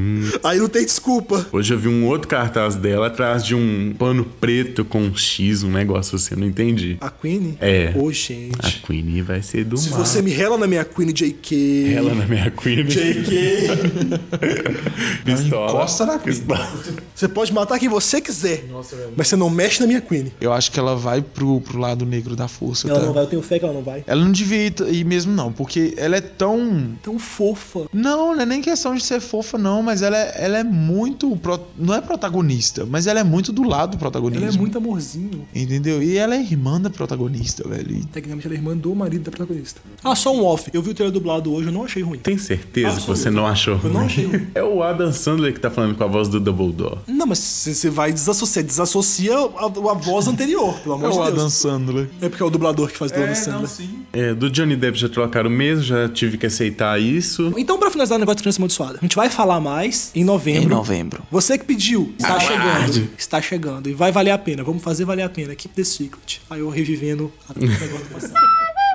Speaker 4: aí não tem desculpa.
Speaker 5: Hoje eu vi um outro cartaz dela atrás de um pano preto com um X, um negócio assim, eu não entendi.
Speaker 4: A Queen?
Speaker 5: É.
Speaker 4: Ô, gente.
Speaker 5: A Queen vai ser do
Speaker 4: Se
Speaker 5: mal.
Speaker 4: você me rela na minha Queen, J K.
Speaker 5: Ela na minha Queen.
Speaker 4: J K.
Speaker 5: Pistola.
Speaker 2: Encosta na Queen.
Speaker 4: Você pode matar quem você quiser. Mas você não mexe na minha Queen.
Speaker 2: Eu acho que ela vai pro, pro lado negro da força.
Speaker 4: Ela
Speaker 2: tá?
Speaker 4: não vai, eu tenho fé que ela não vai.
Speaker 2: Ela não devia ir, ir mesmo, não, porque ela é tão.
Speaker 4: Tão fofa.
Speaker 2: Não, não é nem questão de ser fofa, não, mas ela é, ela é muito. pro- Não é protagonista, mas ela é muito do lado do protagonismo.
Speaker 4: Ela é muito amorzinho.
Speaker 2: Entendeu? E ela é irmã da protagonista, velho. E
Speaker 4: Tecnicamente ela é irmã do marido da protagonista. Ah, só um off. Eu vi o trailer dublado hoje, eu não achei ruim.
Speaker 5: Tem certeza que
Speaker 4: Absoluto.
Speaker 5: você não achou
Speaker 4: Eu não
Speaker 5: ruim?
Speaker 4: achei ruim.
Speaker 5: É o Adam Sandler que tá falando com a voz do Dumbledore.
Speaker 4: Não, mas você vai desassociar. Desassocia a, a voz anterior, pelo amor
Speaker 2: É
Speaker 4: de
Speaker 2: o
Speaker 4: Deus.
Speaker 2: Adam Sandler.
Speaker 4: É porque é o dublador que faz do Adam
Speaker 3: É,
Speaker 4: Sandler.
Speaker 3: não, sim.
Speaker 5: É, do Johnny Depp já trocaram mesmo, já tive que aceitar isso.
Speaker 4: Então, pra finalizar o negócio de Criança Amaldiçoada, a gente vai falar mais em novembro.
Speaker 6: Em novembro.
Speaker 4: Você que pediu, está
Speaker 5: Aguarde.
Speaker 4: chegando. Está chegando. E vai valer a pena. Vamos fazer valer a pena. Keep the Secret. Aí eu revivendo a- o negócio do passado.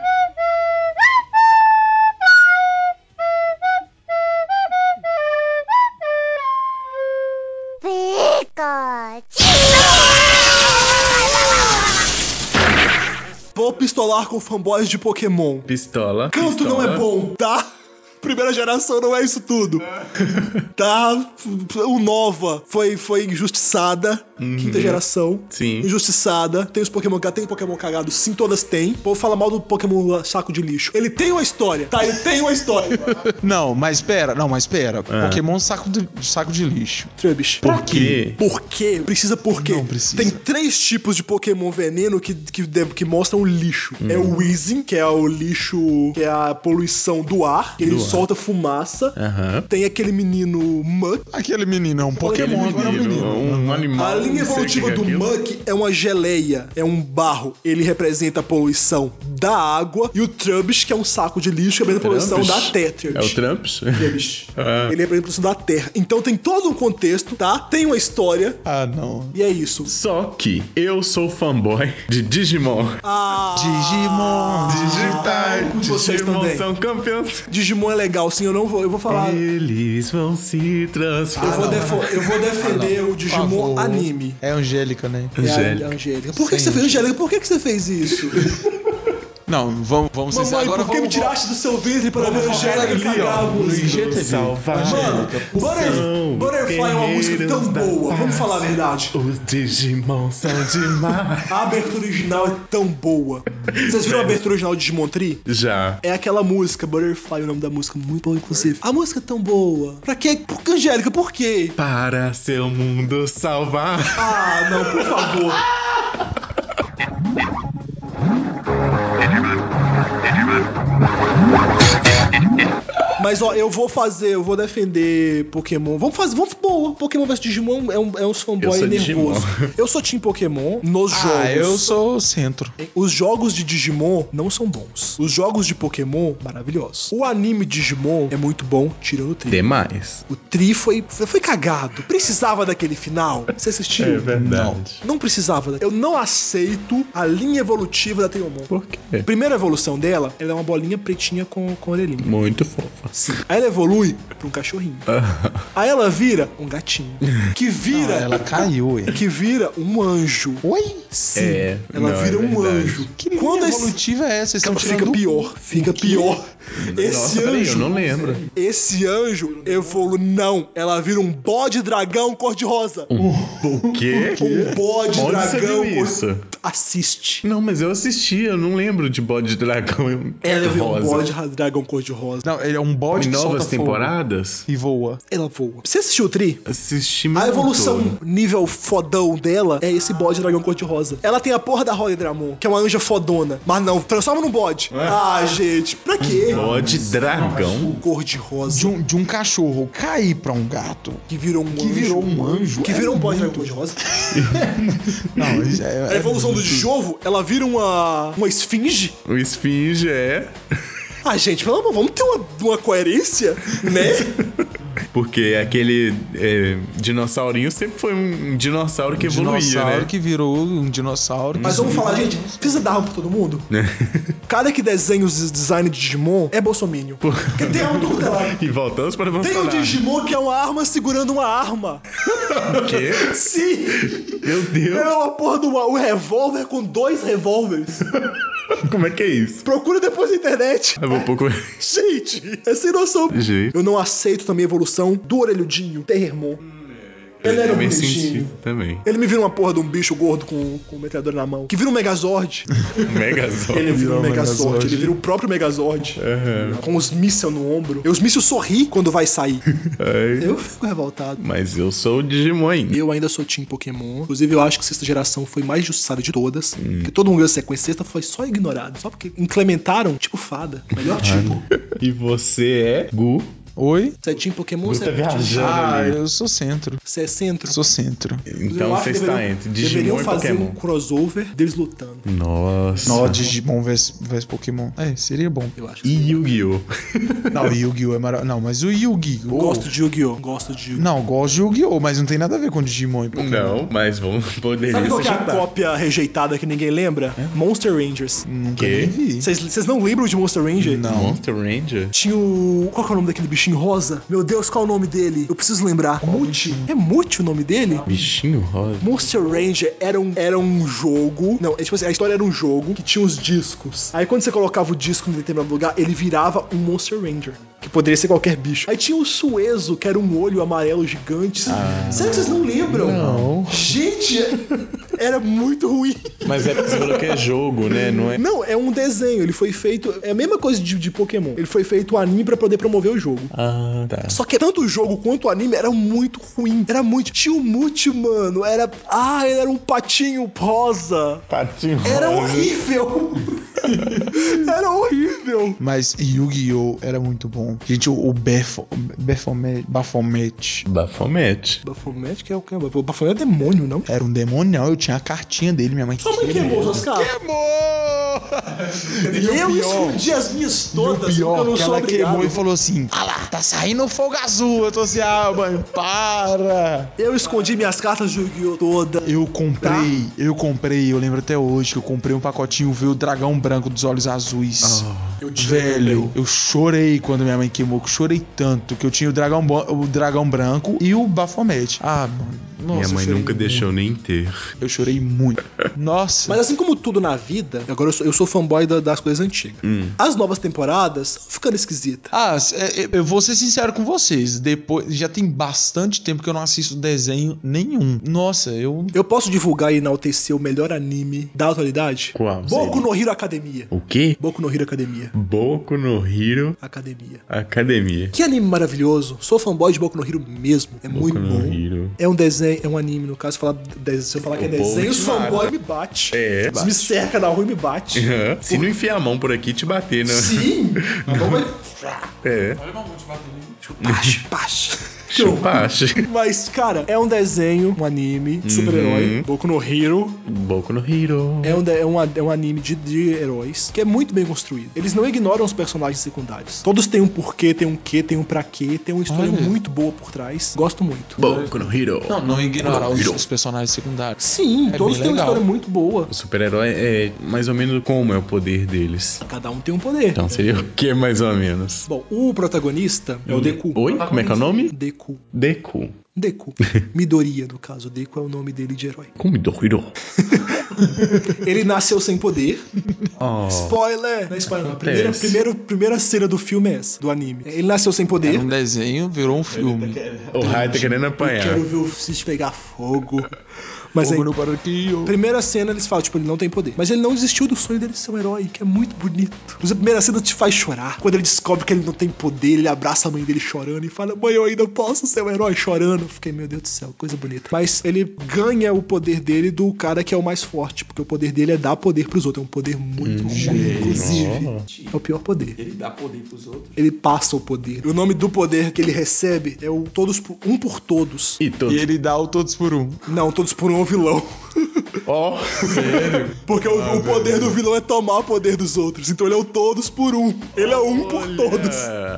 Speaker 4: Vou pistolar com fanboys de Pokémon.
Speaker 5: Pistola.
Speaker 4: Canto
Speaker 5: pistola.
Speaker 4: não é bom, tá? Primeira geração não é isso tudo. Tá? O Nova foi, foi injustiçada. Quinta geração.
Speaker 5: Sim.
Speaker 4: Injustiçada. Tem os Pokémon cagados. Tem Pokémon cagado. Sim, todas têm. O povo fala mal do Pokémon saco de lixo. Ele tem uma história. Tá, ele tem uma história.
Speaker 2: Não, mas pera, não, mas pera.
Speaker 5: Ah.
Speaker 2: Pokémon saco de, saco de lixo.
Speaker 4: Trubbish.
Speaker 5: Por quê?
Speaker 4: Por quê? Precisa por quê?
Speaker 2: Não precisa.
Speaker 4: Tem três tipos de Pokémon veneno que, que, deve- que mostram lixo. É o Weezing, que é o lixo, que é a poluição do ar, que ele
Speaker 5: Do ar.
Speaker 4: solta fumaça.
Speaker 5: Aham.
Speaker 4: Tem aquele menino Muk.
Speaker 2: Aquele menino é um Pokémon, agora é um menino.
Speaker 5: Um, um animal.
Speaker 4: Ali linha evolutiva do Muck é uma geleia, é um barro. Ele representa a poluição da água. E o Trubbish, que é um saco de lixo, representa a poluição da terra.
Speaker 5: É o Trumps?
Speaker 4: Trubbish. Ah. Ele representa a poluição da terra. Então tem todo um contexto, tá? Tem uma história.
Speaker 2: Ah, não.
Speaker 4: E é isso.
Speaker 5: Só que eu sou fanboy de Digimon.
Speaker 4: Ah,
Speaker 2: Digimon.
Speaker 5: Digitais.
Speaker 4: com vocês
Speaker 5: Digimon
Speaker 4: também.
Speaker 5: são campeões.
Speaker 4: Digimon é legal, sim. Eu não vou, eu vou falar.
Speaker 5: Eles vão se transformar.
Speaker 4: Eu vou, defo- eu vou defender o Digimon
Speaker 2: favor.
Speaker 4: anime.
Speaker 2: É Angélica, né?
Speaker 4: É a
Speaker 5: Angélica.
Speaker 4: Angélica. Por que, que você fez, Angélica? Por que, que você fez isso?
Speaker 2: Não, vamos, vamos ser
Speaker 4: Mamãe,
Speaker 2: agora
Speaker 4: por que me
Speaker 2: vamos,
Speaker 4: tiraste do seu ventre para ver a Angélica cagar a música?
Speaker 5: Salvar.
Speaker 4: Mano, Butter- Butterfly é uma música tão boa. Vamos falar a verdade.
Speaker 5: Os Digimon são demais.
Speaker 4: A abertura original é tão boa. Vocês viram a abertura original de Digimon Tree?
Speaker 5: Já.
Speaker 4: É aquela música, Butterfly, o nome da música, muito bom, inclusive. A música é tão boa. Pra quê? Por que, Angélica? Por quê?
Speaker 5: Para seu mundo salvar.
Speaker 4: Ah, não, por favor. Mas ó, eu vou fazer, eu vou defender Pokémon. Vamos fazer, vamos, boa. Pokémon versus Digimon é um, é um fanboy
Speaker 5: Eu
Speaker 4: nervoso.
Speaker 5: Digimon.
Speaker 4: Eu sou Team Pokémon nos
Speaker 2: Ah,
Speaker 4: jogos.
Speaker 2: eu sou centro.
Speaker 4: Os jogos de Digimon não são bons. Os jogos de Pokémon, maravilhosos. O anime Digimon é muito bom, tirando o Tri.
Speaker 5: Demais.
Speaker 4: O Tri foi, foi cagado. Precisava daquele final. Você assistiu?
Speaker 5: É verdade.
Speaker 4: Não precisava. da- Eu não aceito a linha evolutiva da Teomon.
Speaker 5: Por quê?
Speaker 4: Primeira evolução dela, ela é uma bolinha pretinha com, com orelhinha.
Speaker 5: Muito fofa.
Speaker 4: Sim. Aí ela evolui pra um cachorrinho. Aí ela vira um gatinho. Que vira.
Speaker 2: Ah, ela caiu, ué.
Speaker 4: Que vira um anjo.
Speaker 2: Oi?
Speaker 4: Sim.
Speaker 5: É,
Speaker 4: ela
Speaker 5: não,
Speaker 4: vira
Speaker 5: é
Speaker 4: um
Speaker 5: verdade.
Speaker 4: anjo.
Speaker 2: Que
Speaker 4: Quando
Speaker 2: linha
Speaker 4: esse-
Speaker 2: evolutiva é essa? Vocês estão
Speaker 4: Fica
Speaker 2: tirando...
Speaker 4: pior. Fica pior. Esse
Speaker 5: Nossa, peraí,
Speaker 4: anjo.
Speaker 5: eu não lembro.
Speaker 4: Esse anjo evolui. Não. Ela vira um bode dragão cor-de-rosa.
Speaker 5: O quê?
Speaker 4: Um bode
Speaker 5: Onde você
Speaker 4: dragão
Speaker 5: viu
Speaker 4: cor-
Speaker 5: isso?
Speaker 4: Assiste.
Speaker 5: Não, mas eu assisti, eu não lembro de bode de dragão
Speaker 4: Ela vira um
Speaker 5: rosa.
Speaker 4: bode ra- dragão cor-de-rosa.
Speaker 2: Não, ele é um bode
Speaker 5: Em
Speaker 2: que
Speaker 5: novas
Speaker 2: solta fogo
Speaker 5: temporadas?
Speaker 2: e voa.
Speaker 4: Ela voa. Você assistiu o Tri?
Speaker 5: Assisti
Speaker 4: A
Speaker 5: muito.
Speaker 4: evolução nível fodão dela é esse bode dragão cor-de-rosa. Ela tem a porra da Holly Dramon, que é uma anja fodona. Mas não, transforma num bode. Ah, gente, pra quê?
Speaker 5: Bode dragão?
Speaker 4: Cor-de-rosa.
Speaker 2: De um, de um cachorro cair pra um gato.
Speaker 4: Que virou um
Speaker 2: Que
Speaker 4: anjo.
Speaker 2: virou um anjo.
Speaker 4: Que
Speaker 2: É
Speaker 4: virou um bode
Speaker 2: muito.
Speaker 4: dragão cor-de-rosa.
Speaker 2: Não, isso é,
Speaker 4: A evolução do Jovo, ela vira uma, uma esfinge.
Speaker 5: O esfinge é.
Speaker 4: Ah, gente, pelo amor, vamos ter uma, uma coerência, né?
Speaker 5: Porque aquele é, dinossaurinho sempre foi um dinossauro que evoluía,
Speaker 2: dinossauro
Speaker 5: né?
Speaker 2: que virou um dinossauro.
Speaker 4: Mas vamos falar, gente, precisa dar arma pra todo mundo? Cara que desenha os designs de Digimon é bolsominion. Porque tem arma do lado.
Speaker 5: E voltamos para
Speaker 4: Tem um
Speaker 5: Bolsonaro.
Speaker 4: Digimon que é uma arma segurando uma arma.
Speaker 5: O quê?
Speaker 4: Sim!
Speaker 5: Meu Deus.
Speaker 4: É uma porra de uma, um revólver com dois revólveres.
Speaker 5: Como é que é isso?
Speaker 4: Procura depois na internet.
Speaker 5: Eu vou um pouco...
Speaker 4: Gente, é sem noção.
Speaker 5: Gente.
Speaker 4: Eu não aceito também a evolução do orelhudinho, Terremon. Ele era
Speaker 5: também
Speaker 4: bonitinho.
Speaker 5: senti, também.
Speaker 4: Ele me vira uma porra de um bicho gordo com, com um metralhadora na mão. Que vira um Megazord.
Speaker 5: Megazord.
Speaker 4: Ele vira um
Speaker 2: um
Speaker 4: Megazord.
Speaker 2: Megazord.
Speaker 4: Ele vira o próprio Megazord.
Speaker 5: Aham.
Speaker 4: Com os mísseis no ombro. E os mísseis sorri quando vai sair.
Speaker 5: Ai.
Speaker 4: Eu fico revoltado.
Speaker 5: Mas eu sou o Digimon ainda.
Speaker 4: Eu ainda sou Team Pokémon. Inclusive, eu acho que sexta geração foi mais justiçada de todas. Porque todo mundo deu sequência. Sexta foi só ignorado. Só porque implementaram, tipo fada. Melhor tipo.
Speaker 5: E você é Gu.
Speaker 2: Oi?
Speaker 4: Você é Team Pokémon ou
Speaker 5: Gu
Speaker 4: você
Speaker 5: tá
Speaker 4: é
Speaker 5: viajando
Speaker 2: Ah,
Speaker 5: ali.
Speaker 2: eu sou centro.
Speaker 4: Você é centro?
Speaker 2: Sou centro.
Speaker 5: Então
Speaker 4: Eu acho
Speaker 5: você
Speaker 4: que
Speaker 5: está
Speaker 4: deveriam-
Speaker 5: entre
Speaker 4: Deveriam
Speaker 5: Digimon e
Speaker 4: fazer
Speaker 5: Pokémon.
Speaker 4: um crossover deles lutando.
Speaker 5: Nossa.
Speaker 2: Nó, Digimon versus, versus Pokémon. É, seria bom.
Speaker 4: Eu acho que
Speaker 5: E Yu-Gi-Oh!
Speaker 2: Não, o Yu-Gi-Oh! É maravilhoso. Não, mas o Yu-Gi-Oh!
Speaker 4: Gosto de Yu-Gi-Oh! Gosto de Yu-Gi-Oh!
Speaker 2: Não, gosto de Yu-Gi-Oh! Mas não tem nada a ver com Digimon e Pokémon.
Speaker 5: Não, mas vamos poder
Speaker 4: Sabe qual
Speaker 5: se
Speaker 4: que é a
Speaker 5: juntar.
Speaker 4: cópia rejeitada que ninguém lembra? Monster Rangers.
Speaker 2: Nunca
Speaker 5: Quê?
Speaker 2: nem vi.
Speaker 4: Vocês vocês não lembram de Monster Ranger?
Speaker 2: Não.
Speaker 5: Monster Ranger?
Speaker 4: Tinha o... Qual que é o nome daquele bichinho rosa? Meu Deus, qual é o nome dele? Eu preciso lembrar. Muti. É Muti o nome dele?
Speaker 5: Bichinho rosa.
Speaker 4: Monster Ranger era um, era um jogo. Não, é tipo assim, a história era um jogo que tinha os discos. Aí quando você colocava o disco em determinado lugar, ele virava um Monster Ranger. Que poderia ser qualquer bicho. Aí tinha o Suezo, que era um olho amarelo gigante. Sério que vocês não lembram?
Speaker 2: Não.
Speaker 4: Gente, era muito ruim.
Speaker 5: Mas é porque você falou que é jogo, né? Não é.
Speaker 4: Não, é um desenho. Ele foi feito. É a mesma coisa de, de Pokémon. Ele foi feito o anime pra poder promover o jogo.
Speaker 5: Ah, tá.
Speaker 4: Só que tanto o jogo quanto o anime era muito ruim. Era muito. Tinha o Muti, mano. Era. Ah, ele era um patinho rosa.
Speaker 5: Patinho
Speaker 4: Era
Speaker 5: rosa.
Speaker 4: horrível. Era horrível. horrível.
Speaker 2: Mas Yu-Gi-Oh! Era muito bom. Gente, o, o Befo, Baphomet, Baphomet
Speaker 5: Baphomet.
Speaker 4: Baphomet, que é o que? O Baphomet é demônio, não?
Speaker 2: era um demonião. Eu tinha a cartinha dele, minha mãe
Speaker 4: Sua mãe queimou suas cartas?
Speaker 2: Queimou!
Speaker 4: Eu escondi as minhas todas,
Speaker 2: E o pior,
Speaker 4: porque eu não
Speaker 2: que
Speaker 4: sou
Speaker 2: ela
Speaker 4: obrigado.
Speaker 2: queimou e falou assim: ah lá, tá saindo fogo azul. Eu tô assim, ah, mãe, para.
Speaker 4: Eu escondi minhas cartas de Yu-Gi-Oh! Todas.
Speaker 2: Eu comprei,
Speaker 4: Tá.
Speaker 2: eu comprei, eu lembro até hoje que eu comprei um pacotinho, veio o dragão branco dos olhos azuis.
Speaker 4: Eu te
Speaker 2: Velho,
Speaker 4: lembrei.
Speaker 2: eu chorei quando minha mãe queimou, que eu chorei tanto que eu tinha o dragão, bo- o dragão branco e o Baphomet. Ah, mano. Nossa,
Speaker 5: Minha
Speaker 2: eu
Speaker 5: mãe
Speaker 2: chorei
Speaker 5: nunca
Speaker 2: muito.
Speaker 5: deixou nem ter.
Speaker 2: Eu chorei muito. Nossa.
Speaker 4: Mas assim como tudo na vida, agora eu sou, eu sou fanboy da- das coisas antigas.
Speaker 5: Hum.
Speaker 4: As novas temporadas estão ficando esquisitas.
Speaker 2: Ah, é, é, eu vou ser sincero com vocês. Depois, já tem bastante tempo que eu não assisto desenho nenhum. Nossa, eu.
Speaker 4: Eu posso divulgar e enaltecer o melhor anime da atualidade?
Speaker 5: Qual
Speaker 4: Boku
Speaker 5: seria?
Speaker 4: no Hero Academia.
Speaker 5: O quê?
Speaker 4: Boku no Hero Academia.
Speaker 5: Boku no Hero
Speaker 4: Academia.
Speaker 5: Academia.
Speaker 4: Que anime maravilhoso. Sou fanboy de Boku no Hero mesmo. É
Speaker 5: Boku
Speaker 4: muito
Speaker 5: no
Speaker 4: bom.
Speaker 5: Hero.
Speaker 4: É um desenho, é um anime, no caso, falar de- se eu falar que é
Speaker 5: O povo
Speaker 4: desenho, os
Speaker 5: te
Speaker 4: fanboy
Speaker 5: mata.
Speaker 4: me bate.
Speaker 5: É.
Speaker 4: Eles me cerca na rua e me bate.
Speaker 5: Aham. Se não enfiar a mão por aqui, te bater, né?
Speaker 4: Sim! A mão vai.
Speaker 5: É.
Speaker 4: Pache, pache.
Speaker 5: Chupache.
Speaker 4: Mas, cara, é um desenho, um anime de super-herói.
Speaker 5: Uhum.
Speaker 4: Boku no Hero.
Speaker 5: Boku no Hero.
Speaker 4: É um, de- é um, é um anime de, de heróis que é muito bem construído. Eles não ignoram os personagens secundários. Todos têm um porquê, tem um quê, tem um pra quê, tem uma história
Speaker 2: Olha.
Speaker 4: muito boa por trás. Gosto muito.
Speaker 5: Boku no Hero.
Speaker 2: Não, não ignorar os,
Speaker 5: Hero.
Speaker 2: os personagens secundários.
Speaker 4: Sim,
Speaker 2: É
Speaker 4: todos
Speaker 2: bem
Speaker 4: têm uma
Speaker 2: legal.
Speaker 4: história muito boa.
Speaker 5: O super-herói é mais ou menos como é o poder deles.
Speaker 4: Cada um tem um poder.
Speaker 5: Então seria o que mais ou menos?
Speaker 4: Bom, o protagonista é o Deku.
Speaker 5: Oi? Como é que é o nome?
Speaker 4: Deku.
Speaker 5: Deku.
Speaker 4: Deku. Midoriya, no caso. Deku é o nome dele de herói.
Speaker 5: Como do Hero?
Speaker 4: Ele nasceu sem poder.
Speaker 5: Oh.
Speaker 4: Spoiler! Não é spoiler, não. A primeira,
Speaker 5: Acontece.
Speaker 4: primeira, primeira cena do filme é essa, do anime. Ele nasceu sem poder.
Speaker 2: Era um desenho, virou um filme.
Speaker 5: O Rai tá querendo
Speaker 4: Eu
Speaker 5: apanhar.
Speaker 4: quero ver o Cis pegar fogo. Mas aí,
Speaker 2: Fogo no paraquinho.
Speaker 4: primeira cena eles falam, tipo, ele não tem poder. Mas ele não desistiu do sonho dele ser um herói, que é muito bonito. Mas a primeira cena te faz chorar. Quando ele descobre que ele não tem poder, ele abraça a mãe dele chorando e fala, mãe, eu ainda posso ser um herói, chorando. Eu fiquei, meu Deus do céu, coisa bonita. Mas ele ganha o poder dele do cara que é o mais forte, porque o poder dele é dar poder pros outros. É um poder muito ruim, inclusive. É o pior poder.
Speaker 3: Ele dá poder pros outros.
Speaker 4: Ele passa o poder. O nome do poder que ele recebe é o todos por, um por todos.
Speaker 5: E todo.
Speaker 2: E ele dá o todos por um.
Speaker 4: Não, todos por um é o vilão.
Speaker 5: Ó.
Speaker 4: Porque o, o poder do vilão é tomar o poder dos outros. Então ele é o todos por um. Ele é um por todos.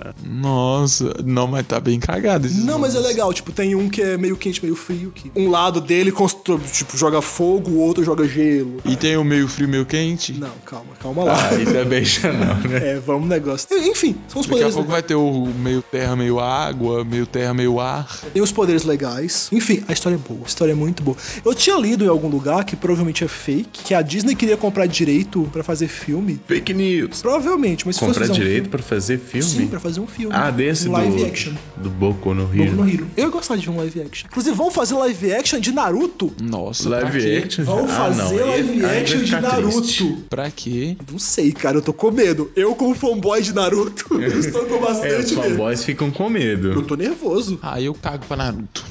Speaker 2: Nossa, não, mas tá bem cagado esse.
Speaker 4: Não, mas é legal. Tipo, tem um que é meio quente, meio frio. Que um lado dele constrói, tipo, joga fogo, o outro joga gelo.
Speaker 2: E tem o meio frio, meio quente.
Speaker 4: Não, calma, calma lá.
Speaker 5: Aí também já não, né?
Speaker 4: É, vamos negócio. Enfim, são os
Speaker 2: Daqui a
Speaker 4: poderes
Speaker 2: pouco vai ter o meio terra, meio água, meio terra, meio ar.
Speaker 4: Tem os poderes legais. Enfim, a história é boa. A história é muito boa. Eu tinha lido em algum lugar, que provavelmente é fake, que a Disney queria comprar direito pra fazer filme.
Speaker 5: Fake news.
Speaker 4: Provavelmente, mas se fosse
Speaker 5: Comprar
Speaker 4: fazer um
Speaker 5: direito
Speaker 4: filme...
Speaker 5: pra fazer filme?
Speaker 4: Sim, pra fazer um filme.
Speaker 5: Ah, desse
Speaker 4: um
Speaker 5: do...
Speaker 4: live action.
Speaker 5: Do Boku no
Speaker 4: Boku
Speaker 5: Hero.
Speaker 4: no Hero. Eu ia gostar de ver um live action. Inclusive, vamos fazer live action de Naruto?
Speaker 2: Nossa, pra
Speaker 5: Live
Speaker 2: quê?
Speaker 5: action?
Speaker 4: Vamos
Speaker 5: Ah,
Speaker 4: fazer
Speaker 5: não, aí-
Speaker 4: live
Speaker 5: aí vai
Speaker 4: action de
Speaker 5: ficar
Speaker 4: Naruto.
Speaker 5: triste.
Speaker 2: Pra quê?
Speaker 4: Não sei, cara. Eu tô com medo. Eu, como fanboy de Naruto, eu estou com
Speaker 5: É, os
Speaker 4: bastante medo.
Speaker 5: fanboys ficam com
Speaker 4: Eu
Speaker 5: medo.
Speaker 4: tô nervoso.
Speaker 2: Ah, eu cago pra Naruto.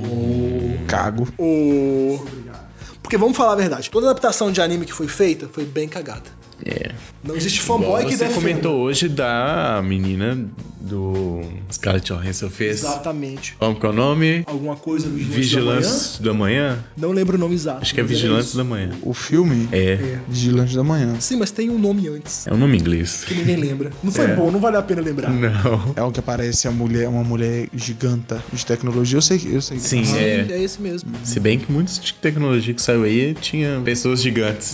Speaker 2: Cago.
Speaker 4: O... Porque vamos falar a verdade. Toda adaptação de anime que foi feita foi bem cagada.
Speaker 5: É.
Speaker 4: Não existe fanboy
Speaker 5: Igual
Speaker 4: que
Speaker 5: você
Speaker 4: defenda.
Speaker 5: comentou hoje da menina do Scarlett Johansson fez.
Speaker 4: Exatamente.
Speaker 5: Como que é o nome?
Speaker 4: Alguma coisa no Vigilante,
Speaker 5: Vigilante da Manhã?
Speaker 4: da Manhã? Não lembro o nome exato.
Speaker 5: Acho que é
Speaker 4: mas era
Speaker 5: Vigilante
Speaker 4: isso.
Speaker 5: da Manhã.
Speaker 2: O filme
Speaker 5: É.
Speaker 2: Vigilante da Manhã.
Speaker 4: Sim, mas tem um nome antes.
Speaker 5: É um nome inglês.
Speaker 4: Que ninguém lembra. Não foi
Speaker 5: É.
Speaker 4: bom, não vale a pena lembrar.
Speaker 5: Não.
Speaker 2: É o que aparece a mulher, uma mulher giganta de tecnologia. Eu sei que eu sei. que-
Speaker 5: Sim,
Speaker 4: Sim,
Speaker 5: é.
Speaker 4: é esse mesmo.
Speaker 5: Se bem que muitos de tecnologia que saiu aí tinha pessoas gigantes.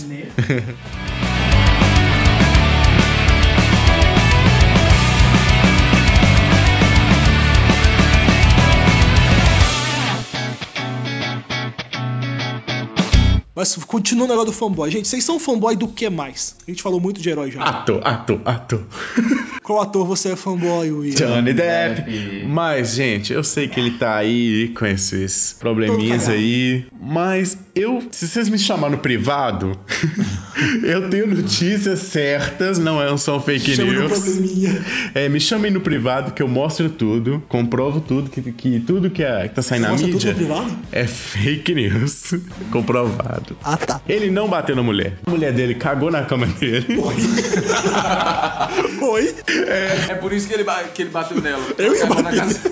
Speaker 4: Mas continua o negócio do fanboy. Gente, vocês são fanboy do que mais? A gente falou muito de herói já.
Speaker 5: Ato, ato, ato.
Speaker 4: Qual ator você é fanboy, Will?
Speaker 5: Johnny Depp. Mas, gente, eu sei que ele tá aí com esses probleminhas aí. Mas eu, se vocês me chamarem no privado, eu tenho notícias certas, não são fake
Speaker 4: Chama no
Speaker 5: news.
Speaker 4: probleminha.
Speaker 5: É, me chamem no privado que eu mostro tudo, comprovo tudo, que, que tudo que, é, que tá saindo na
Speaker 4: Mostra
Speaker 5: mídia
Speaker 4: tudo no privado?
Speaker 5: é fake news. Comprovado.
Speaker 4: Ah, tá.
Speaker 5: Ele não bateu na mulher. A mulher dele cagou na cama dele.
Speaker 4: Oi?
Speaker 2: É por isso que ele, ba- que ele bateu nela.
Speaker 4: Eu ia
Speaker 2: Cagou na
Speaker 4: bater.
Speaker 2: casa.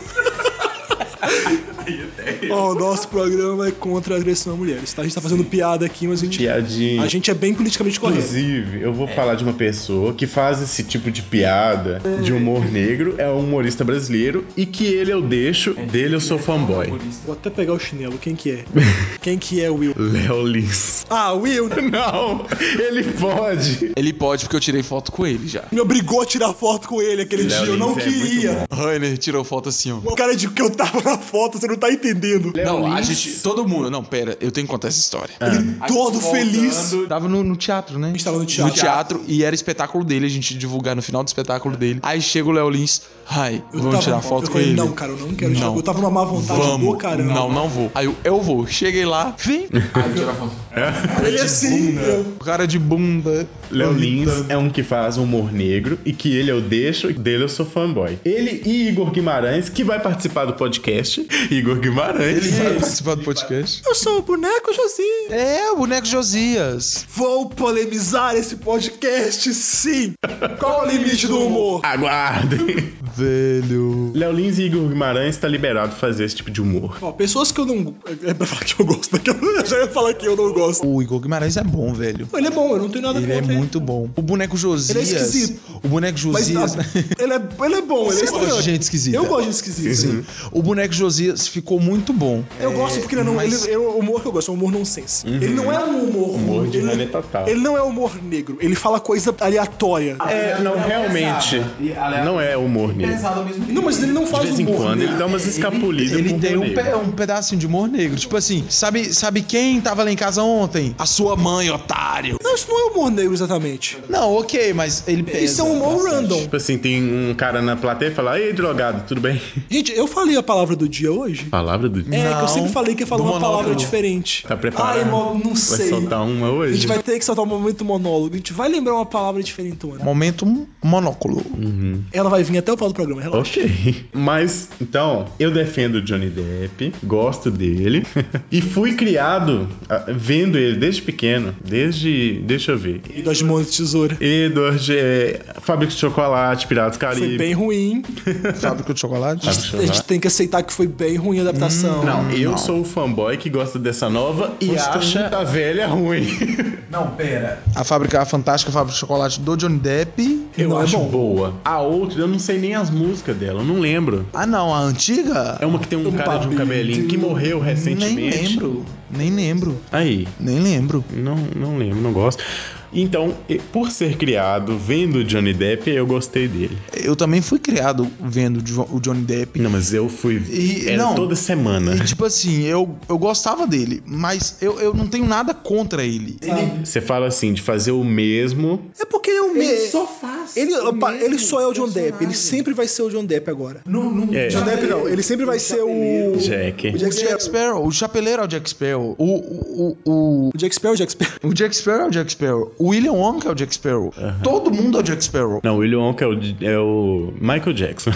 Speaker 4: Ó, o nosso programa é contra a agressão a mulheres, tá? A gente tá fazendo piada aqui, mas a gente,
Speaker 5: Piadinha.
Speaker 4: a gente é bem politicamente correto.
Speaker 5: Inclusive, eu vou falar de uma pessoa que faz esse tipo de piada de humor negro, é um humorista brasileiro, e que ele eu deixo, dele eu sou fanboy.
Speaker 4: Vou até pegar o chinelo. Quem que é? Quem que é o Will?
Speaker 5: Léo Lins.
Speaker 4: Ah, Will
Speaker 5: Não, ele pode.
Speaker 2: Ele pode porque eu tirei foto com ele já.
Speaker 4: me obrigou a tirar foto com ele aquele
Speaker 5: Léo
Speaker 4: dia. Eu não
Speaker 5: Lins é muito
Speaker 4: queria.
Speaker 2: Rainer tirou foto assim, ó.
Speaker 4: O cara de que eu tava na foto, você não tá entendendo.
Speaker 2: Não, a
Speaker 5: Lins.
Speaker 2: gente. Todo mundo. Não, pera, eu tenho que contar essa história.
Speaker 4: Todo feliz.
Speaker 2: Tava no, no teatro, né? A
Speaker 4: gente tava no teatro.
Speaker 2: No teatro e era espetáculo dele, a gente divulgar no final do espetáculo dele. Aí chega o Léo Lins. Ai,
Speaker 4: Eu
Speaker 2: vamos
Speaker 4: tava-
Speaker 2: tirar foto
Speaker 4: eu
Speaker 2: com
Speaker 4: falei,
Speaker 2: ele.
Speaker 4: não, cara, eu não quero tirar.
Speaker 2: Não.
Speaker 4: Eu tava numa má vontade do
Speaker 2: Vamos.
Speaker 4: caramba.
Speaker 2: Não, não vou. Aí eu, eu vou. Cheguei lá, vim. Aí eu tiro a foto.
Speaker 4: Ele assim. eu-
Speaker 2: O cara de bunda.
Speaker 5: Léo Lins é um que faz humor negro e que ele eu deixo, dele eu sou fanboy. Ele e Igor Guimarães, que vai participar do podcast. Igor Guimarães.
Speaker 2: Ele vai participar do podcast.
Speaker 4: Eu sou o boneco Josinho.
Speaker 2: É, o boneco Josias.
Speaker 4: Vou polemizar esse podcast, sim. Qual é o limite do humor?
Speaker 5: Aguardem.
Speaker 2: Velho.
Speaker 5: Léo Lins e Igor Guimarães tá liberado fazer esse tipo de humor.
Speaker 4: Ó, pessoas que eu não... É pra falar que eu gosto, porque eu já ia falar que eu não gosto.
Speaker 2: O Igor Guimarães é bom, velho.
Speaker 4: Ele é bom, eu não tenho nada
Speaker 2: Ele é
Speaker 4: contra ele.
Speaker 2: muito bom. O boneco Josias.
Speaker 4: Ele é esquisito.
Speaker 2: O boneco
Speaker 4: Mas
Speaker 2: Josias.
Speaker 4: tá, ele, é, ele é bom, ele é
Speaker 2: Você gosta
Speaker 4: estranho.
Speaker 2: de gente esquisita?
Speaker 4: Eu gosto de esquisito.
Speaker 2: Sim. O boneco Josias ficou muito bom.
Speaker 4: Eu gosto porque ele não.
Speaker 2: mas-
Speaker 4: Ele, ele, o humor que eu gosto é um humor nonsense. Ele não é um humor.
Speaker 5: Humor de
Speaker 4: ele,
Speaker 5: maneira total.
Speaker 4: ele não é humor negro. Ele fala coisa aleatória.
Speaker 5: É, não, realmente. Não é humor negro.
Speaker 4: Não, mas ele não
Speaker 5: De
Speaker 4: faz
Speaker 5: vez em
Speaker 4: humor
Speaker 5: quando
Speaker 4: negro.
Speaker 5: ele dá umas escapulidas
Speaker 2: Ele
Speaker 5: pro
Speaker 2: tem
Speaker 5: humor
Speaker 2: um, pe-
Speaker 5: negro.
Speaker 2: um pedacinho de humor negro. Tipo assim, sabe, sabe quem tava lá em casa ontem? A sua mãe, otário.
Speaker 4: Não, isso não é humor negro exatamente.
Speaker 2: Não, ok, mas ele pesa.
Speaker 4: Isso é um humor
Speaker 2: bastante.
Speaker 4: random.
Speaker 5: Tipo assim, tem um cara na plateia e fala: Ei, drogado, tudo bem?
Speaker 4: Gente, eu falei a palavra do dia hoje.
Speaker 5: Palavra do dia.
Speaker 4: É,
Speaker 2: Não,
Speaker 4: que eu sempre falei que ia falar
Speaker 2: do
Speaker 4: uma palavra
Speaker 2: monólogo.
Speaker 4: diferente.
Speaker 5: Tá preparado?
Speaker 4: Ai, mo- não
Speaker 5: Vai
Speaker 4: sei.
Speaker 5: soltar uma hoje?
Speaker 4: A gente vai ter que soltar um momento monólogo. A gente vai lembrar uma palavra diferentona.
Speaker 2: Momento monóculo.
Speaker 4: Ela vai vir até o final do programa, relaxa.
Speaker 5: Ok. Mas, então, eu defendo o Johnny Depp, gosto dele. E fui criado ah, vendo ele desde pequeno. Desde. Deixa eu ver.
Speaker 4: E das mãos de tesoura.
Speaker 5: Edward, é, Fábrica de Chocolate, Piratas do Caribe.
Speaker 4: Foi bem ruim.
Speaker 2: Fábrica de chocolate?
Speaker 5: Fábrica de
Speaker 4: A gente
Speaker 5: Chocolate.
Speaker 4: tem que aceitar que foi bem ruim a adaptação.
Speaker 5: Não, eu
Speaker 2: Não.
Speaker 5: sou o fanboy que gosta dessa nova e acha a velha ruim.
Speaker 2: Não, pera. A fábrica, a fantástica fábrica de chocolate do Johnny Depp.
Speaker 5: Eu
Speaker 4: Não é
Speaker 5: acho
Speaker 4: bom.
Speaker 5: boa. A outra, eu não sei nem as músicas dela, eu não lembro.
Speaker 2: Ah, não, a antiga?
Speaker 5: É uma que tem um cara de um cabelinho que morreu recentemente.
Speaker 2: Nem lembro. Nem lembro.
Speaker 5: Aí,
Speaker 2: Nem lembro.
Speaker 5: não, não lembro, não gosto. Então, e- por ser criado vendo o Johnny Depp, eu gostei dele.
Speaker 2: Eu também fui criado vendo Jo- o Johnny Depp.
Speaker 5: Não, mas eu fui.
Speaker 2: E-
Speaker 5: era
Speaker 2: não.
Speaker 5: toda semana.
Speaker 2: E, tipo assim, eu, eu gostava dele, mas eu, eu não tenho nada contra ele.
Speaker 5: Você fala assim, de fazer o mesmo.
Speaker 4: É porque ele é o mesmo.
Speaker 3: Só faz.
Speaker 4: Ele,
Speaker 3: o
Speaker 4: opa,
Speaker 3: mesmo
Speaker 4: ele só é o John Depp. Ele
Speaker 3: personagem.
Speaker 4: sempre vai ser o John Depp agora.
Speaker 3: Não, não.
Speaker 5: É.
Speaker 4: John Depp não, ele sempre vai ser o.
Speaker 5: Jack.
Speaker 4: O
Speaker 2: O
Speaker 4: Jack
Speaker 2: Jack
Speaker 4: Sparrow.
Speaker 2: Sparrow, o chapeleiro é o Jack Sparrow. O, o, o,
Speaker 4: O Jack Sparrow, o Jack Sparrow.
Speaker 2: o, o Jack Sparrow é o Jack Sparrow. O William Wonka é o Jack Sparrow. Todo mundo é o Jack Sparrow.
Speaker 5: Não, o William Wonka é o, é o Michael Jackson.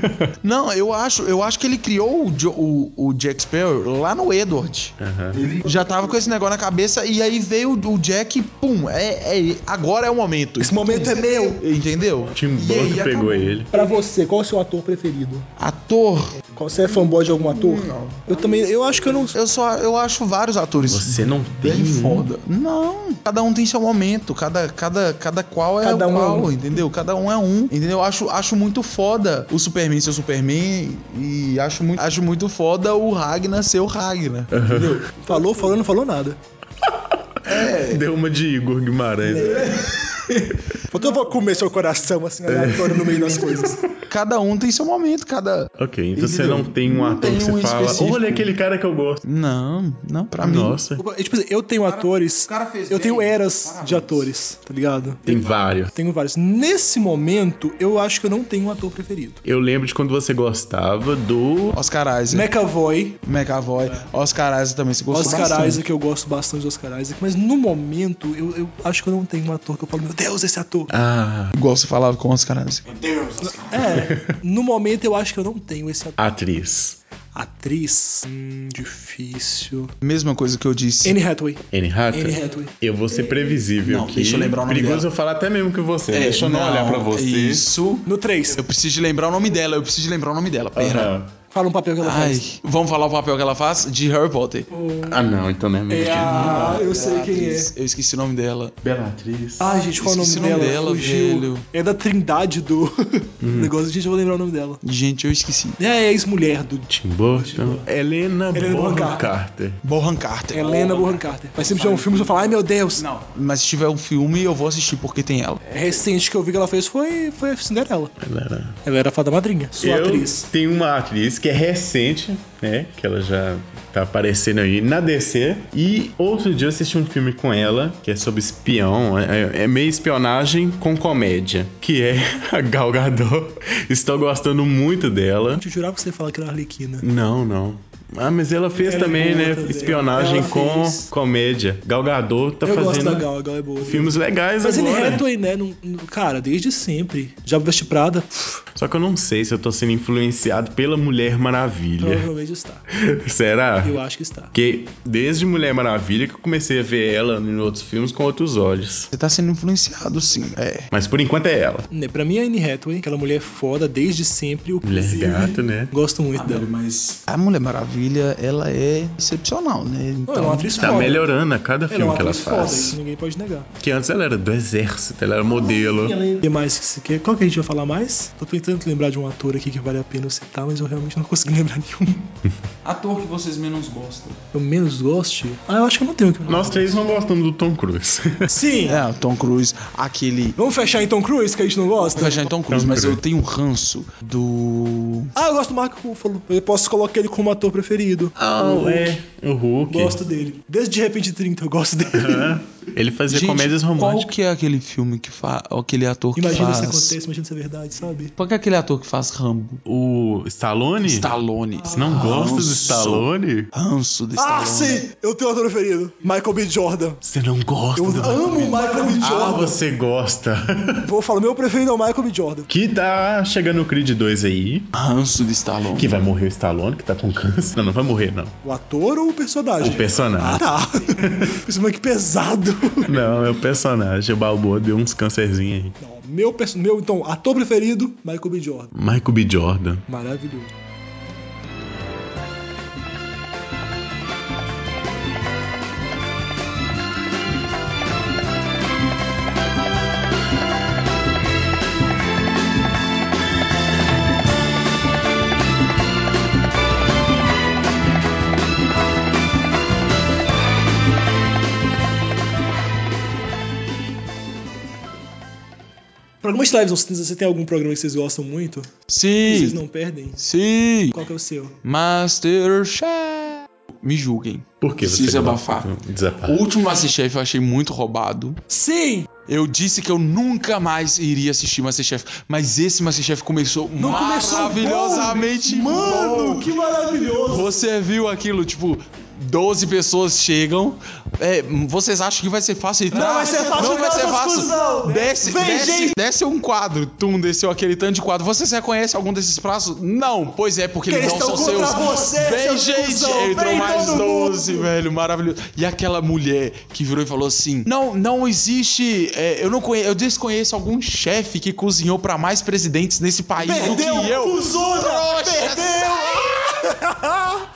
Speaker 2: Não, eu acho, eu acho que ele criou o, Jo- o, o Jack Sparrow lá no Edward.
Speaker 5: Aham.
Speaker 2: Já tava com esse negócio na cabeça e aí veio o, o Jack, pum, é, é, agora é o momento.
Speaker 4: Esse momento é meu.
Speaker 2: Entendeu?
Speaker 5: Tim
Speaker 2: E aí
Speaker 5: Burton pegou
Speaker 2: acabou.
Speaker 5: ele.
Speaker 4: Pra você, qual é o seu ator preferido?
Speaker 2: Ator,
Speaker 4: Qual- Você é fanboy de algum ator?
Speaker 2: Não.
Speaker 4: Eu também, eu acho que eu não.
Speaker 2: eu só eu acho vários atores
Speaker 5: Você não tem
Speaker 2: bem
Speaker 5: um?
Speaker 2: foda. Não, cada um tem seu momento, cada cada cada qual é
Speaker 4: Cada
Speaker 2: o
Speaker 4: um é
Speaker 2: qual,
Speaker 4: um.
Speaker 2: entendeu? Cada um é um, entendeu? Eu acho acho muito foda o Superman ser o Superman e acho muito acho muito foda o Ragnar ser o Ragnar. Entendeu?
Speaker 4: Falou, falou, não falou nada.
Speaker 2: É.
Speaker 5: Deu uma de Igor Guimarães.
Speaker 4: Porque eu vou comer seu coração, assim, aleatório no meio das coisas.
Speaker 2: Cada um tem seu momento, cada...
Speaker 5: Ok, então você
Speaker 2: Entendeu?
Speaker 5: não tem um
Speaker 2: Não
Speaker 5: ator
Speaker 2: tem
Speaker 5: que você
Speaker 2: um
Speaker 5: fala,
Speaker 2: específico.
Speaker 5: olha aquele cara que eu gosto.
Speaker 2: Não, não, pra mim.
Speaker 5: Nossa,
Speaker 4: Tipo assim, eu tenho atores,
Speaker 3: o cara fez
Speaker 4: eu
Speaker 3: bem.
Speaker 4: tenho eras
Speaker 3: Parabéns.
Speaker 4: de atores, tá ligado?
Speaker 5: tem vários.
Speaker 4: Tenho vários. Nesse momento, eu acho que eu não tenho um ator preferido.
Speaker 5: Eu lembro de quando você gostava do...
Speaker 2: Oscar Isaac.
Speaker 4: McAvoy.
Speaker 2: McAvoy. Oscar Isaac também, você gostou
Speaker 4: Oscar
Speaker 2: bastante.
Speaker 4: Isaac, eu gosto bastante do Oscar Isaac, mas no momento, eu, eu acho que eu não tenho um ator que eu falo, meu Deus, esse ator.
Speaker 5: Ah,
Speaker 2: Igual você falava com Oscar Isaac.
Speaker 4: É, no momento eu acho que eu não tenho esse ator.
Speaker 5: atriz.
Speaker 4: Atriz? Hum, difícil.
Speaker 2: Mesma coisa que eu disse.
Speaker 4: Anne Hathaway.
Speaker 5: Anne Hathaway?
Speaker 4: Anne Hathaway.
Speaker 5: Eu vou ser previsível
Speaker 2: Não,
Speaker 5: aqui.
Speaker 2: deixa eu lembrar o nome
Speaker 5: Perigoso
Speaker 2: dela.
Speaker 5: eu falar até mesmo que você.
Speaker 2: É,
Speaker 5: deixa eu não, olhar pra você.
Speaker 2: Isso.
Speaker 4: No três.
Speaker 2: Eu preciso de lembrar o nome dela, eu preciso de lembrar o nome dela. Pera.
Speaker 5: Aham.
Speaker 4: Fala um papel que ela
Speaker 2: Ai,
Speaker 4: faz.
Speaker 2: vamos falar o papel que ela faz? De Harry Potter.
Speaker 5: Ah, não, então não é mesmo.
Speaker 4: É a... Eu sei quem é.
Speaker 2: Eu esqueci o nome dela.
Speaker 5: Bellatrix.
Speaker 4: Ai, gente, qual é o nome
Speaker 2: Esqueci o nome
Speaker 4: dela?
Speaker 2: dela,
Speaker 4: Fugiu.
Speaker 2: velho.
Speaker 4: É da trindade do negócio. Gente, eu vou lembrar o nome dela.
Speaker 2: Gente, eu esqueci.
Speaker 4: É a ex-mulher do
Speaker 5: Tim Burton. Helena,
Speaker 4: Helena
Speaker 5: Bonham
Speaker 4: Bonham
Speaker 5: Carter.
Speaker 2: Bonham Carter.
Speaker 4: Helena Bonham Carter. Mas sempre tiver um filme, você fala, ai meu Deus.
Speaker 2: Não, mas se tiver um filme, eu vou assistir porque tem ela.
Speaker 4: É recente que eu vi que ela fez foi, foi a Cinderela.
Speaker 5: Ela era...
Speaker 4: Ela era a fada madrinha. Sua
Speaker 5: eu
Speaker 4: atriz.
Speaker 5: tenho uma atriz que é recente, né? Que ela já tá aparecendo aí na D C. E outro dia eu assisti um filme com ela, que é sobre espião. É, é meio espionagem com comédia. Que é a Gal Gadot. Estou gostando muito dela.
Speaker 4: Eu jurava que você ia falar que era Arlequina.
Speaker 5: Não, não. Ah, mas ela fez
Speaker 4: Ela é
Speaker 5: também,
Speaker 4: boa
Speaker 5: né?
Speaker 4: também.
Speaker 5: Espionagem
Speaker 4: Ela
Speaker 5: com
Speaker 4: fez.
Speaker 5: comédia. Gal Gadot tá
Speaker 4: eu gosto
Speaker 5: fazendo
Speaker 4: da Gal, a Gal é boa.
Speaker 5: filmes legais
Speaker 4: Mas
Speaker 5: agora.
Speaker 4: Anne Hathaway, né? Não, não- cara, desde sempre. Já Veste Prada,
Speaker 5: Só que eu não sei se eu tô sendo influenciado pela Mulher Maravilha.
Speaker 4: provavelmente está.
Speaker 5: Será?
Speaker 4: Eu acho que está.
Speaker 5: Porque desde Mulher Maravilha que eu comecei a ver ela em outros filmes com outros olhos.
Speaker 2: Você tá sendo influenciado, sim. É.
Speaker 5: Mas por enquanto é ela.
Speaker 4: Né, pra mim, a Anne Hathaway, aquela mulher foda desde sempre.
Speaker 5: Mulher
Speaker 4: Inclusive,
Speaker 5: gata, né?
Speaker 4: Gosto muito dela.
Speaker 3: Mas
Speaker 2: A Mulher Maravilha, ela é excepcional, né?
Speaker 4: Não,
Speaker 2: Então,
Speaker 4: ela é uma atriz
Speaker 5: Tá
Speaker 4: foda.
Speaker 5: melhorando a cada
Speaker 4: Ela é
Speaker 5: filme
Speaker 4: uma
Speaker 5: que ela
Speaker 4: atriz foda,
Speaker 5: faz.
Speaker 4: isso ninguém pode negar.
Speaker 5: Que antes ela era do exército, ela era modelo.
Speaker 4: O que mais que você quer? Qual que a gente vai falar mais? Tô tentando lembrar de um ator aqui que vale a pena eu citar, mas eu realmente não consigo lembrar nenhum.
Speaker 3: ator que vocês menos gostam.
Speaker 4: Eu menos goste? Ah, eu acho que eu não tenho o que eu não
Speaker 5: Nós três não gostamos do Tom Cruise.
Speaker 4: Sim!
Speaker 2: É, o Tom Cruise, aquele...
Speaker 4: Vamos fechar em Tom Cruise, que a gente não gosta?
Speaker 2: Vou fechar em Tom Cruise,
Speaker 5: Tom
Speaker 2: mas
Speaker 5: Cruise.
Speaker 2: eu tenho um ranço do...
Speaker 4: Ah, eu gosto do Mark Ruffalo. Eu posso colocar ele como ator preferido.
Speaker 5: Oh, é. O Hulk.
Speaker 4: Gosto dele. Desde De Repente trinta eu gosto dele.
Speaker 5: Aham. Ele fazia
Speaker 2: Gente,
Speaker 5: comédias
Speaker 2: qual
Speaker 5: românticas.
Speaker 2: que é aquele filme que faz... Aquele ator que
Speaker 4: Imagina
Speaker 2: faz...
Speaker 4: se acontece, imagina se é verdade, sabe?
Speaker 2: Qual que é aquele ator que faz Rambo?
Speaker 5: O Stallone?
Speaker 2: Stallone.
Speaker 5: Você não gosta do
Speaker 2: Ranço.
Speaker 5: Stallone?
Speaker 2: Ranço do
Speaker 4: Ah,
Speaker 2: Stallone.
Speaker 4: sim! Eu tenho ator preferido. Michael B. Jordan.
Speaker 5: Você não gosta
Speaker 4: Eu
Speaker 5: do
Speaker 4: amo Michael B.
Speaker 5: Ah,
Speaker 4: Jordan.
Speaker 5: você gosta.
Speaker 4: Vou falar, meu preferido é o Michael B. Jordan.
Speaker 5: Que tá chegando o Creed dois aí.
Speaker 2: Ranço do Stallone.
Speaker 5: Que vai morrer o Stallone, que tá com câncer. Não, não vai morrer, não.
Speaker 4: O ator ou o personagem?
Speaker 5: O personagem.
Speaker 4: Ah, tá. Pensei, que pesado.
Speaker 5: Não, é o personagem. O Balboa deu uns cancerzinhos aí.
Speaker 4: Não, meu, perso- meu, então, ator preferido, Michael B. Jordan.
Speaker 5: Michael B. Jordan.
Speaker 4: Maravilhoso. Programa de lives, você tem algum programa que vocês gostam muito? Que vocês
Speaker 2: Sim.
Speaker 4: não perdem?
Speaker 2: Sim.
Speaker 4: Qual que é o seu?
Speaker 2: Masterchef. Me julguem.
Speaker 5: Por que você
Speaker 2: Preciso
Speaker 5: gosta
Speaker 2: abafar.
Speaker 5: do Desabafo?
Speaker 2: O último Masterchef eu achei muito roubado.
Speaker 4: Sim!
Speaker 2: Eu disse que eu nunca mais iria assistir Masterchef, mas esse Masterchef começou
Speaker 4: Não começou
Speaker 2: maravilhosamente
Speaker 4: bom. Mano,
Speaker 2: bom.
Speaker 4: que maravilhoso!
Speaker 2: Você viu aquilo, tipo, doze pessoas chegam. É, vocês acham que vai ser fácil?
Speaker 4: Não vai ser fácil,
Speaker 2: Não vai
Speaker 4: não,
Speaker 2: ser
Speaker 4: seus
Speaker 2: fácil.
Speaker 4: cuzão.
Speaker 2: Desce,
Speaker 4: Vem,
Speaker 2: desce,
Speaker 4: gente.
Speaker 2: desce um quadro. Tum, desceu aquele tanto de quadro. Vocês reconhecem algum desses pratos? Não, pois é, porque
Speaker 4: Que
Speaker 2: eles
Speaker 4: eles
Speaker 2: não são
Speaker 4: estão
Speaker 2: seus.
Speaker 4: contra você,
Speaker 2: Vem,
Speaker 4: seus
Speaker 2: gente!
Speaker 4: cuzão.
Speaker 2: Entrou
Speaker 4: Vem
Speaker 2: mais
Speaker 4: todo
Speaker 2: doze,
Speaker 4: mundo.
Speaker 2: velho, maravilhoso. E aquela mulher que virou e falou assim: Não, não existe. é, eu não conheço, eu desconheço algum chefe que cozinhou pra mais presidentes nesse país do
Speaker 4: Perdeu,
Speaker 2: que eu.
Speaker 4: cuzona!
Speaker 2: Trouxa.
Speaker 4: Perdeu!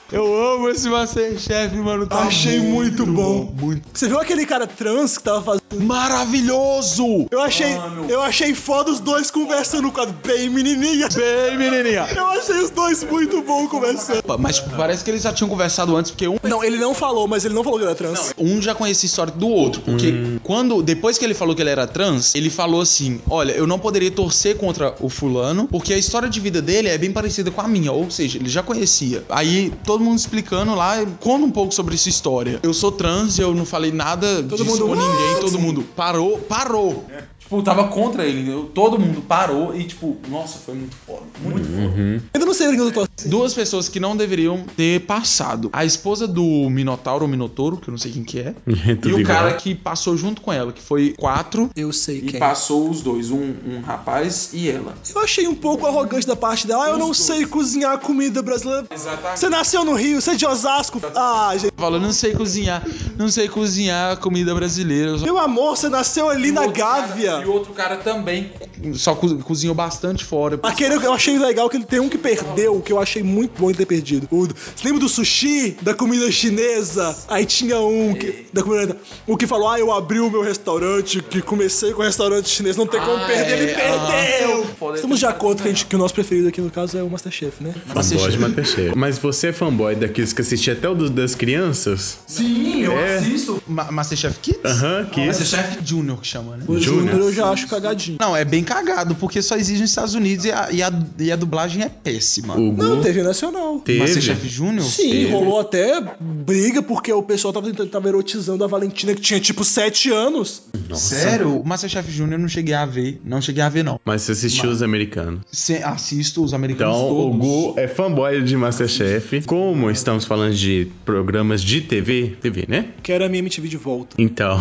Speaker 2: Eu amo esse Masterchef, mano. Tá
Speaker 4: Achei muito,
Speaker 2: muito
Speaker 4: bom.
Speaker 2: bom. Muito
Speaker 4: Você viu aquele cara trans que tava fazendo?
Speaker 2: maravilhoso!
Speaker 4: Eu achei, eu achei foda os dois conversando no quadro. Bem menininha.
Speaker 2: Bem, menininha.
Speaker 4: Eu achei os dois muito bons conversando.
Speaker 2: Mas tipo, parece que eles já tinham conversado antes, porque um
Speaker 4: Não, ele não falou, mas ele não falou que era trans.
Speaker 2: Um já conhecia a história do outro, porque hum. quando, depois que ele falou que ele era trans, ele falou assim, olha, eu não poderia torcer contra o fulano, porque a história de vida dele é bem parecida com a minha, ou seja, ele já conhecia. Aí, todo mundo explicando lá, conta um pouco sobre essa história. Eu sou trans e eu não falei nada
Speaker 4: todo
Speaker 2: disso
Speaker 4: mundo,
Speaker 2: com ninguém, todo mundo parou, parou.
Speaker 3: É. Tipo, tava contra ele, eu, todo mundo parou e tipo, nossa, foi muito foda, muito
Speaker 5: uhum.
Speaker 3: foda.
Speaker 4: Eu ainda não sei o que eu tô...
Speaker 2: Duas pessoas que não deveriam ter passado. A esposa do Minotauro ou Minotouro, que eu não sei quem que é, e o cara que passou junto com ela, que foi quatro.
Speaker 4: Eu sei
Speaker 3: e
Speaker 4: quem.
Speaker 3: E passou os dois, um, um rapaz e ela.
Speaker 4: Eu achei um pouco arrogante da parte dela. Ah, eu não dois. sei cozinhar comida brasileira.
Speaker 3: Exatamente.
Speaker 4: Você nasceu no Rio, você é de Osasco. Ah, gente.
Speaker 2: Falou, não sei cozinhar, não sei cozinhar comida brasileira.
Speaker 4: Meu amor, você nasceu ali na Gávea.
Speaker 3: Cara, e o outro cara também.
Speaker 2: Só co- cozinhou bastante fora.
Speaker 4: Aquele eu achei legal, que ele tem um que perdeu, que eu achei muito bom ele ter perdido. O, você lembra do sushi? Da comida chinesa? Aí tinha um que, da comida, o que falou, ah, eu abri o meu restaurante, que comecei com o restaurante chinês, não tem como
Speaker 2: ah,
Speaker 4: perder,
Speaker 2: é,
Speaker 4: ele perdeu.
Speaker 3: Ah,
Speaker 4: Estamos de acordo que, a gente, que o nosso preferido aqui no caso é o Masterchef, né?
Speaker 5: Fanboy de Masterchef. Mas você é fanboy daqueles que assistia até o do, das crianças?
Speaker 3: Sim, eu
Speaker 5: é.
Speaker 3: assisto.
Speaker 2: Ma- Masterchef Kids?
Speaker 5: Aham, uh-huh, Kids.
Speaker 2: Masterchef Junior que chama, né?
Speaker 4: O
Speaker 5: Júnior.
Speaker 4: Júnior eu já acho cagadinho.
Speaker 2: Não, é bem cagado, porque só existe nos Estados Unidos e a, e a, e a dublagem é péssima.
Speaker 5: O Gu
Speaker 4: Não, T V Nacional.
Speaker 5: teve.
Speaker 2: Masterchef Júnior?
Speaker 4: Sim,
Speaker 5: Teve.
Speaker 4: rolou até briga porque o pessoal tava, tentando- tava erotizando a Valentina, que tinha tipo sete anos.
Speaker 5: Nossa.
Speaker 2: Sério? O Masterchef Júnior eu não cheguei a ver. Não cheguei a ver, não.
Speaker 5: Mas você assistiu os americanos.
Speaker 2: Se- assisto os americanos
Speaker 5: Então,
Speaker 2: todos.
Speaker 5: o Gu é fanboy de Masterchef. Como estamos falando de programas de T V, T V, né?
Speaker 4: Quero a minha M T V de volta.
Speaker 5: Então,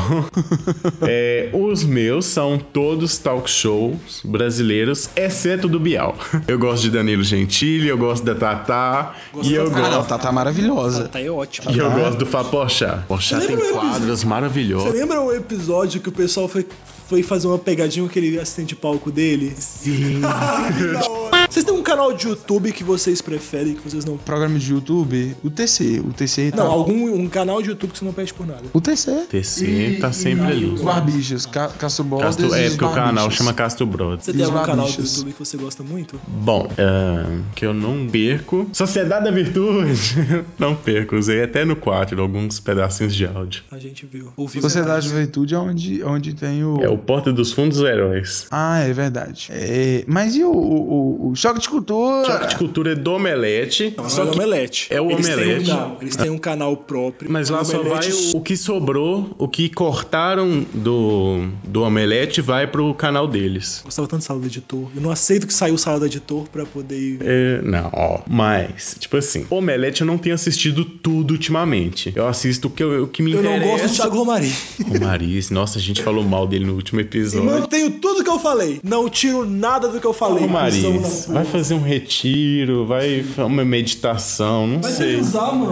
Speaker 5: é, os meus são todos talk shows brasileiros, exceto do Bial. Eu gosto de Danilo Gentili, eu gosto da Tatá,
Speaker 4: Gosto
Speaker 5: e
Speaker 4: da
Speaker 5: eu
Speaker 4: Tatá.
Speaker 2: Ah, não,
Speaker 5: gosto...
Speaker 2: tá, tá maravilhosa.
Speaker 4: Tá, é ótimo.
Speaker 5: E eu gosto do Fapochá. Pochá
Speaker 4: Você
Speaker 5: tem
Speaker 4: lembra o
Speaker 5: quadros
Speaker 4: episódio- Você
Speaker 5: maravilhosos.
Speaker 4: lembra o episódio que o pessoal foi, foi fazer uma pegadinha com aquele assistente de palco dele?
Speaker 5: Sim.
Speaker 4: Vocês têm um canal de YouTube que vocês preferem, que vocês não...
Speaker 2: Programa de YouTube, o T C. O T C tá...
Speaker 4: Não, algum um canal de YouTube que você não pede por nada.
Speaker 2: O T C.
Speaker 5: T C tá sempre ali.
Speaker 2: Os Barbichas. Ca Castro Brothers
Speaker 5: Castro,
Speaker 2: e
Speaker 5: é
Speaker 2: os
Speaker 5: porque o canal
Speaker 2: Barbichas.
Speaker 5: chama Castro Brothers.
Speaker 4: Você
Speaker 2: E
Speaker 4: tem
Speaker 2: os
Speaker 4: algum canal do
Speaker 2: Barbichas?
Speaker 4: YouTube que você gosta muito?
Speaker 5: Bom, ah, que eu não perco. Sociedade da Virtude. Não perco. Usei até no quatro alguns pedacinhos de áudio.
Speaker 4: A gente viu. Ouviu.
Speaker 2: Sociedade de Juventude é onde, onde tem o...
Speaker 5: É o Porta dos Fundos Heróis.
Speaker 2: Ah, é verdade. É... Mas e o, o, o Choque de Cultura?
Speaker 5: Choque de Cultura é do Omelete.
Speaker 4: Não,
Speaker 5: Só
Speaker 4: não é
Speaker 5: que
Speaker 4: o Omelete.
Speaker 5: é o
Speaker 4: eles
Speaker 5: Omelete.
Speaker 4: Têm um, não, eles têm um canal próprio.
Speaker 5: Mas lá
Speaker 4: o
Speaker 5: só vai
Speaker 4: Omelete-
Speaker 5: o, o que sobrou, o que cortaram do, do Omelete vai pro canal deles.
Speaker 4: Eu gostava tanto de sala do editor. Eu não aceito que saiu sala do editor pra poder ir...
Speaker 5: É, não, ó. Mas, tipo assim, Omelete eu não tenho assistido tudo ultimamente. Eu assisto o que, eu, o que me
Speaker 4: Eu
Speaker 5: interessa.
Speaker 4: não gosto do Thiago Romari.
Speaker 5: Romariz, nossa, a gente falou mal dele no último
Speaker 4: E
Speaker 5: episódio.
Speaker 4: mantenho tudo que eu falei. Não tiro nada do que eu falei.
Speaker 5: Romariz,
Speaker 4: Cusão da
Speaker 5: vai
Speaker 4: porra.
Speaker 5: fazer um retiro, vai fazer uma meditação, não
Speaker 4: Vai ter
Speaker 5: sei.
Speaker 4: que usar, mano.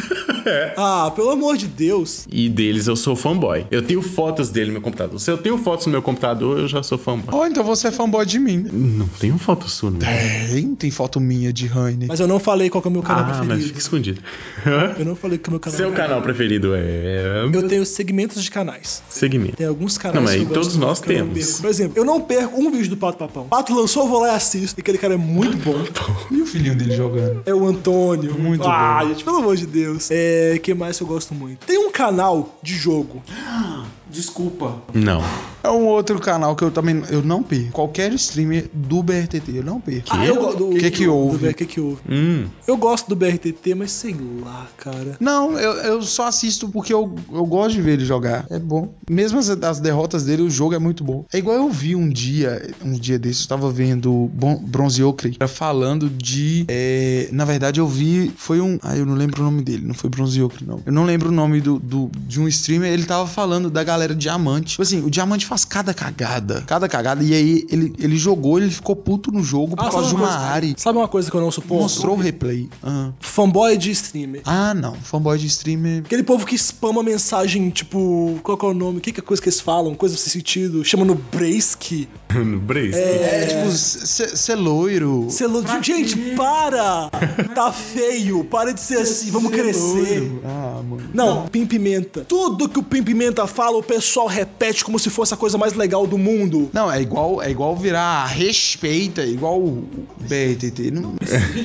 Speaker 4: Ah, pelo amor de Deus.
Speaker 5: E deles eu sou fanboy. Eu tenho fotos dele no meu computador. Se eu tenho fotos no meu computador, eu já sou fanboy.
Speaker 2: Oh, então você é fanboy de mim.
Speaker 5: Não tenho foto sua, não.
Speaker 2: Tem, tem foto minha de Raine.
Speaker 4: Mas eu não falei qual que é o meu canal
Speaker 5: Ah, mas
Speaker 4: preferido.
Speaker 5: fica escondido.
Speaker 4: Eu não falei que é o meu canal
Speaker 5: Seu
Speaker 4: preferido.
Speaker 5: canal preferido é...
Speaker 4: Eu tenho segmentos de canais.
Speaker 5: Segmento.
Speaker 4: Tem alguns canais
Speaker 5: Não, mas
Speaker 4: que eu
Speaker 5: todos
Speaker 4: gosto
Speaker 5: nós
Speaker 4: que eu não
Speaker 5: temos.
Speaker 4: perco. Por exemplo, eu não perco um vídeo do Pato Papão. Pato lançou, eu vou lá e assisto. E aquele cara é muito bom.
Speaker 2: E o filhinho dele jogando?
Speaker 4: É o Antônio.
Speaker 2: Muito
Speaker 4: ah,
Speaker 2: bom.
Speaker 4: gente, pelo amor de Deus. É, que mais eu gosto muito? Tem um canal de jogo.
Speaker 3: Desculpa.
Speaker 5: Não.
Speaker 2: É um outro canal que eu também eu não perco. Qualquer streamer do B R T T, eu não perco.
Speaker 4: Ah, eu gosto do...
Speaker 2: Que que
Speaker 4: do-
Speaker 2: houve?
Speaker 4: Do B R T T que houve.
Speaker 5: Hum.
Speaker 4: Eu gosto do B R T T, mas sei lá, cara.
Speaker 2: Não, eu, eu só assisto porque eu, eu gosto de ver ele jogar. É bom. Mesmo as, as derrotas dele, o jogo é muito bom. É igual eu vi um dia, um dia desses, eu tava vendo Bon- Bronze Ocre falando de... é, na verdade, eu vi... Foi um... Ah, eu não lembro o nome dele. Não foi Bronze Ocre, não. Eu não lembro o nome do, do, de um streamer. Ele tava falando da galera Diamante. Tipo assim, o Diamante faz cada cagada, cada cagada, e aí ele, ele jogou, ele ficou puto no jogo por
Speaker 4: Ah,
Speaker 2: causa de
Speaker 4: sabe
Speaker 2: uma
Speaker 4: uma coisa-
Speaker 2: área.
Speaker 4: Sabe uma coisa que eu não suporto?
Speaker 2: Mostrou o replay. Ah.
Speaker 4: Fanboy de streamer.
Speaker 2: ah, não. Fanboy de streamer.
Speaker 4: Aquele povo que spama mensagem, tipo, qual que é o nome? O que, que é a coisa que eles falam? Coisa nesse sentido. Chama no Brace.
Speaker 5: No Brace.
Speaker 2: É, tipo, ser loiro.
Speaker 4: Celo... Gente, para! Tá feio. Para de ser assim. Vamos crescer.
Speaker 2: Ah, mano.
Speaker 4: Não, Pim Pimenta. Tudo que o Pim Pimenta fala, o pessoal repete como se fosse a coisa mais legal do mundo.
Speaker 2: Não, é igual, é igual virar respeita, igual o B R T T. Não,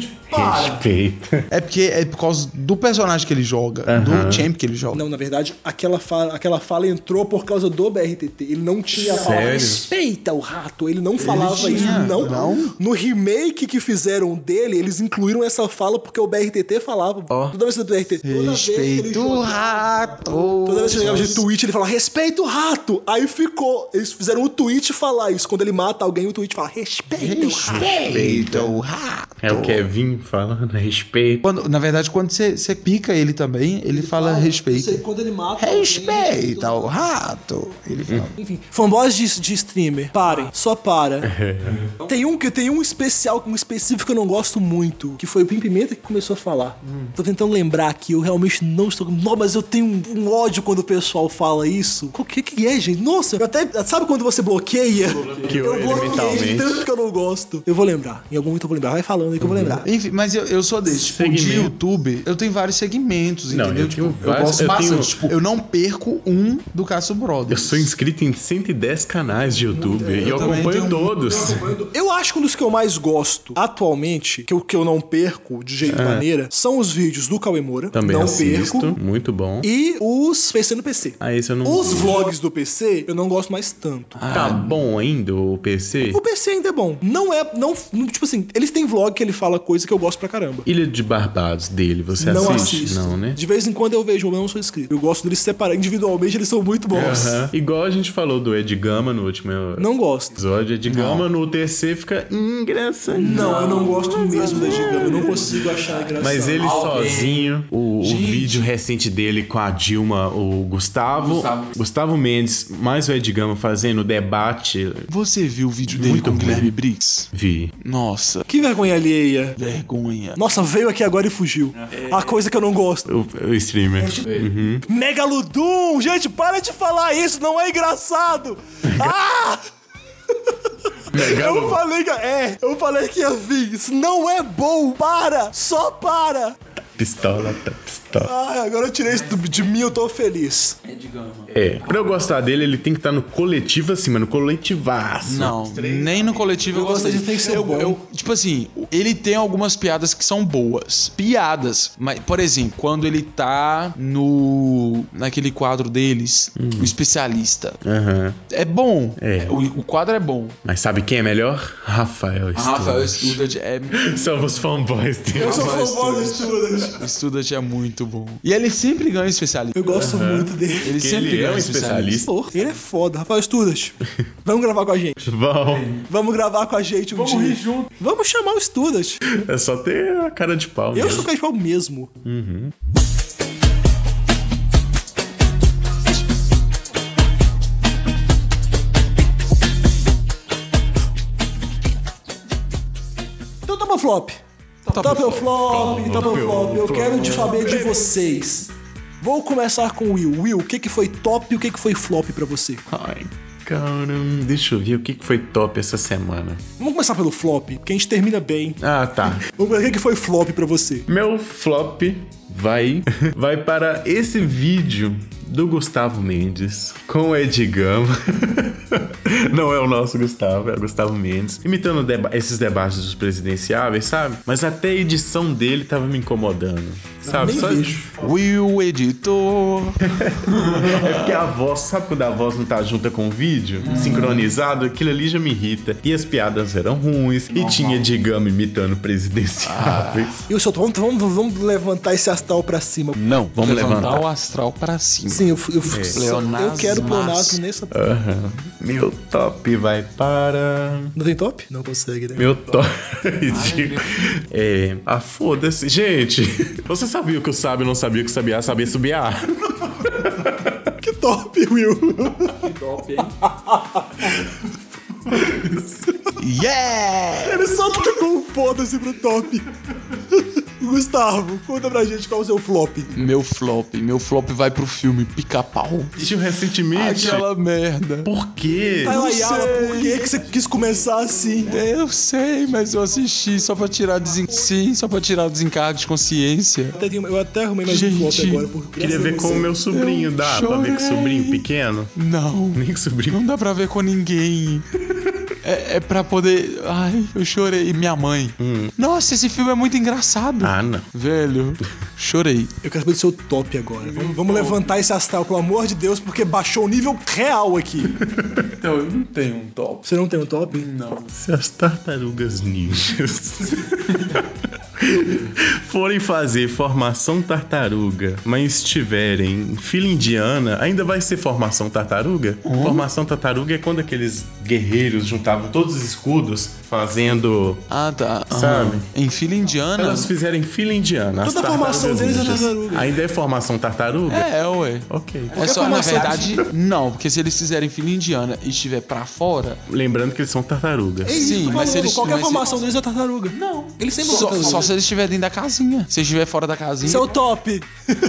Speaker 5: Respeita.
Speaker 2: é porque é por causa do personagem que ele joga,
Speaker 5: Aham.
Speaker 2: do champ que ele joga.
Speaker 4: Não, na verdade, aquela fala, aquela fala entrou por causa do B R T T. Ele não tinha a fala,
Speaker 5: Sério?
Speaker 4: respeita o rato. Ele não falava
Speaker 2: tinha,
Speaker 4: isso. Não.
Speaker 2: não.
Speaker 4: No remake que fizeram dele, eles incluíram essa fala porque o B R T T falava. Toda vez que o B R T T. toda vez que ele
Speaker 2: Respeita o
Speaker 4: jogava-
Speaker 2: rato.
Speaker 4: Toda vez que ele jogava de tweet, ele fala, respeita o rato. Aí ficou. Eles fizeram o tweet falar isso. Quando ele mata alguém, o tweet fala, respeita o rato.
Speaker 2: Respeita o rato.
Speaker 5: É o Kevin falando, respeito.
Speaker 2: Quando, na verdade, quando você você pica ele também, ele, fala
Speaker 4: Isso aí,
Speaker 2: respeita.
Speaker 4: quando ele mata
Speaker 2: Respeita
Speaker 4: alguém,
Speaker 2: o rato. Ele fala.
Speaker 4: Enfim, fanboys de, de streamer, parem, só para. Tem um que tem um especial, um específico que eu não gosto muito, que foi o Pim Pimenta que começou a falar. Tô tentando lembrar aqui, eu realmente não estou. Não, mas eu tenho um, um ódio quando o pessoal fala isso. O que que é, gente? Nossa, eu até. Sabe quando você bloqueia?
Speaker 5: Bloqueou
Speaker 4: eu
Speaker 5: ele
Speaker 4: bloqueei de
Speaker 5: mentalmente.
Speaker 4: tanto que eu não gosto. Eu vou lembrar. Em algum momento eu vou lembrar. Vai falando aí que eu vou lembrar.
Speaker 2: Enfim, mas eu, eu sou desse. Tipo, de
Speaker 5: Segmento.
Speaker 2: YouTube, eu tenho vários segmentos,
Speaker 5: Não,
Speaker 2: entendeu?
Speaker 5: eu
Speaker 2: Tipo,
Speaker 5: tenho
Speaker 2: eu
Speaker 5: vários-
Speaker 2: gosto
Speaker 5: eu
Speaker 2: bastante.
Speaker 5: tenho-
Speaker 2: Tipo, eu não perco um do Cássio
Speaker 5: Eu
Speaker 2: Brothers.
Speaker 5: sou inscrito em cento e dez canais de YouTube e eu
Speaker 2: também
Speaker 5: acompanho
Speaker 2: tenho
Speaker 5: todos.
Speaker 4: Eu acho que um dos que eu mais gosto atualmente, que eu, que eu não perco de jeito maneira, são os vídeos do Cauê Moura.
Speaker 5: Também
Speaker 4: não
Speaker 5: assisto,
Speaker 4: perco.
Speaker 5: muito bom.
Speaker 4: E os P C no P C.
Speaker 5: Ah, esse eu não
Speaker 4: Os vlogs do P C, eu não gosto mais tanto.
Speaker 5: Tá bom ainda o P C?
Speaker 4: O P C ainda é bom. Não é. Não, não- tipo assim, eles têm vlog que ele fala coisa que eu gosto pra caramba.
Speaker 5: Ilha de Barbados dele, você
Speaker 4: não
Speaker 5: assiste?
Speaker 4: assisto.
Speaker 5: Não, né?
Speaker 4: De vez em quando eu vejo, eu não sou inscrito. Eu gosto deles separar individualmente, eles são muito bons.
Speaker 5: Aham. Igual a gente falou do Ed Gama no último
Speaker 4: Não gosto.
Speaker 5: episódio. Ed Gama no T C fica engraçado.
Speaker 4: Não, eu não gosto mesmo da Gigama. Eu não consigo achar engraçado.
Speaker 5: Mas ele
Speaker 3: Alguém.
Speaker 5: sozinho, o, o vídeo recente dele com a Dilma, o Gustavo,
Speaker 3: Gustavo.
Speaker 5: Gustavo Mendes, mais o Ed Gama fazendo o debate.
Speaker 2: Você viu o vídeo dele
Speaker 5: Muito
Speaker 2: com o
Speaker 5: bom.
Speaker 2: Guilherme Briggs?
Speaker 5: Vi.
Speaker 2: Nossa,
Speaker 4: Que vergonha alheia.
Speaker 2: vergonha.
Speaker 4: Nossa, veio aqui agora e fugiu. A coisa que eu não gosto.
Speaker 5: O, o streamer. Uhum.
Speaker 4: Megalodon! Gente, para de falar isso, não é engraçado! Ah! Eu falei que. É, eu falei que ia vir. Isso não é bom! Para! Só para!
Speaker 5: Pistola, tá pistola.
Speaker 4: Ai, agora eu tirei isso do- de mim, eu tô feliz.
Speaker 3: É de gama.
Speaker 5: É, pra eu gostar dele, ele tem que estar no coletivo assim, mano, no coletivaço.
Speaker 2: Não, nem no coletivo eu,
Speaker 4: Eu gosto
Speaker 2: gostei.
Speaker 4: de tem que ser
Speaker 2: eu,
Speaker 4: bom.
Speaker 2: eu- tipo assim, ele tem algumas piadas que são boas. Piadas. Mas, por exemplo, quando ele tá no. naquele quadro deles, o especialista.
Speaker 5: Aham.
Speaker 2: É bom.
Speaker 5: É.
Speaker 2: O, o quadro é bom.
Speaker 5: Mas sabe quem é melhor? Rafael
Speaker 2: A Rafael
Speaker 5: Studas.
Speaker 2: Student é.
Speaker 5: Somos fanboys dele.
Speaker 4: Eu sou
Speaker 2: Rafael
Speaker 4: fanboy do Student.
Speaker 2: O Student é muito bom. E ele sempre ganha o especialista.
Speaker 4: Eu gosto muito dele.
Speaker 2: Ele
Speaker 5: Que
Speaker 2: sempre
Speaker 5: ele é
Speaker 2: ganha
Speaker 5: um
Speaker 2: o
Speaker 5: especialista.
Speaker 4: Porra, ele é foda. Rafael Student. Vamos gravar com a gente.
Speaker 5: Bom,
Speaker 4: Vamos gravar com a gente um
Speaker 3: Vamos
Speaker 4: dia.
Speaker 3: rir junto.
Speaker 4: Vamos chamar o Student.
Speaker 5: é só ter a cara de pau.
Speaker 4: Eu
Speaker 5: mesmo.
Speaker 4: sou cachorro mesmo.
Speaker 5: Uhum.
Speaker 4: Então toma flop. Toma flop, toma flop. Eu quero de saber de vocês. Vou começar com o Will. Will, o que, que foi top e o que, que foi flop pra você?
Speaker 5: Ai, caramba. Deixa eu ver o que que foi top essa semana.
Speaker 4: Vamos começar pelo flop, porque a gente termina bem.
Speaker 5: Ah, tá.
Speaker 4: Vamos ver o que, que foi flop pra você.
Speaker 5: Meu flop vai vai para esse vídeo do Gustavo Mendes com o Ed Gama. Não é o nosso Gustavo, é o Gustavo Mendes. Imitando deba- esses debates dos presidenciáveis, sabe? Mas até a edição dele tava me incomodando. Sabe?
Speaker 4: Nem
Speaker 5: Só-
Speaker 4: vejo.
Speaker 2: Will Editor.
Speaker 5: É porque a voz, sabe quando a voz não tá junta com o vídeo? Sincronizado, aquilo ali já me irrita. E as piadas eram ruins. E tinha Ed Gama imitando presidenciáveis.
Speaker 4: E o seu vamos, vamos, vamos levantar esse astral pra cima.
Speaker 2: Não,
Speaker 5: Vamos levantar.
Speaker 2: o astral para cima.
Speaker 4: Sim, eu, eu,
Speaker 5: É.
Speaker 4: eu, eu quero
Speaker 2: Márcio.
Speaker 4: pleonasmo nessa.
Speaker 5: Aham. Meu top vai para.
Speaker 4: Não tem top? Não consegue, né?
Speaker 5: Meu top. Ridículo. É. Ah, foda-se. Gente, você sabia que o sábio não sabia que o sabiá sabia subiar?
Speaker 4: Que top top, Will.
Speaker 3: Top, hein?
Speaker 2: Yeah!
Speaker 4: Ele só tocou um foda-se pro top. Gustavo, conta pra gente qual é o seu flop.
Speaker 2: Meu flop. Meu flop vai pro filme Pica-Pau.
Speaker 5: Assistiu recentemente?
Speaker 2: Aquela merda.
Speaker 5: Por quê?
Speaker 4: Taylayala,
Speaker 2: sei.
Speaker 4: por que, que você quis começar assim?
Speaker 2: Eu sei, mas eu assisti só pra tirar desen... Sim, só pra tirar o desencargo de consciência.
Speaker 4: Até tenho- Eu até arrumei mais um flop
Speaker 2: Gente,
Speaker 4: agora. Por
Speaker 5: Queria ver com o meu sobrinho.
Speaker 2: Eu
Speaker 5: Dá pra ver com o
Speaker 2: chorei.
Speaker 5: sobrinho pequeno?
Speaker 2: Não.
Speaker 5: Nem com o sobrinho.
Speaker 2: Não dá pra ver com ninguém. É, é pra poder... Ai, eu chorei. E minha mãe.
Speaker 5: Hum.
Speaker 2: Nossa, esse filme é muito engraçado.
Speaker 5: Ah, não.
Speaker 2: Velho, chorei.
Speaker 4: Eu quero saber do seu top agora. Vamos, vamos levantar esse astral, pelo amor de Deus, porque baixou o nível real aqui.
Speaker 3: Então, eu não tenho um top.
Speaker 4: Você não tem um top?
Speaker 3: Não.
Speaker 5: Se as tartarugas ninjas forem fazer formação tartaruga, mas tiverem fila indiana, ainda vai ser formação tartaruga?
Speaker 2: Hum?
Speaker 5: Formação tartaruga é quando aqueles guerreiros juntavam todos os escudos fazendo...
Speaker 2: Ah, tá. Aham.
Speaker 5: Sabe?
Speaker 2: Em fila indiana?
Speaker 5: Elas fizerem fila indiana. as
Speaker 4: Toda a formação
Speaker 5: tartarugas
Speaker 4: deles é
Speaker 5: ninjas.
Speaker 4: tartaruga.
Speaker 5: Ainda é formação tartaruga?
Speaker 2: É, ué.
Speaker 5: Ok.
Speaker 2: É só, na
Speaker 4: formação-
Speaker 2: verdade, não, porque se eles fizerem fila indiana e estiver pra fora,
Speaker 5: Lembrando que eles são tartarugas.
Speaker 4: É isso,
Speaker 2: Sim,
Speaker 4: tô
Speaker 2: mas se
Speaker 4: falando,
Speaker 2: eles-
Speaker 4: qualquer
Speaker 2: mas se-
Speaker 4: formação deles é tartaruga. Não. Eles sempre são
Speaker 2: só,
Speaker 4: tartaruga.
Speaker 2: só se eles estiverem dentro da casinha. Se estiver fora da casinha,
Speaker 4: Seu top.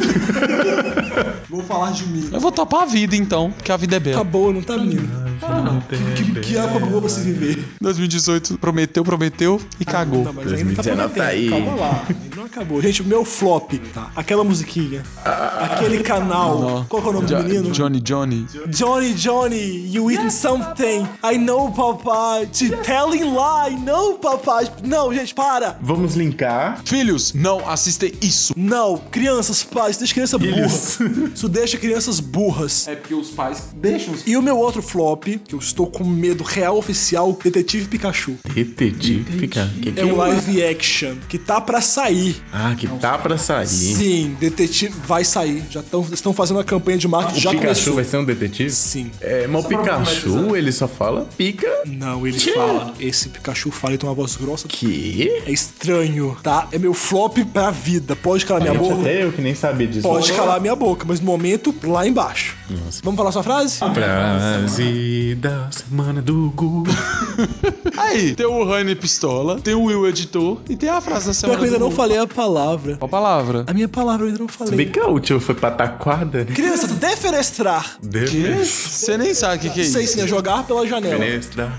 Speaker 3: Vou falar de mim.
Speaker 2: eu vou topar a vida então, porque a vida é bela.
Speaker 4: Acabou, não tá menino. Que, que época boa pra se viver.
Speaker 2: dois mil e dezoito prometeu, prometeu e cagou.
Speaker 4: Não, mas ainda tá
Speaker 5: dois mil e dezenove tá aí.
Speaker 4: prometendo. Calma lá. Ainda não acabou. Gente, meu flop, tá? Aquela musiquinha. Aquele canal.
Speaker 2: Não.
Speaker 4: Qual que é o nome
Speaker 2: Jo-
Speaker 4: do menino?
Speaker 2: Johnny Johnny.
Speaker 4: Johnny, Johnny, you eating something. I know, papai. Te telling lie. Não, papai. Não, gente, para.
Speaker 5: Vamos linkar.
Speaker 2: Filhos, não assistem isso.
Speaker 4: Não, crianças, pais, deixa criança
Speaker 5: Filhos.
Speaker 4: burra. Isso deixa crianças burras.
Speaker 3: É porque os pais deixam os...
Speaker 4: E o meu outro flop, que eu estou com medo real oficial, Detetive Pikachu.
Speaker 5: Detetive. Fica. Que que
Speaker 4: É um live action que tá pra sair.
Speaker 5: Ah, que tá pra sair.
Speaker 4: Sim, Detetive vai sair. Já tão, estão fazendo a campanha de marketing,
Speaker 5: O
Speaker 4: já
Speaker 5: Pikachu
Speaker 4: começou.
Speaker 5: vai ser um detetive?
Speaker 4: Sim.
Speaker 5: É, mas o Pikachu, ele só fala pica.
Speaker 4: Não, ele
Speaker 5: Tchê.
Speaker 4: fala. Esse Pikachu fala e tem uma voz grossa.
Speaker 5: Que?
Speaker 4: É estranho, tá? É meu flop pra vida. Pode calar minha
Speaker 5: Gente,
Speaker 4: boca?
Speaker 5: até eu que nem sabia disso.
Speaker 4: Pode calar minha boca, mas no momento, lá embaixo.
Speaker 5: Nossa.
Speaker 4: Vamos falar sua frase?
Speaker 5: Frase da semana do Gu.
Speaker 2: Aí, tem o Rainer Pistola, tem o Will Editor e tem a frase da
Speaker 4: Pior
Speaker 2: semana.
Speaker 4: que eu ainda
Speaker 2: do
Speaker 4: não
Speaker 2: Gu.
Speaker 4: falei a palavra.
Speaker 2: Qual palavra?
Speaker 4: A minha palavra eu ainda não
Speaker 5: Vê
Speaker 4: falei.
Speaker 5: que a última foi pataquada, né?
Speaker 4: Criança, defenestrar.
Speaker 5: Defenestra.
Speaker 2: Você nem sabe o que, que é
Speaker 4: Sei
Speaker 2: isso.
Speaker 4: sim, é jogar pela janela.
Speaker 5: Defenestra.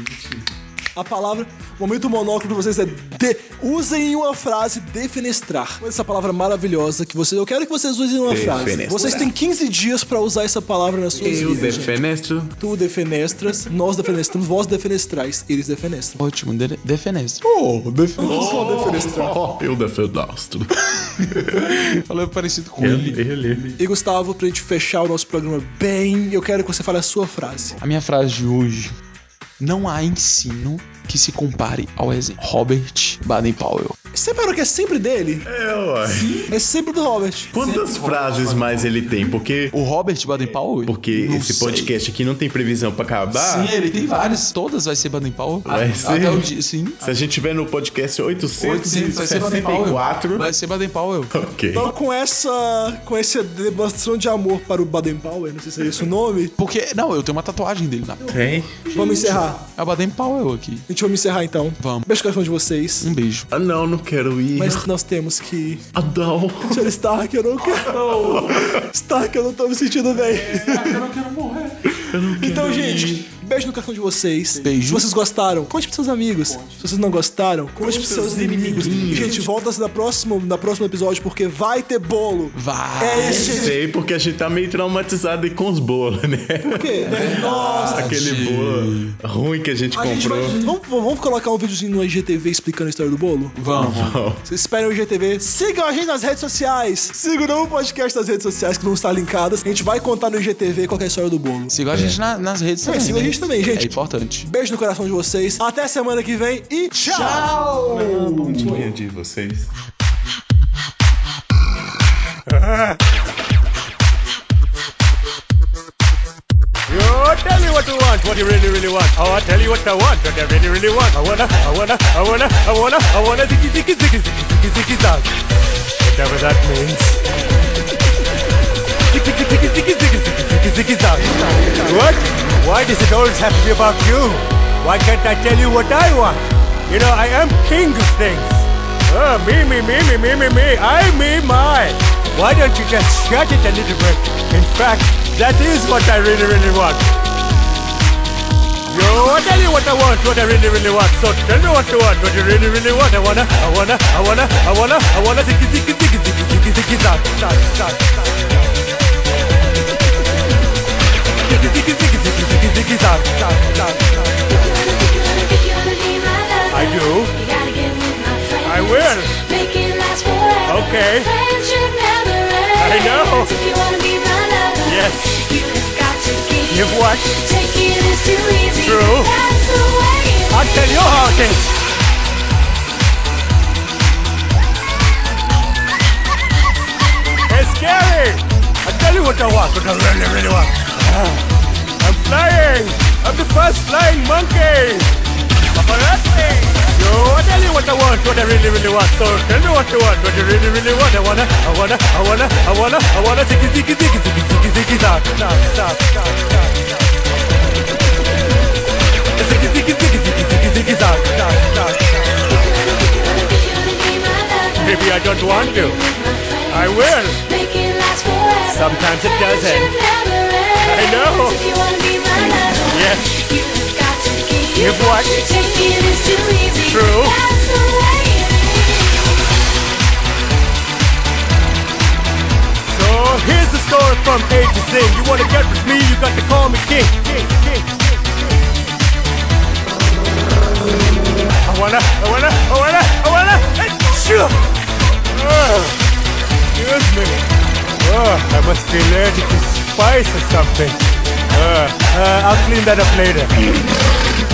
Speaker 4: A palavra, momento monóculo pra vocês é de, usem em uma frase defenestrar. Essa palavra maravilhosa que vocês, eu quero que vocês usem em uma frase.
Speaker 5: Defenestrar.
Speaker 4: Vocês têm quinze dias pra usar essa palavra nas suas
Speaker 5: Eu
Speaker 4: vidas. gente.
Speaker 5: defenestro.
Speaker 4: Tu defenestras, nós defenestramos, vós defenestrais, eles defenestram.
Speaker 2: Ótimo, de defenestra. Oh, defenestra.
Speaker 4: Oh, defenestrar.
Speaker 5: Oh, eu defenestro.
Speaker 2: Falei parecido com
Speaker 5: Ele,
Speaker 2: ele.
Speaker 5: ele.
Speaker 4: E Gustavo, pra gente fechar o nosso programa bem, eu quero que você fale a sua frase.
Speaker 2: A minha frase de hoje. Não há ensino que se compare ao exemplo. Robert Baden-Powell.
Speaker 4: Você parou que é sempre dele?
Speaker 5: É, uai.
Speaker 4: É sempre do Robert.
Speaker 5: Quantas frases mais ele tem? Porque,
Speaker 2: O Robert Baden-Powell?
Speaker 5: porque
Speaker 2: Não
Speaker 5: esse
Speaker 2: sei.
Speaker 5: podcast aqui não tem previsão pra acabar.
Speaker 2: Sim, ele tem vários. Todas vai ser Baden-Powell.
Speaker 5: Vai
Speaker 2: A-
Speaker 5: ser?
Speaker 2: Até o dia, sim.
Speaker 5: Se a gente tiver no podcast oitocentos e
Speaker 2: vai ser
Speaker 5: sessenta e
Speaker 2: Baden-Powell.
Speaker 5: quatro.
Speaker 2: Vai ser Baden-Powell.
Speaker 5: Ok.
Speaker 4: Então, com essa, com essa demonstração de amor para o Baden-Powell, não sei se é esse o nome,
Speaker 2: Porque, não, eu tenho uma tatuagem dele na.
Speaker 5: Tem.
Speaker 4: vamos encerrar.
Speaker 2: É o Baden-Powell aqui.
Speaker 4: A gente vai encerrar então.
Speaker 2: Vamos.
Speaker 4: Beijo no coração de vocês.
Speaker 2: Um beijo.
Speaker 5: Ah, não, não quero ir.
Speaker 4: Mas nós temos que ir.
Speaker 5: Ah, não.
Speaker 4: Senhor Stark, eu não quero. Stark, eu não tô me sentindo bem.
Speaker 3: Eu não quero morrer.
Speaker 5: Eu não quero
Speaker 4: Então,
Speaker 5: ir.
Speaker 4: gente, beijo no coração de vocês.
Speaker 2: Beijo.
Speaker 4: Se vocês gostaram, conte pros seus amigos. Se vocês não gostaram, conte pros seus inimigos. E, gente, volta na próxima, na próximo episódio, porque vai ter bolo.
Speaker 2: Vai.
Speaker 4: É isso, gente.
Speaker 5: Sei, porque a gente tá meio traumatizado aí com os bolos, né?
Speaker 4: Por quê? Nossa.
Speaker 5: Aquele bolo ruim que a gente
Speaker 4: A gente
Speaker 5: comprou.
Speaker 4: vai, vamos, vamos colocar um videozinho no I G T V explicando a história do bolo?
Speaker 2: Vamos.
Speaker 4: Vocês esperem o I G T V. Sigam a gente nas redes sociais. Sigam o podcast nas redes sociais que vão estar linkadas. A gente vai contar no I G T V qual que é a história do bolo.
Speaker 2: Siga a gente na- nas redes também.
Speaker 4: siga a
Speaker 2: né?
Speaker 4: gente também, gente.
Speaker 2: É importante.
Speaker 4: Beijo no coração de vocês. Até semana que vem e tchau!
Speaker 5: Bom dia de vocês.
Speaker 9: Oh, tell me what you want, what you really, really want. Oh, I tell you what I want, what I really, really want. I wanna, I wanna, I wanna, I wanna, I wanna ziggy, ziggy, ziggy, ziggy, ziggy, ziggy, zag. Whatever that means. ziggy ziggy ziggy ziggy ziggy ziggy zag. What? Why does it always have to be about you? Why can't I tell you what I want? You know, I am king of things. Oh, me, me, me, me, me, me, me. I, me, my. Why don't you just shut it a little bit? In fact, that is what I really, really want. Yo, I tell you what I want, what I really, really want. So tell me what you want, what you really, really want. I wanna, I wanna, I wanna, I wanna, I wanna ziggy, ziggy, ziggy, ziggy, ziggy, ziggy, zag, zag, zag, zag. Ziggy, ziggy, ziggy, ziggy, ziggy, ziggy, zag, zag, zag, zag. I do. I will. Okay. I know. Yes. Give what? True. I'll tell you how it is. Hey, Scary! I'll tell you what I want, what I really, really want. I'm flying! I'm the first flying monkey! Paparazzi! Yo, I tell you what I want, what I really, really want. So tell me what you want, what you really, really want. I wanna, I wanna, I wanna, I wanna, I wanna ziggy, ziggy, ziggy, ziggy, ziggy, ziggy, zag, zag, zag, zag, zag, zag. Ziggy, ziggy, ziggy, ziggy, ziggy, ziggy, zag, zag, zag, zag. Maybe I don't want to. I will. Sometimes it doesn't. I know. Yes. Give what? True. So here's the story from A to Z. You wanna get with me, you got to call me king. King, king, king, king. I wanna, I wanna, I wanna, I wanna. Shoo! Oh, excuse me. Oh, I must be allergic to spice or something. Uh, uh, I'll clean that up later.